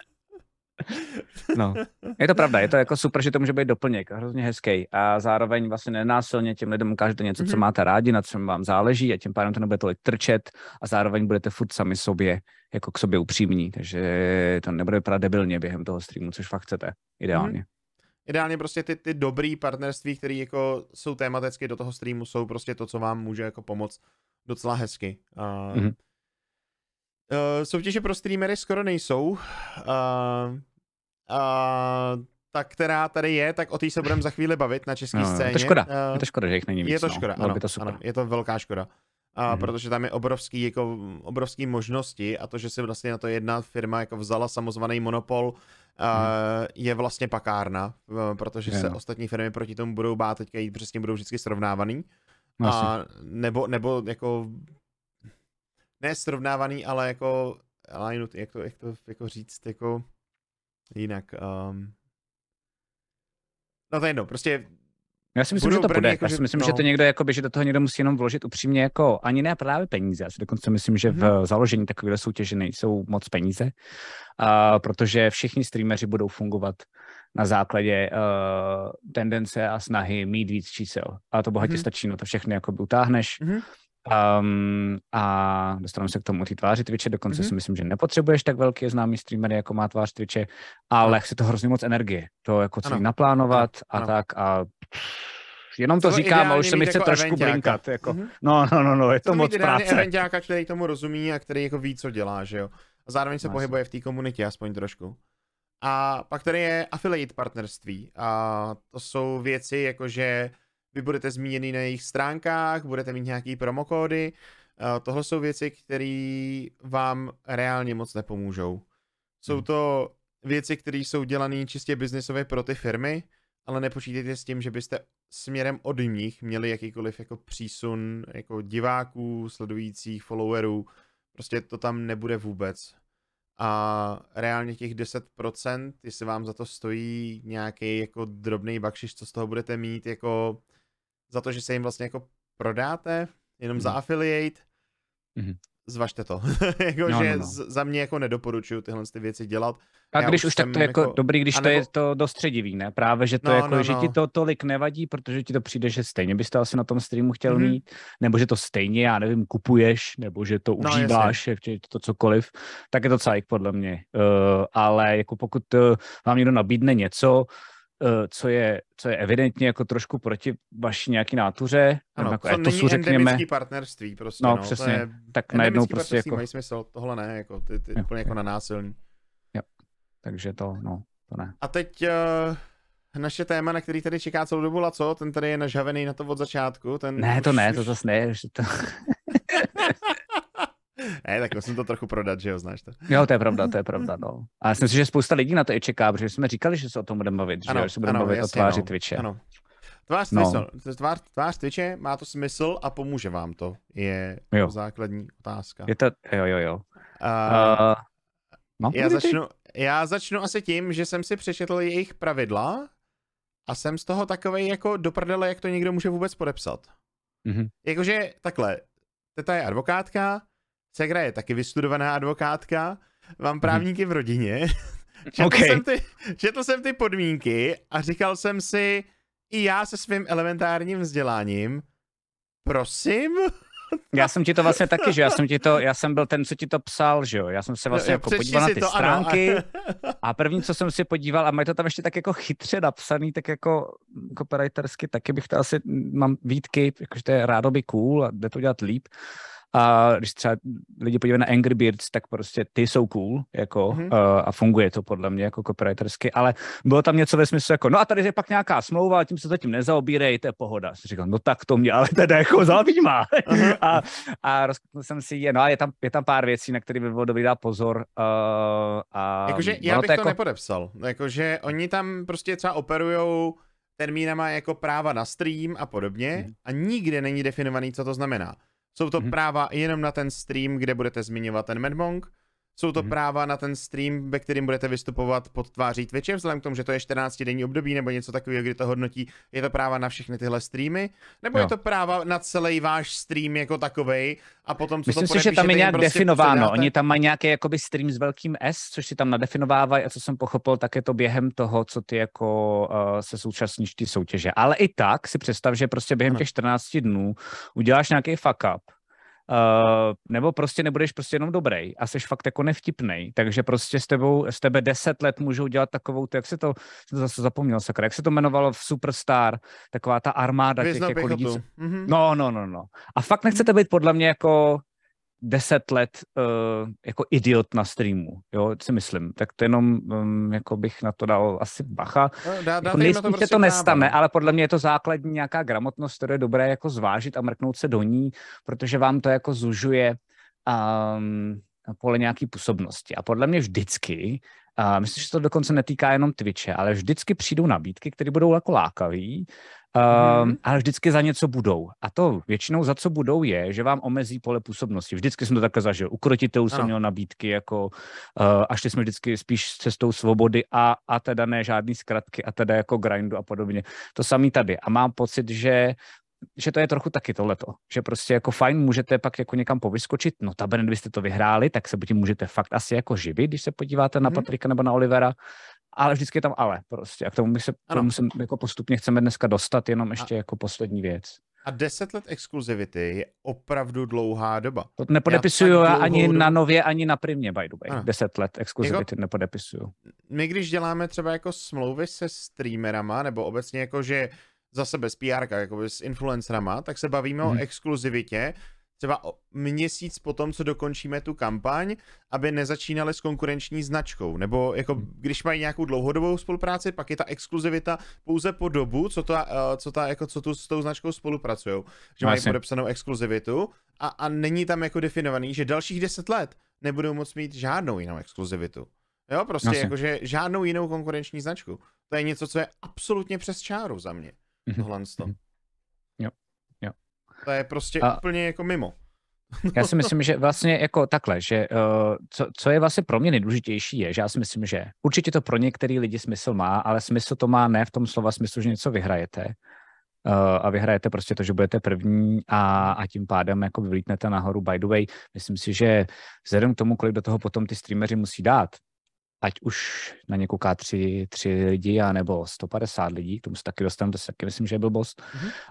No, je to pravda, je to jako super, že to může být doplněk, hrozně hezký a zároveň vlastně nenásilně těm lidem ukážete něco, co máte rádi, na čem vám záleží a tím pádem to nebude tolik trčet a zároveň budete furt sami sobě, jako k sobě upřímní, takže to nebude vypadat debilně během toho streamu, což fakt chcete, ideálně. Ideálně prostě ty dobrý partnerství, které jako jsou tematicky do toho streamu, jsou prostě to, co vám může jako pomoct docela hezky. Soutěže pro streamery skoro nejsou. Ta, která tady je, tak o té se budeme za chvíli bavit na české scéně. Je to škoda, že jich není víc. Je to škoda, ano, by to super. Ano, je to velká škoda. Protože tam je obrovský možnosti a to, že si vlastně na to jedna firma jako vzala samozvaný monopol, je vlastně pakárna, protože se ostatní firmy proti tomu budou bát teďka jít, přesně budou vždycky srovnávaný. Nebo jako ne srovnávaný, ale jako jak to jako říct jako jinak. No to je jedno, prostě já si myslím, že to bude. Jako, já si myslím, že to někdo, jakoby, že do toho někdo musí jenom vložit upřímně jako ani ne právě peníze. Já si dokonce myslím, že v založení takovéhle soutěže nejsou moc peníze, protože všichni streameři budou fungovat na základě tendence a snahy mít víc čísel. A to bohatě stačí, no to všechny jakoby utáhneš. A dostaneme se k tomu té tváři Twitche, dokonce si myslím, že nepotřebuješ tak velký známý streamer, jako má tvář Twitche, ale chce to hrozně moc energie, to jako celý naplánovat a tak a jenom to říkám a už se mi chce jako trošku blinkat, jako, no, je to moc práce. Eventáka, který tomu rozumí a který jako ví, co dělá, že jo, a zároveň se pohybuje v té komunitě aspoň trošku. A pak tady je affiliate partnerství a to jsou věci, jakože vy budete zmíněný na jejich stránkách, budete mít nějaký promokódy. Tohle jsou věci, které vám reálně moc nepomůžou. Jsou to věci, které jsou dělané čistě biznisově pro ty firmy, ale nepočítejte s tím, že byste směrem od nich měli jakýkoliv jako přísun jako diváků, sledujících, followerů. Prostě to tam nebude vůbec. A reálně těch 10%, jestli vám za to stojí nějaký jako drobný bakšiš, co z toho budete mít jako za to, že se jim vlastně jako prodáte, jenom za affiliate, zvažte to. Jakože za mě jako nedoporučuju tyhle ty věci dělat. A když už tak to je jako dobrý, když to je to dostředivý, ne? Právě, že to že ti to tolik nevadí, protože ti to přijde, že stejně bys to asi na tom streamu chtěl mít, nebo že to stejně, já nevím, kupuješ, nebo že to užíváš, to cokoliv, tak je to cajk podle mě. Ale jako pokud vám někdo nabídne něco, co je evidentně jako trošku proti vaší nějaký nátuře. Ano, jako to není endemický partnerství prostě. No, přesně. Tak najednou prostě jako... mají smysl, tohle ne, jako ty úplně jako na násilný. Jo, takže to ne. A teď naše téma, na který tady čeká celou dobu Laco, ten tady je nažavený na to od začátku. To zase ne. To... Ne, tak musím to trochu prodat, že jo, znáš to. Jo, to je pravda, no. A já si myslím, že spousta lidí na to i čeká, protože jsme říkali, že se o tom budeme bavit, že se budeme bavit o tváři Twitche. Ano. Tvář Twitche, má to smysl a pomůže vám to, je základní otázka. Je to, jo. Já začnu asi tím, že jsem si přečetl jejich pravidla a jsem z toho takovej jako do prdele, jak to někdo může vůbec podepsat. Jakože takhle, teta je advokátka, segra je taky vystudovaná advokátka, mám právníky v rodině, četl jsem ty podmínky a říkal jsem si, i já se svým elementárním vzděláním, prosím? Já jsem ti to vlastně taky, že já jsem byl ten, co ti to psal, že jo, já jsem se vlastně jako podíval na ty stránky a první, co jsem si podíval, a mají to tam ještě tak jako chytře napsaný, tak jako copywritersky, taky bych to asi, mám výtky, jakože to je rádoby cool a jde to dělat líp. A když třeba lidi podívají na Angry Birds, tak prostě ty jsou cool, jako, a funguje to podle mě jako copywritersky, ale bylo tam něco ve smyslu jako, no a tady je pak nějaká smlouva, ale tím se zatím nezaobírej, to je pohoda. Jsem říkal, no tak to mě ale teda jako zajímá. a rozkutnul jsem si je, no a je tam pár věcí, na které by bylo dobrý dát pozor. Jakože já bych to nepodepsal, jakože oni tam prostě třeba operujou termínama jako práva na stream a podobně a nikde není definovaný, co to znamená. Jsou to práva jenom na ten stream, kde budete zmiňovat ten Madmonk. Jsou to práva na ten stream, ve kterým budete vystupovat pod tváří Twitche, vzhledem k tomu, že to je 14denní období nebo něco takového, kdy to hodnotí. Je to práva na všechny tyhle streamy? Nebo je to práva na celý váš stream jako takovej a potom co myslím to si, že tam je nějak prostě definováno. předáte? Oni tam mají nějaký jakoby stream s velkým S, což si tam nadefinovávají a co jsem pochopil, tak je to během toho, co ty jako se současníš ty soutěže. Ale i tak si představ, že prostě během těch 14 dnů uděláš nějaký fuck up. Nebo prostě nebudeš prostě jenom dobrý a jsi fakt jako nevtipnej, takže prostě z tebe 10 let můžou dělat takovou, jak se to zase zapomněl, sakra, jak se to jmenovalo v Superstar, taková ta armáda těch jako lidí. No. A fakt nechcete být podle mě jako 10 let jako idiot na streamu, jo, si myslím. Tak to jenom jako bych na to dal asi bacha. Jako nejspíš se to nestane, ale podle mě je to základní nějaká gramotnost, kterou je dobré jako zvážit a mrknout se do ní, protože vám to jako zužuje pole nějaký působnosti. A podle mě vždycky, myslím, že se to dokonce netýká jenom Twitche, ale vždycky přijdou nabídky, které budou jako lákavý, ale vždycky za něco budou. A to většinou za co budou je, že vám omezí pole působnosti. Vždycky jsem to takhle zažil. U krotitelů jsem měl nabídky jako, a šli jsme vždycky spíš cestou svobody a teda ne žádný zkratky a teda jako grindu a podobně. To samý tady. A mám pocit, že to je trochu taky tohleto, že prostě jako fajn, můžete pak jako někam povyskočit, no taben, kdybyste to vyhráli, tak se tím můžete fakt asi jako živit, když se podíváte na Patrika nebo na Olivera, ale vždycky je tam ale prostě a k tomu se jako postupně chceme dneska dostat, jenom ještě jako poslední věc. A 10 let exkluzivity je opravdu dlouhá doba. To nepodepisuju já ani na Nově, ani na Primě, by the way. 10 let exkluzivity jako, nepodepisuju. My když děláme třeba jako smlouvy se streamerama, nebo obecně jako, že zase bez PR, jako s influencerama, tak se bavíme o exkluzivitě, třeba měsíc po tom, co dokončíme tu kampaň, aby nezačínali s konkurenční značkou, nebo jako když mají nějakou dlouhodobou spolupráci, pak je ta exkluzivita pouze po dobu, co tu s tou značkou spolupracují, že mají podepsanou exkluzivitu a není tam jako definovaný, že dalších 10 let nebudou moct mít žádnou jinou exkluzivitu. Jo, prostě jakože žádnou jinou konkurenční značku. To je něco, co je absolutně přes čáru za mě. Tohle. Jo. To je prostě úplně jako mimo. Já si myslím, že vlastně jako takhle, že co je vlastně pro mě nejdůležitější je, že já si myslím, že určitě to pro některý lidi smysl má, ale smysl to má ne v tom slova smyslu, že něco vyhrajete. A vyhrajete prostě to, že budete první a tím pádem jako vylítnete nahoru. By the way, myslím si, že vzhledem k tomu, kolik do toho potom ty streameři musí dát, ať už na ně kouká 3 lidi, anebo 150 lidí, k tomu se taky dostanu, to si taky myslím, že je blbost,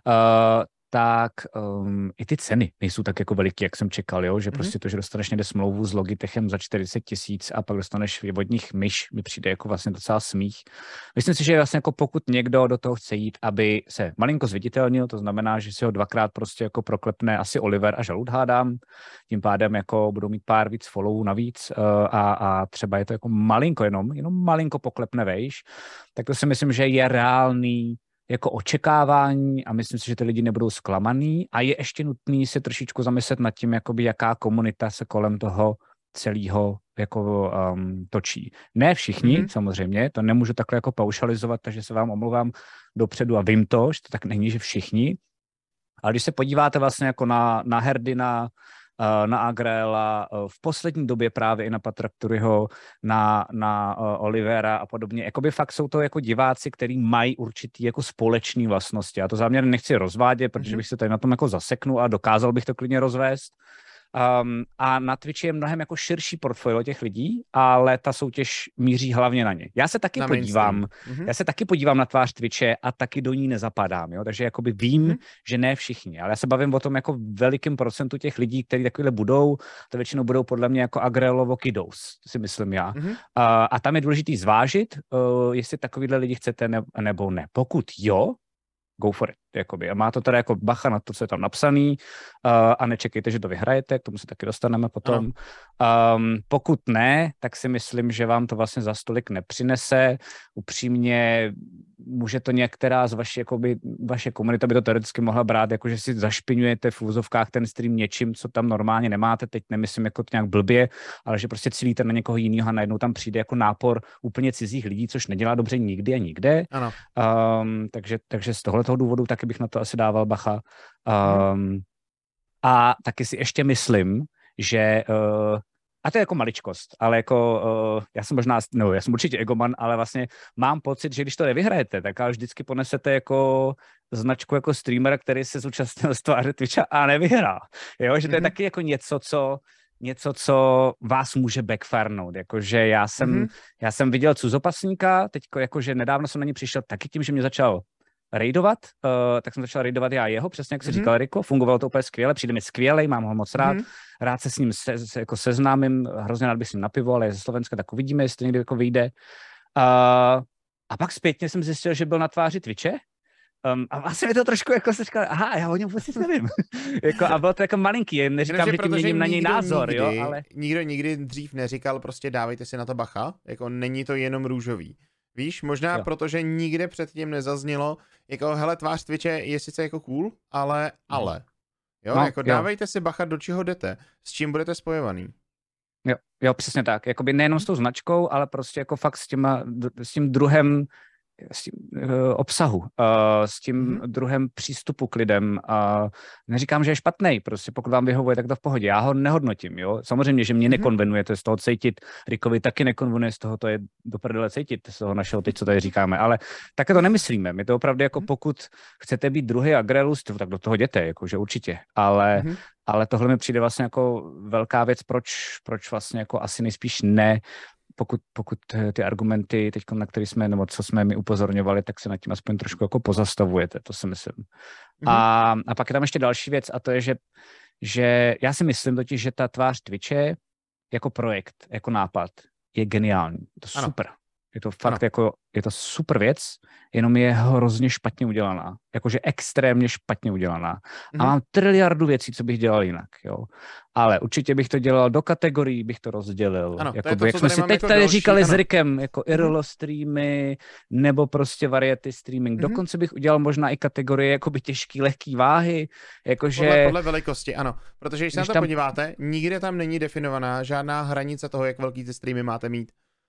tak i ty ceny nejsou tak jako veliký, jak jsem čekal, jo? Že prostě to, že dostaneš někde smlouvu s Logitechem za 40 000 a pak dostaneš od nich myš, mi přijde jako vlastně docela smích. Myslím si, že vlastně jako pokud někdo do toho chce jít, aby se malinko zviditelnil, to znamená, že si ho dvakrát prostě jako proklepne asi Oliver a Žalud hádám, tím pádem jako budou mít pár víc followů navíc a třeba je to jako malinko, jenom malinko poklepne vejš, tak to si myslím, že je reálný jako očekávání a myslím si, že ty lidi nebudou zklamaný a je ještě nutný se trošičku zamyslet nad tím, jakoby jaká komunita se kolem toho celého jako točí. Ne všichni, samozřejmě, to nemůžu takhle jako paušalizovat, takže se vám omlouvám dopředu a vím to, že to tak není, že všichni, ale když se podíváte vlastně jako na Herdina, na Agrela, v poslední době právě i na Patrakturyho, na Olivera a podobně. Jakoby fakt jsou to jako diváci, kteří mají určitý jako společný vlastnosti. Já to záměrně nechci rozvádět, protože bych se tady na tom jako zaseknul a dokázal bych to klidně rozvést. A na Twitchi je mnohem jako širší portfolio těch lidí, ale ta soutěž míří hlavně na ně. Já se taky podívám na tvář Twitche a taky do ní nezapadám, jo? Takže jakoby vím, že ne všichni, ale já se bavím o tom jako velikém procentu těch lidí, kteří takovýhle budou, to většinou budou podle mě jako Agrelovo kiddos, si myslím já. A tam je důležitý zvážit, jestli takovýhle lidi chcete nebo ne. Pokud jo, go for it, jakoby. A má to teda jako bacha na to, co je tam napsaný a nečekejte, že to vyhrajete, k tomu se taky dostaneme potom. Pokud ne, tak si myslím, že vám to vlastně za stolik nepřinese. Upřímně může to některá z vaše komunita by to teoreticky mohla brát, jako že si zašpiňujete v úzovkách ten stream něčím, co tam normálně nemáte, teď nemyslím jako to nějak blbě, ale že prostě cílíte na někoho jiného a najednou tam přijde jako nápor úplně cizích lidí, což nedělá dobře nikdy a nikde. Ano. Takže z tohoto důvodu taky bych na to asi dával bacha. A taky si ještě myslím, že a to je jako maličkost, ale jako já jsem určitě egoman, ale vlastně mám pocit, že když to nevyhrajete, tak ale vždycky ponesete jako značku jako streamera, který se zúčastnil z tváře Twitcha a nevyhrál. Jo, že to je taky jako něco, co vás může backfarnout. Jakože já jsem viděl Cuzopasníka, teďko jakože nedávno jsem na něj přišel taky tím, že mě začal raidovat, tak jsem začal raidovat já jeho, přesně jak si říkal Riko, fungovalo to úplně skvěle, přijde mi skvělej, mám ho moc rád, rád se s ním jako seznámím, hrozně rád bych s ním na pivo, ale je ze Slovenska, tak uvidíme, jestli to někdy jako vyjde. A pak zpětně jsem zjistil, že byl na tváři Twitche, a vlastně mi to trošku jako se říkal, aha, já o něm vůbec nevím. Jako, a bylo to jako malinký, neříkám, že tím měním na něj názor, jo, ale... Nikdo nikdy dřív neříkal, prostě dávejte si na to bacha, jako není to jenom růžový. Víš, možná protože nikde předtím nezaznělo, jako hele, tvář Twitche je sice jako cool, ale. Jo, no, jako dávejte si bacha, do čeho jdete, s čím budete spojovaný. Jo, přesně tak, jakoby nejenom s tou značkou, ale prostě jako fakt s tím druhem obsahu, s tím druhem přístupu k lidem. Neříkám, že je špatnej, prostě pokud vám vyhovuje, tak to v pohodě. Já ho nehodnotím, jo. Samozřejmě, že mě nekonvenuje, to je z toho cítit. Rikovi taky nekonvenuje, z toho to je do prdele cítit, z toho našeho teď, co tady říkáme, ale také to nemyslíme. My to opravdu jako pokud chcete být druhý Agrelus, tak do toho jděte, jakože určitě, ale tohle mi přijde vlastně jako velká věc, proč vlastně jako asi nejspíš ne, pokud ty argumenty teď, na které jsme, nebo co jsme mi upozorňovali, tak se nad tím aspoň trošku jako pozastavujete, to si myslím. A pak je tam ještě další věc a to je, že já si myslím totiž, že ta tvář Twitche jako projekt, jako nápad je geniální. Je to super. Je to fakt jako, je to super věc, jenom je hrozně špatně udělaná. Jakože extrémně špatně udělaná. A mám triliardu věcí, co bych dělal jinak, jo. Ale určitě bych to dělal do kategorií, bych to rozdělil. Ano, jako to je to, jak jsme si teď jako tady další, říkali s Rikem, jako IRL streamy, nebo prostě variety streaming. Dokonce bych udělal možná i kategorie jakoby těžký, lehký váhy. Jakože... Podle velikosti, ano. Protože když se na to podíváte, nikde tam není definovaná žádná hranice toho, jak velký ty streamy máte mít.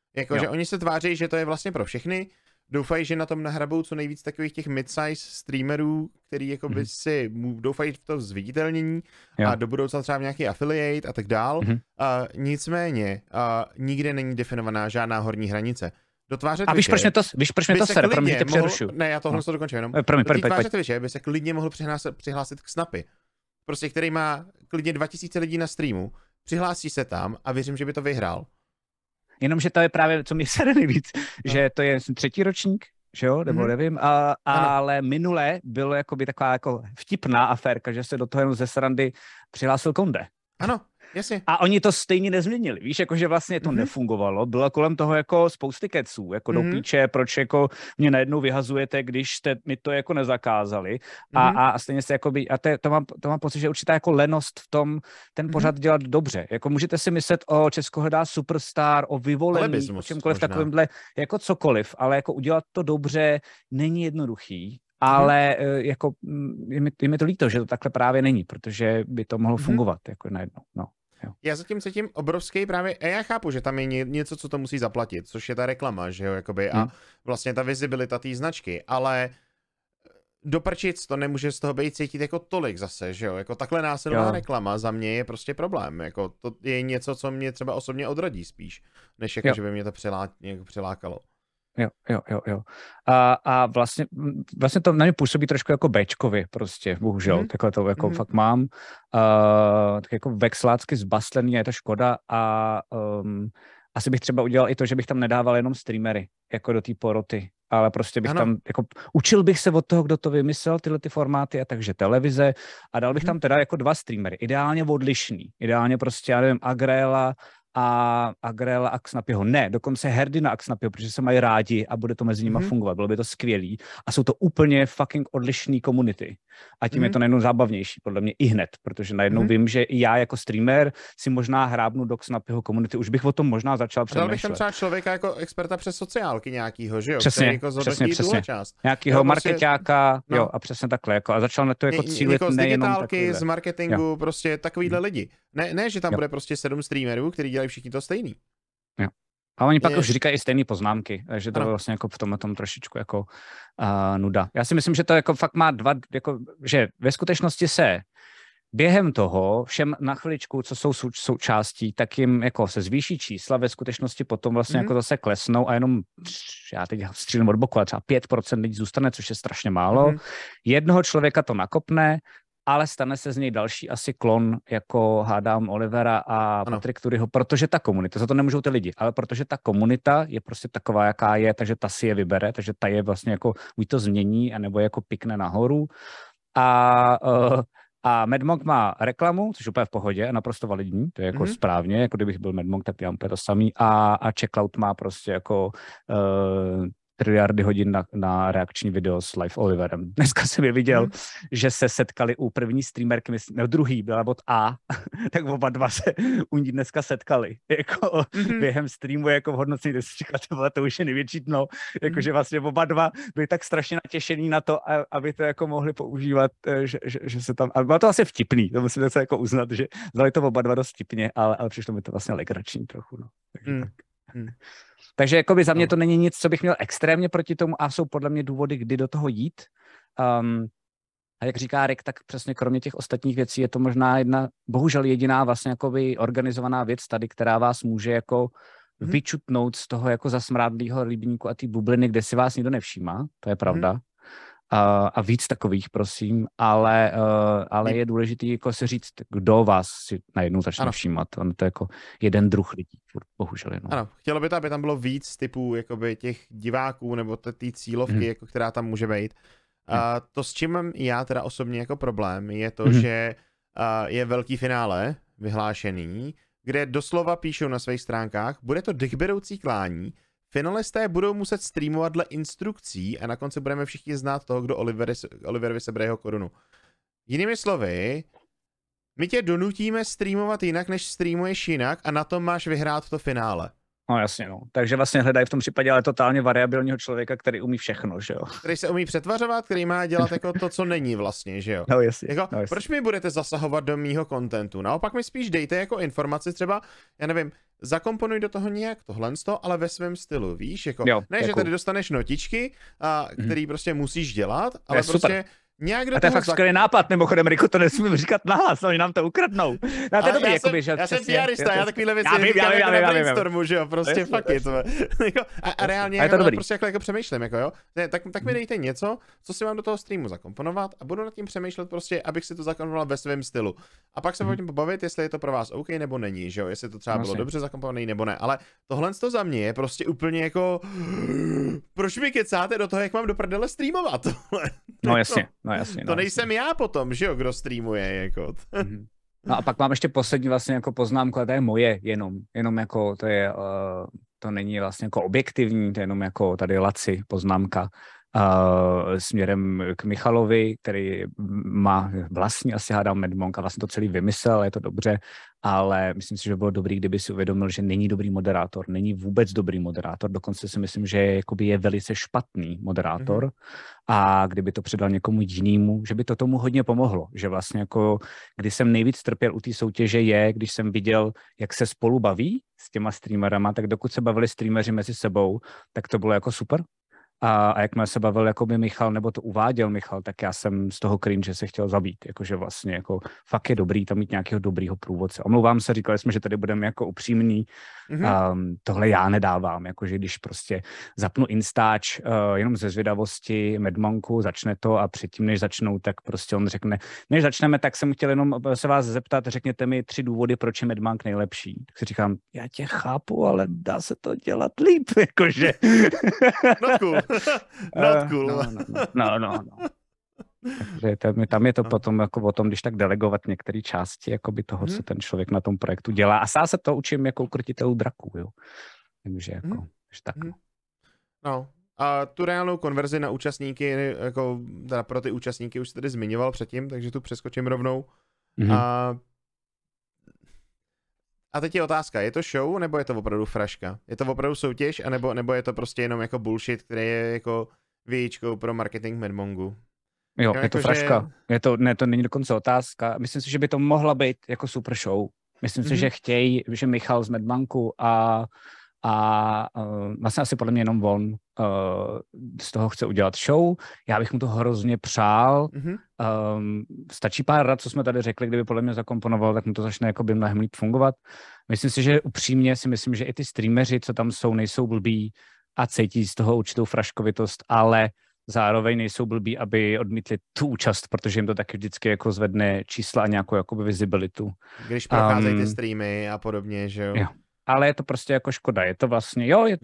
Jakože oni se tváří, že to je vlastně pro všechny, doufají, že na tom nahrabou co nejvíc takových těch mid-size streamerů, který jakoby si doufají v to zviditelnění a do budoucna třeba nějaký affiliate a tak dál. Nicméně nikde není definovaná žádná horní hranice. A víš, proč mě to sere? Promiň, tě přerušu. Ne, já tohle to dokončím jenom. By se klidně mohl přihlásit k Snapy. Prostě, který má klidně 2000 lidí na streamu, přihlásí se tam a věřím, že by to vyhrál. Jenomže to je právě, co mi sere nejvíc, že to je třetí ročník, že jo, nebo nevím, ale minule bylo jakoby taková jako vtipná aférka, že se do toho jenom ze srandy přihlásil Konde. Ano, jasně. A oni to stejně nezměnili, víš, jakože vlastně to nefungovalo, bylo kolem toho jako spousty keců, jako do píče, proč jako mě najednou vyhazujete, když jste mi to jako nezakázali a stejně se jakoby, a to mám pocit, že určitá jako lenost v tom, ten pořad dělat dobře, jako můžete si myslet o Česko hledá superstar, o vyvolení, o čemkoliv takovýmhle, jako cokoliv, ale jako udělat to dobře není jednoduchý. Ale jako je mi to líto, že to takhle právě není, protože by to mohlo fungovat jako najednou. No, jo. Já zatím cítím obrovský právě, a já chápu, že tam je něco, co to musí zaplatit, což je ta reklama, že jo, jakoby, a vlastně ta vizibilita té značky, ale do prčic to nemůže z toho být cítit jako tolik zase, že jo, jako takhle násilná reklama za mě je prostě problém, jako to je něco, co mě třeba osobně odradí spíš, než jako, že by mě to přilákalo. Jo. A vlastně to na mě působí trošku jako béčkovi prostě, bohužel, takhle to jako fakt mám. Tak jako vexlácky zbastlený, je to škoda a asi bych třeba udělal i to, že bych tam nedával jenom streamery, jako do té poroty, ale prostě bych tam, jako učil bych se od toho, kdo to vymyslel, tyhle ty formáty a takže televize a dal bych tam teda jako 2 streamery, ideálně odlišný, ideálně prostě, já nevím, Agrela a Xnapyho. Ne, dokonce Herdina a Xnapyho, protože se mají rádi a bude to mezi nimi fungovat. Bylo by to skvělý. A jsou to úplně fucking odlišný komunity. A tím je to najednou zábavnější, podle mě i hned, protože najednou vím, že i já jako streamer si možná hrábnu do Xnapyho komunity. Už bych o tom možná začal přemýšlet. Dal bych tam třeba člověka jako experta přes sociálky nějakýho, že jo? Přesně, jako přesně. Část. Nějakýho markeťáka, jo, a přesně takhle. Jako, a začal na to jako cílit z nejenom digitálky, z marketingu, prostě takovýhle lidi. Ne, že tam bude prostě 7 streamerů, který dělají všichni to stejný. Jo. A oni pak už říkají i stejné poznámky, takže to je vlastně jako v tomhle tom trošičku jako nuda. Já si myslím, že to jako fakt má jako, že ve skutečnosti se během toho všem na chviličku, co jsou součástí, tak jim jako se zvýší čísla, ve skutečnosti potom vlastně jako zase klesnou a jenom, já teď střílím od boku, ale třeba 5% lidí zůstane, což je strašně málo. Jednoho člověka to nakopne, ale stane se z něj další asi klon, jako hádám Olivera a Patrik Turyho, protože ta komunita, za to nemůžou ty lidi, ale protože ta komunita je prostě taková, jaká je, takže ta si je vybere, takže ta je vlastně jako, buď to změní, anebo jako pikne nahoru. A Mad Monk má reklamu, což je úplně v pohodě a naprosto validní, to je jako správně, jako kdybych byl Mad Monk, tak dělám úplně to samý. A Checkout má prostě jako triliardy hodin na reakční video s Live Oliverem. Dneska jsem je viděl, že se setkali u první streamerky, druhý byla od A, tak oba dva se u ní dneska setkali. Jako během streamu, jako v hodnocení to už je největší dno, jakože vlastně oba dva byli tak strašně natěšení na to, aby to jako mohli používat, že se tam, a bylo to asi vtipný, to musím se jako uznat, že vzali to oba dva dost vtipně, ale přišlo mi to vlastně legrační trochu, no. Takže tak. Takže jakoby za mě to není nic, co bych měl extrémně proti tomu a jsou podle mě důvody, kdy do toho jít. A jak říká Rick, tak přesně kromě těch ostatních věcí je to možná bohužel jediná vlastně jakoby organizovaná věc tady, která vás může jako vyčutnout z toho jako zasmrádlýho rybníku a té bubliny, kde si vás nikdo nevšímá, to je pravda. A víc takových, prosím, ale je důležitý jako si říct, kdo vás si najednou začne všímat. On to je jako jeden druh lidí, bohužel jenom. Ano, chtělo by to, aby tam bylo víc typů jakoby těch diváků nebo té cílovky, jako, která tam může být. To, s čím mám já teda osobně jako problém, je to, že je velký finále vyhlášený, kde doslova píšou na svých stránkách, bude to dechberoucí klání, finalisté budou muset streamovat dle instrukcí a na konci budeme všichni znát toho, kdo Oliverovi sebere jeho korunu. Jinými slovy, my tě donutíme streamovat jinak, než streamuješ jinak a na tom máš vyhrát to finále. No jasně, no. Takže vlastně hledají v tom případě ale totálně variabilního člověka, který umí všechno, že jo. Který se umí přetvařovat, který má dělat jako to, co není vlastně, že jo. No jasně. Jako, no jasně. Proč mi budete zasahovat do mýho kontentu? Naopak mi spíš dejte jako informaci třeba, já nevím, zakomponuj do toho nějak tohle, ale ve svém stylu, víš, jako, jo, ne, jako... že tady dostaneš notičky, který prostě musíš dělat, ale je prostě super. nějak do a to je toho fakt skvělý nápad, mimochodem, Riku, to nesmím říkat nahlas, oni nám to ukradnou. No, to je dobrý, jakoby, že já jsem PRista, já takovýhle věci říkám jako na brainstormu, že jo, prostě fakt je to. A reálně jako prostě jako přemýšlím, jako jo, tak mi dejte něco, co si mám do toho streamu zakomponovat a budu nad tím přemýšlet prostě, abych si to zakomponoval ve svém stylu. A pak se o tím pobavit, jestli je to pro vás OK nebo není, že jo, jestli to třeba bylo dobře zakomponované nebo ne, ale tohle to za mě je prostě úplně jako proč mi kecáte do toho, jak mám do prdele streamovat? No jasně. To nejsem já potom, že jo, kdo streamuje, jako. No a pak mám ještě poslední vlastně jako poznámku, a to je moje jenom jako to je, to není vlastně jako objektivní, to je jenom jako tady Laci poznámka směrem k Michalovi, který má vlastní asi hádám Medmonk a vlastně to celý vymyslel, je to dobře, ale myslím si, že bylo dobrý, kdyby si uvědomil, že není dobrý moderátor, není vůbec dobrý moderátor, dokonce si myslím, že jakoby je velice špatný moderátor a kdyby to předal někomu jinému, že by to tomu hodně pomohlo, že vlastně jako, když jsem nejvíc trpěl u té soutěže je, když jsem viděl, jak se spolu baví s těma streamerama, tak dokud se bavili streameři mezi sebou, tak to bylo jako super. A jakmile se bavil jakoby Michal, nebo to uváděl Michal, tak já jsem z toho cringe se chtěl zabít, jakože vlastně jako fakt je dobrý tam mít nějakého dobrýho průvodce. Omlouvám se, říkali jsme, že tady budeme jako upřímní, tohle já nedávám, jakože když prostě zapnu Instač jenom ze zvědavosti Medmonku, začne to a předtím, než začnou, tak prostě on řekne, než začneme, tak jsem chtěl jenom se vás zeptat, řekněte mi 3 důvody, proč je Medmonk nejlepší. Tak si říkám, já tě chápu, ale dá se to dělat líp, jakože. Not cool. Not cool. No. Takže tam je to potom jako o tom, když tak delegovat některé části jakoby toho, co ten člověk na tom projektu dělá. A sám se to učím jako krotitelů draků, jo. Takže jako, že tak. No. A tu reálnou konverzi na účastníky, jako teda pro ty účastníky už jsi tady zmiňoval předtím, takže tu přeskočím rovnou. A teď je otázka, je to show, nebo je to opravdu fraška? Je to opravdu soutěž, nebo je to prostě jenom jako bullshit, který je jako vějíčkou pro marketing Medmongu? Jo, je to fraška. To není dokonce otázka. Myslím si, že by to mohla být jako super show. Myslím si, že chtějí, že Michal z Medmonku a vlastně asi podle mě jenom on z toho chce udělat show. Já bych mu to hrozně přál. Stačí pár rad, co jsme tady řekli, kdyby podle mě zakomponoval, tak mu to začne jako by mnohem líp fungovat. Myslím si, že upřímně si myslím, že i ty streameři, co tam jsou, nejsou blbí a cítí z toho určitou fraškovitost, ale zároveň nejsou blbí, aby odmítli tu účast, protože jim to taky vždycky jako zvedne čísla a nějakou jakoby visibilitu. Když procházejí ty streamy a podobně, že jo? Ale je to prostě jako škoda, je to vlastně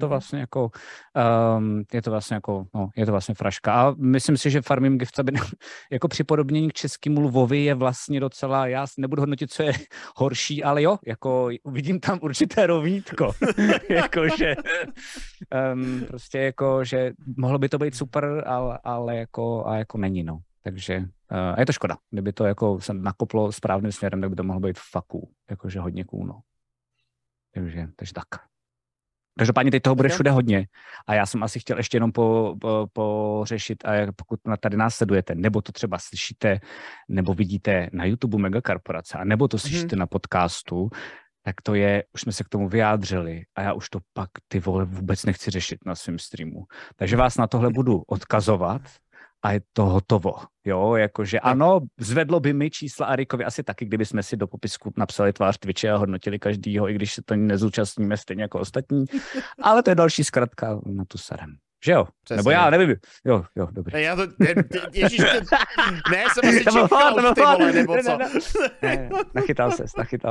fraška. A myslím si, že Farming Gifts, aby jako připodobnění k českému Lvovi je vlastně docela, já nebudu hodnotit, co je horší, ale jo, jako vidím tam určité rovnítko. Jakože prostě jako, že mohlo by to být super, ale jako není, no. Takže a je to škoda. Kdyby to jako se nakoplo správným směrem, tak by to mohlo být faku, jakože hodně cool, no. Takže tak. Každopádně teď toho bude všude hodně a já jsem asi chtěl ještě jenom pořešit, a pokud tady nás sledujete, nebo to třeba slyšíte, nebo vidíte na YouTube Megakorporace, a nebo to slyšíte na podcastu, tak to je, už jsme se k tomu vyjádřili a já už to pak, ty vole, vůbec nechci řešit na svém streamu. Takže vás na tohle budu odkazovat a je to hotovo, jo, jakože ano, zvedlo by mi čísla a Rikovi asi taky, kdyby jsme si do popisku napsali tvář Twitche a hodnotili každýho, i když se to nezúčastníme stejně jako ostatní, ale to je další zkratka na tu sarem. Že jo? Přesně. Nebo já nevím. Jo, dobrý. Ne, já to... Ježíš, ne, jsem asi čekal, ty vole, nebo co? Ne, nachytal ses.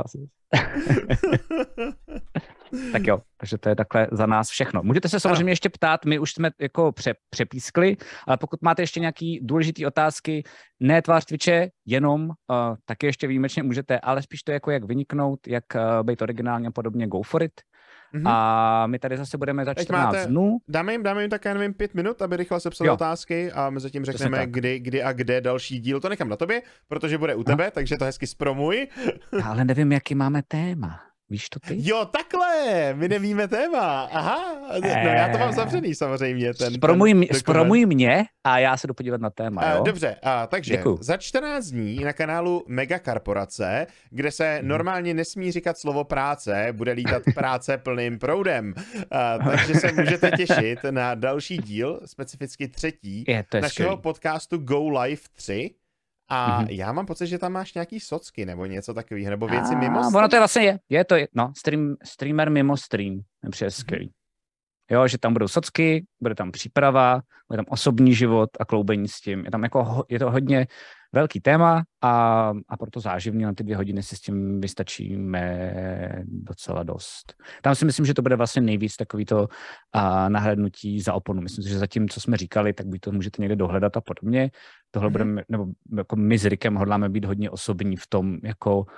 Tak jo, takže to je takhle za nás všechno. Můžete se samozřejmě ještě ptát, my už jsme jako přepískli, ale pokud máte ještě nějaký důležitý otázky, ne tvář Twitche, jenom, taky ještě výjimečně můžete, ale spíš to jako jak vyniknout, jak být originálně podobně, go for it. A my tady zase budeme za 14 dnů. Dáme jim tak, já nevím, 5 minut, aby rychle sepsali otázky a my zatím řekneme, kdy a kde další díl. To nechám na tobě, protože bude u tebe, takže to hezky zpromuj. Ale nevím, jaký máme téma. Víš to ty? Jo, takhle, my nevíme téma. Aha, no já to mám zavřený samozřejmě. Zpromuj mě a já se jdu podívat na téma, jo? Dobře, takže Děkuju. za 14 dní na kanálu Megakorporace, kde se normálně nesmí říkat slovo práce, bude lítat práce plným proudem. Takže se můžete těšit na další díl, specificky třetí, našeho podcastu Go Live 3. A já mám pocit, že tam máš nějaký socky nebo něco takového, nebo věci mimo stream. Ono to vlastně streamer mimo stream, nepřijde skvělý. Jo, že tam budou socky, bude tam příprava, bude tam osobní život a kloubení s tím. Je to hodně velký téma a proto záživně na ty 2 hodiny si s tím vystačíme docela dost. Tam si myslím, že to bude vlastně nejvíc takovýto nahlédnutí za oponu. Myslím si, že zatím, co jsme říkali, tak by to můžete někde dohledat a podobně. Tohle budeme, nebo jako my s Rikem hodláme být hodně osobní v tom, jako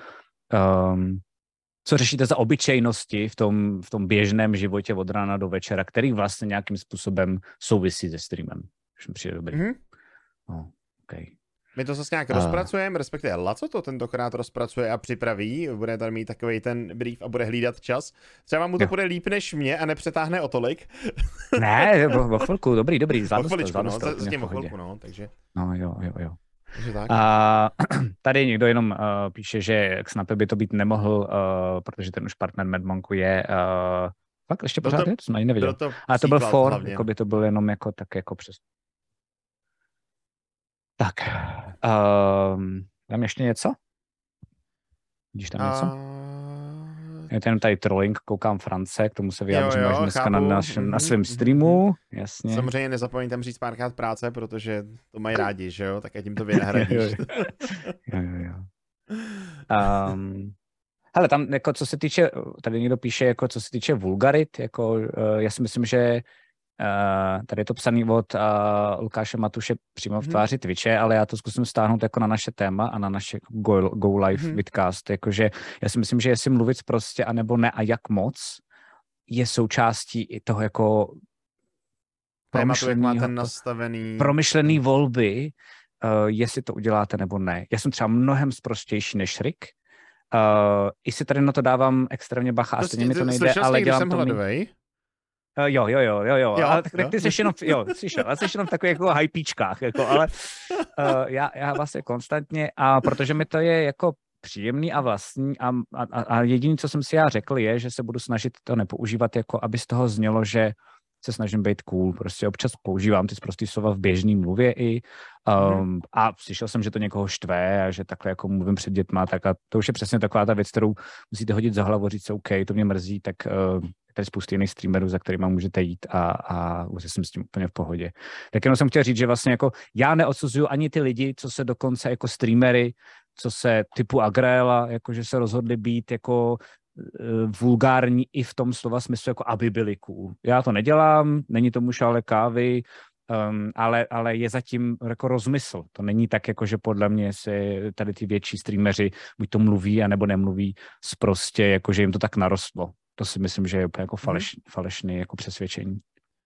co řešíte za obyčejnosti v tom běžném životě od rána do večera, který vlastně nějakým způsobem souvisí se streamem. Už mi přijde dobrý. Okay. My to zase nějak rozpracujeme, respektive Laco to tentokrát rozpracuje a připraví, bude tam mít takovej ten brief a bude hlídat čas. Třeba mu to bude líp než mě a nepřetáhne o tolik. Ne, o chvilku, dobrý, zvládnu to. Zatím o chvilku, takže. No, jo. A tady někdo jenom píše, že k Snape by to být nemohl, protože ten už partner Madmonku je fakt ještě pořád je, to jsem ani neviděl. A to byl for, jako by to byl jenom jako tak jako přes. Tak, dám ještě něco? Vidíš tam něco? Je to jenom tady trolling, koukám France, k tomu se vyjádřím až dneska na svém streamu, jasně. Samozřejmě nezapomeň tam říct párkrát práce, protože to mají rádi, že jo, tak já tím to vynahradíš. jo. Hele, tam jako co se týče, tady někdo píše, jako co se týče vulgarit, jako já si myslím, že tady je to psaný od Lukáše Matuše přímo v tváři Twitche, ale já to zkusím stáhnout jako na naše téma a na naše Go Live vidcast, jakože já si myslím, že jestli mluvit prostě anebo ne a jak moc je součástí i toho jako promyšlený volby, jestli to uděláte nebo ne. Já jsem třeba mnohem sprostější než Rick, i si tady na to dávám extrémně bacha a stejně mi to nejde, ale dělám to Jo. Ale tak ty jsi jenom, slyšel, ale jsi jenom v takových jako hypíčkách, jako, ale já vlastně konstantně, a protože mi to je jako příjemný a vlastní a jediné, co jsem si já řekl, je, že se budu snažit to nepoužívat, jako aby z toho znělo, že se snažím být cool, prostě občas používám ty sprostý slova v běžný mluvě a slyšel jsem, že to někoho štve a že takhle jako mluvím před dětma, tak a to už je přesně taková ta věc, kterou musíte hodit za hlavu, říct si, OK, to mě mrzí, tak tady spousty jiných streamerů, za kterýma můžete jít a už jsem s tím úplně v pohodě. Tak jenom jsem chtěl říct, že vlastně jako já neodsuzuju ani ty lidi, co se dokonce jako streamery, co se typu Agrela, jakože se rozhodli být jako vulgární i v tom slova smyslu, jako aby byli cool. Já to nedělám, není tomu šále kávy, ale je zatím jako rozmysl. To není tak, jako že podle mě se tady ty větší streameři buď to mluví, anebo nemluví sprostě, jako že jim to tak narostlo. To si myslím, že je úplně jako falešný jako přesvědčení.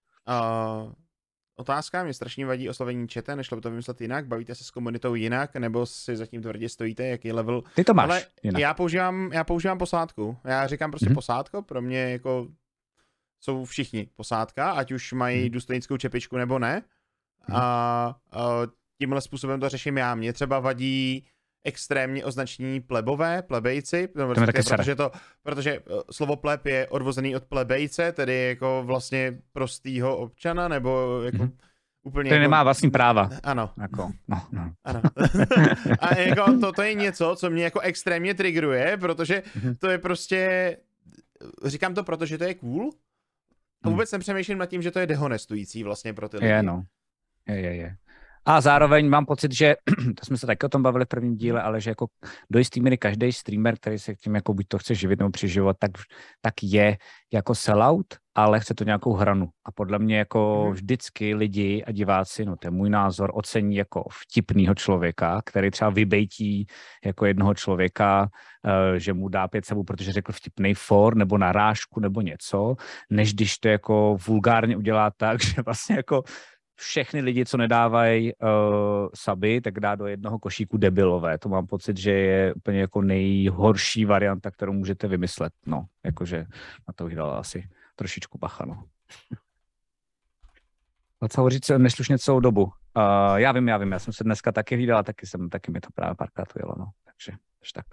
Otázka, mě strašně vadí oslovení chata, nešlo by to vymyslet jinak, bavíte se s komunitou jinak, nebo si zatím tvrdě stojíte, jaký level? Ty to máš ale jinak. Já používám posádku, já říkám prostě posádko, pro mě jako jsou všichni posádka, ať už mají důstojnickou čepičku nebo ne. A tímhle způsobem to řeším já. Mě třeba vadí extrémně označení plebejci, protože slovo pleb je odvozený od plebejce, tedy jako vlastně prostýho občana, nebo jako úplně... To nemá vlastní práva. Ano. Jako, no. Ano. A jako to je něco, co mě jako extrémně triggeruje, protože to je prostě... Říkám to, protože to je cool. A vůbec nepřemýšlím nad tím, že to je dehonestující vlastně pro ty lidi. Je. A zároveň mám pocit, že, to jsme se taky o tom bavili v prvním díle, ale že jako do jistý míry každý streamer, který se tím jako buď to chce živit nebo přeživovat, tak je jako sellout, ale chce to nějakou hranu. A podle mě jako vždycky lidi a diváci, no to je můj názor, ocení jako vtipnýho člověka, který třeba vybejtí jako jednoho člověka, že mu dá 5 sebou, protože řekl vtipnej for nebo narážku nebo něco, než když to jako vulgárně udělá tak, že vlastně jako všechny lidi, co nedávají suby, tak dá do jednoho košíku debilové. To mám pocit, že je úplně jako nejhorší varianta, kterou můžete vymyslet. No, jakože na to bych dal asi trošičku bacha, no. Docela říct neslušně celou dobu. Já vím, já jsem se dneska taky hlídal, taky mi to právě párkrát ujelo, no. Takže tak.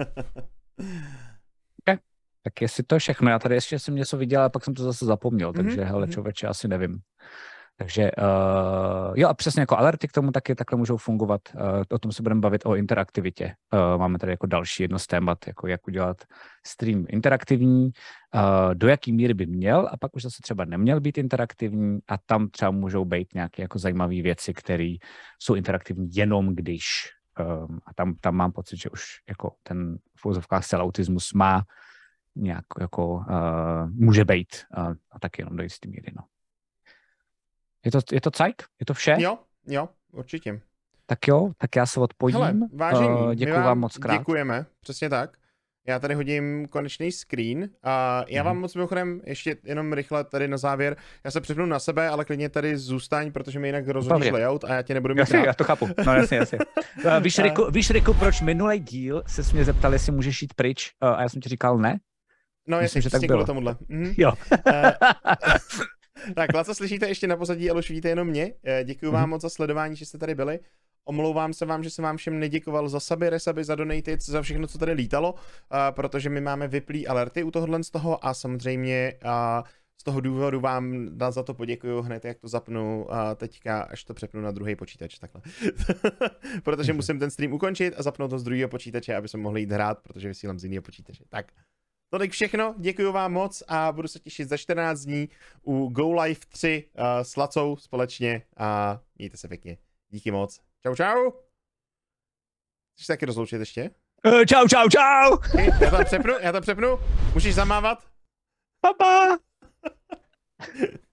Okay. Tak jestli to je všechno, já tady ještě jsem něco viděl, a pak jsem to zase zapomněl, takže hele, člověče, asi nevím. Takže jo, a přesně jako alerty k tomu taky takhle můžou fungovat. O tom se budeme bavit o interaktivitě. Máme tady jako další jedno z témat, jako jak udělat stream interaktivní, do jaký míry by měl a pak už zase třeba neměl být interaktivní a tam třeba můžou být nějaké jako zajímavé věci, které jsou interaktivní jenom když. A tam mám pocit, že už jako ten v uvozovkách autismus má nějak jako může být a taky jenom do jistý míry, no. Je to cajk? Je to vše? Jo, určitě. Tak jo, tak já se odpojím. Hele, vážení, děkuji vám moc krát. Děkujeme, přesně tak. Já tady hodím konečný screen a já vám moc mimochodem ještě jenom rychle tady na závěr, já se přepnu na sebe, ale klidně tady zůstaň, protože mi jinak rozhodíš layout a já tě nebudu mít rád. Já to chápu, no jasně. Víš, Riku, proč minulý díl se mě zeptal, jestli můžeš jít pryč a já jsem ti říkal ne? No jasně, přesně kvůli tomuhle. Jo. Tak, Laco, slyšíte ještě na pozadí, ale už vidíte jenom mě. Děkuji vám moc za sledování, že jste tady byli. Omlouvám se vám, že jsem vám všem neděkoval za suby, resuby, za donated, za všechno, co tady lítalo, protože my máme vyplý alerty u tohohle z toho a samozřejmě z toho důvodu vám za to poděkuju hned, jak to zapnu teďka, až to přepnu na druhý počítač, takhle. Protože musím ten stream ukončit a zapnout to z druhého počítače, aby jsme mohli jít hrát, protože vysílám z jiného počítače. Tak. Tolik všechno, děkuji vám moc a budu se těšit za 14 dní u Go Live 3 s Lacou společně a mějte se pěkně. Díky moc. Čau. Chceš se taky rozloučit ještě? Čau. Okay, já to přepnu. Můžeš zamávat? Pa.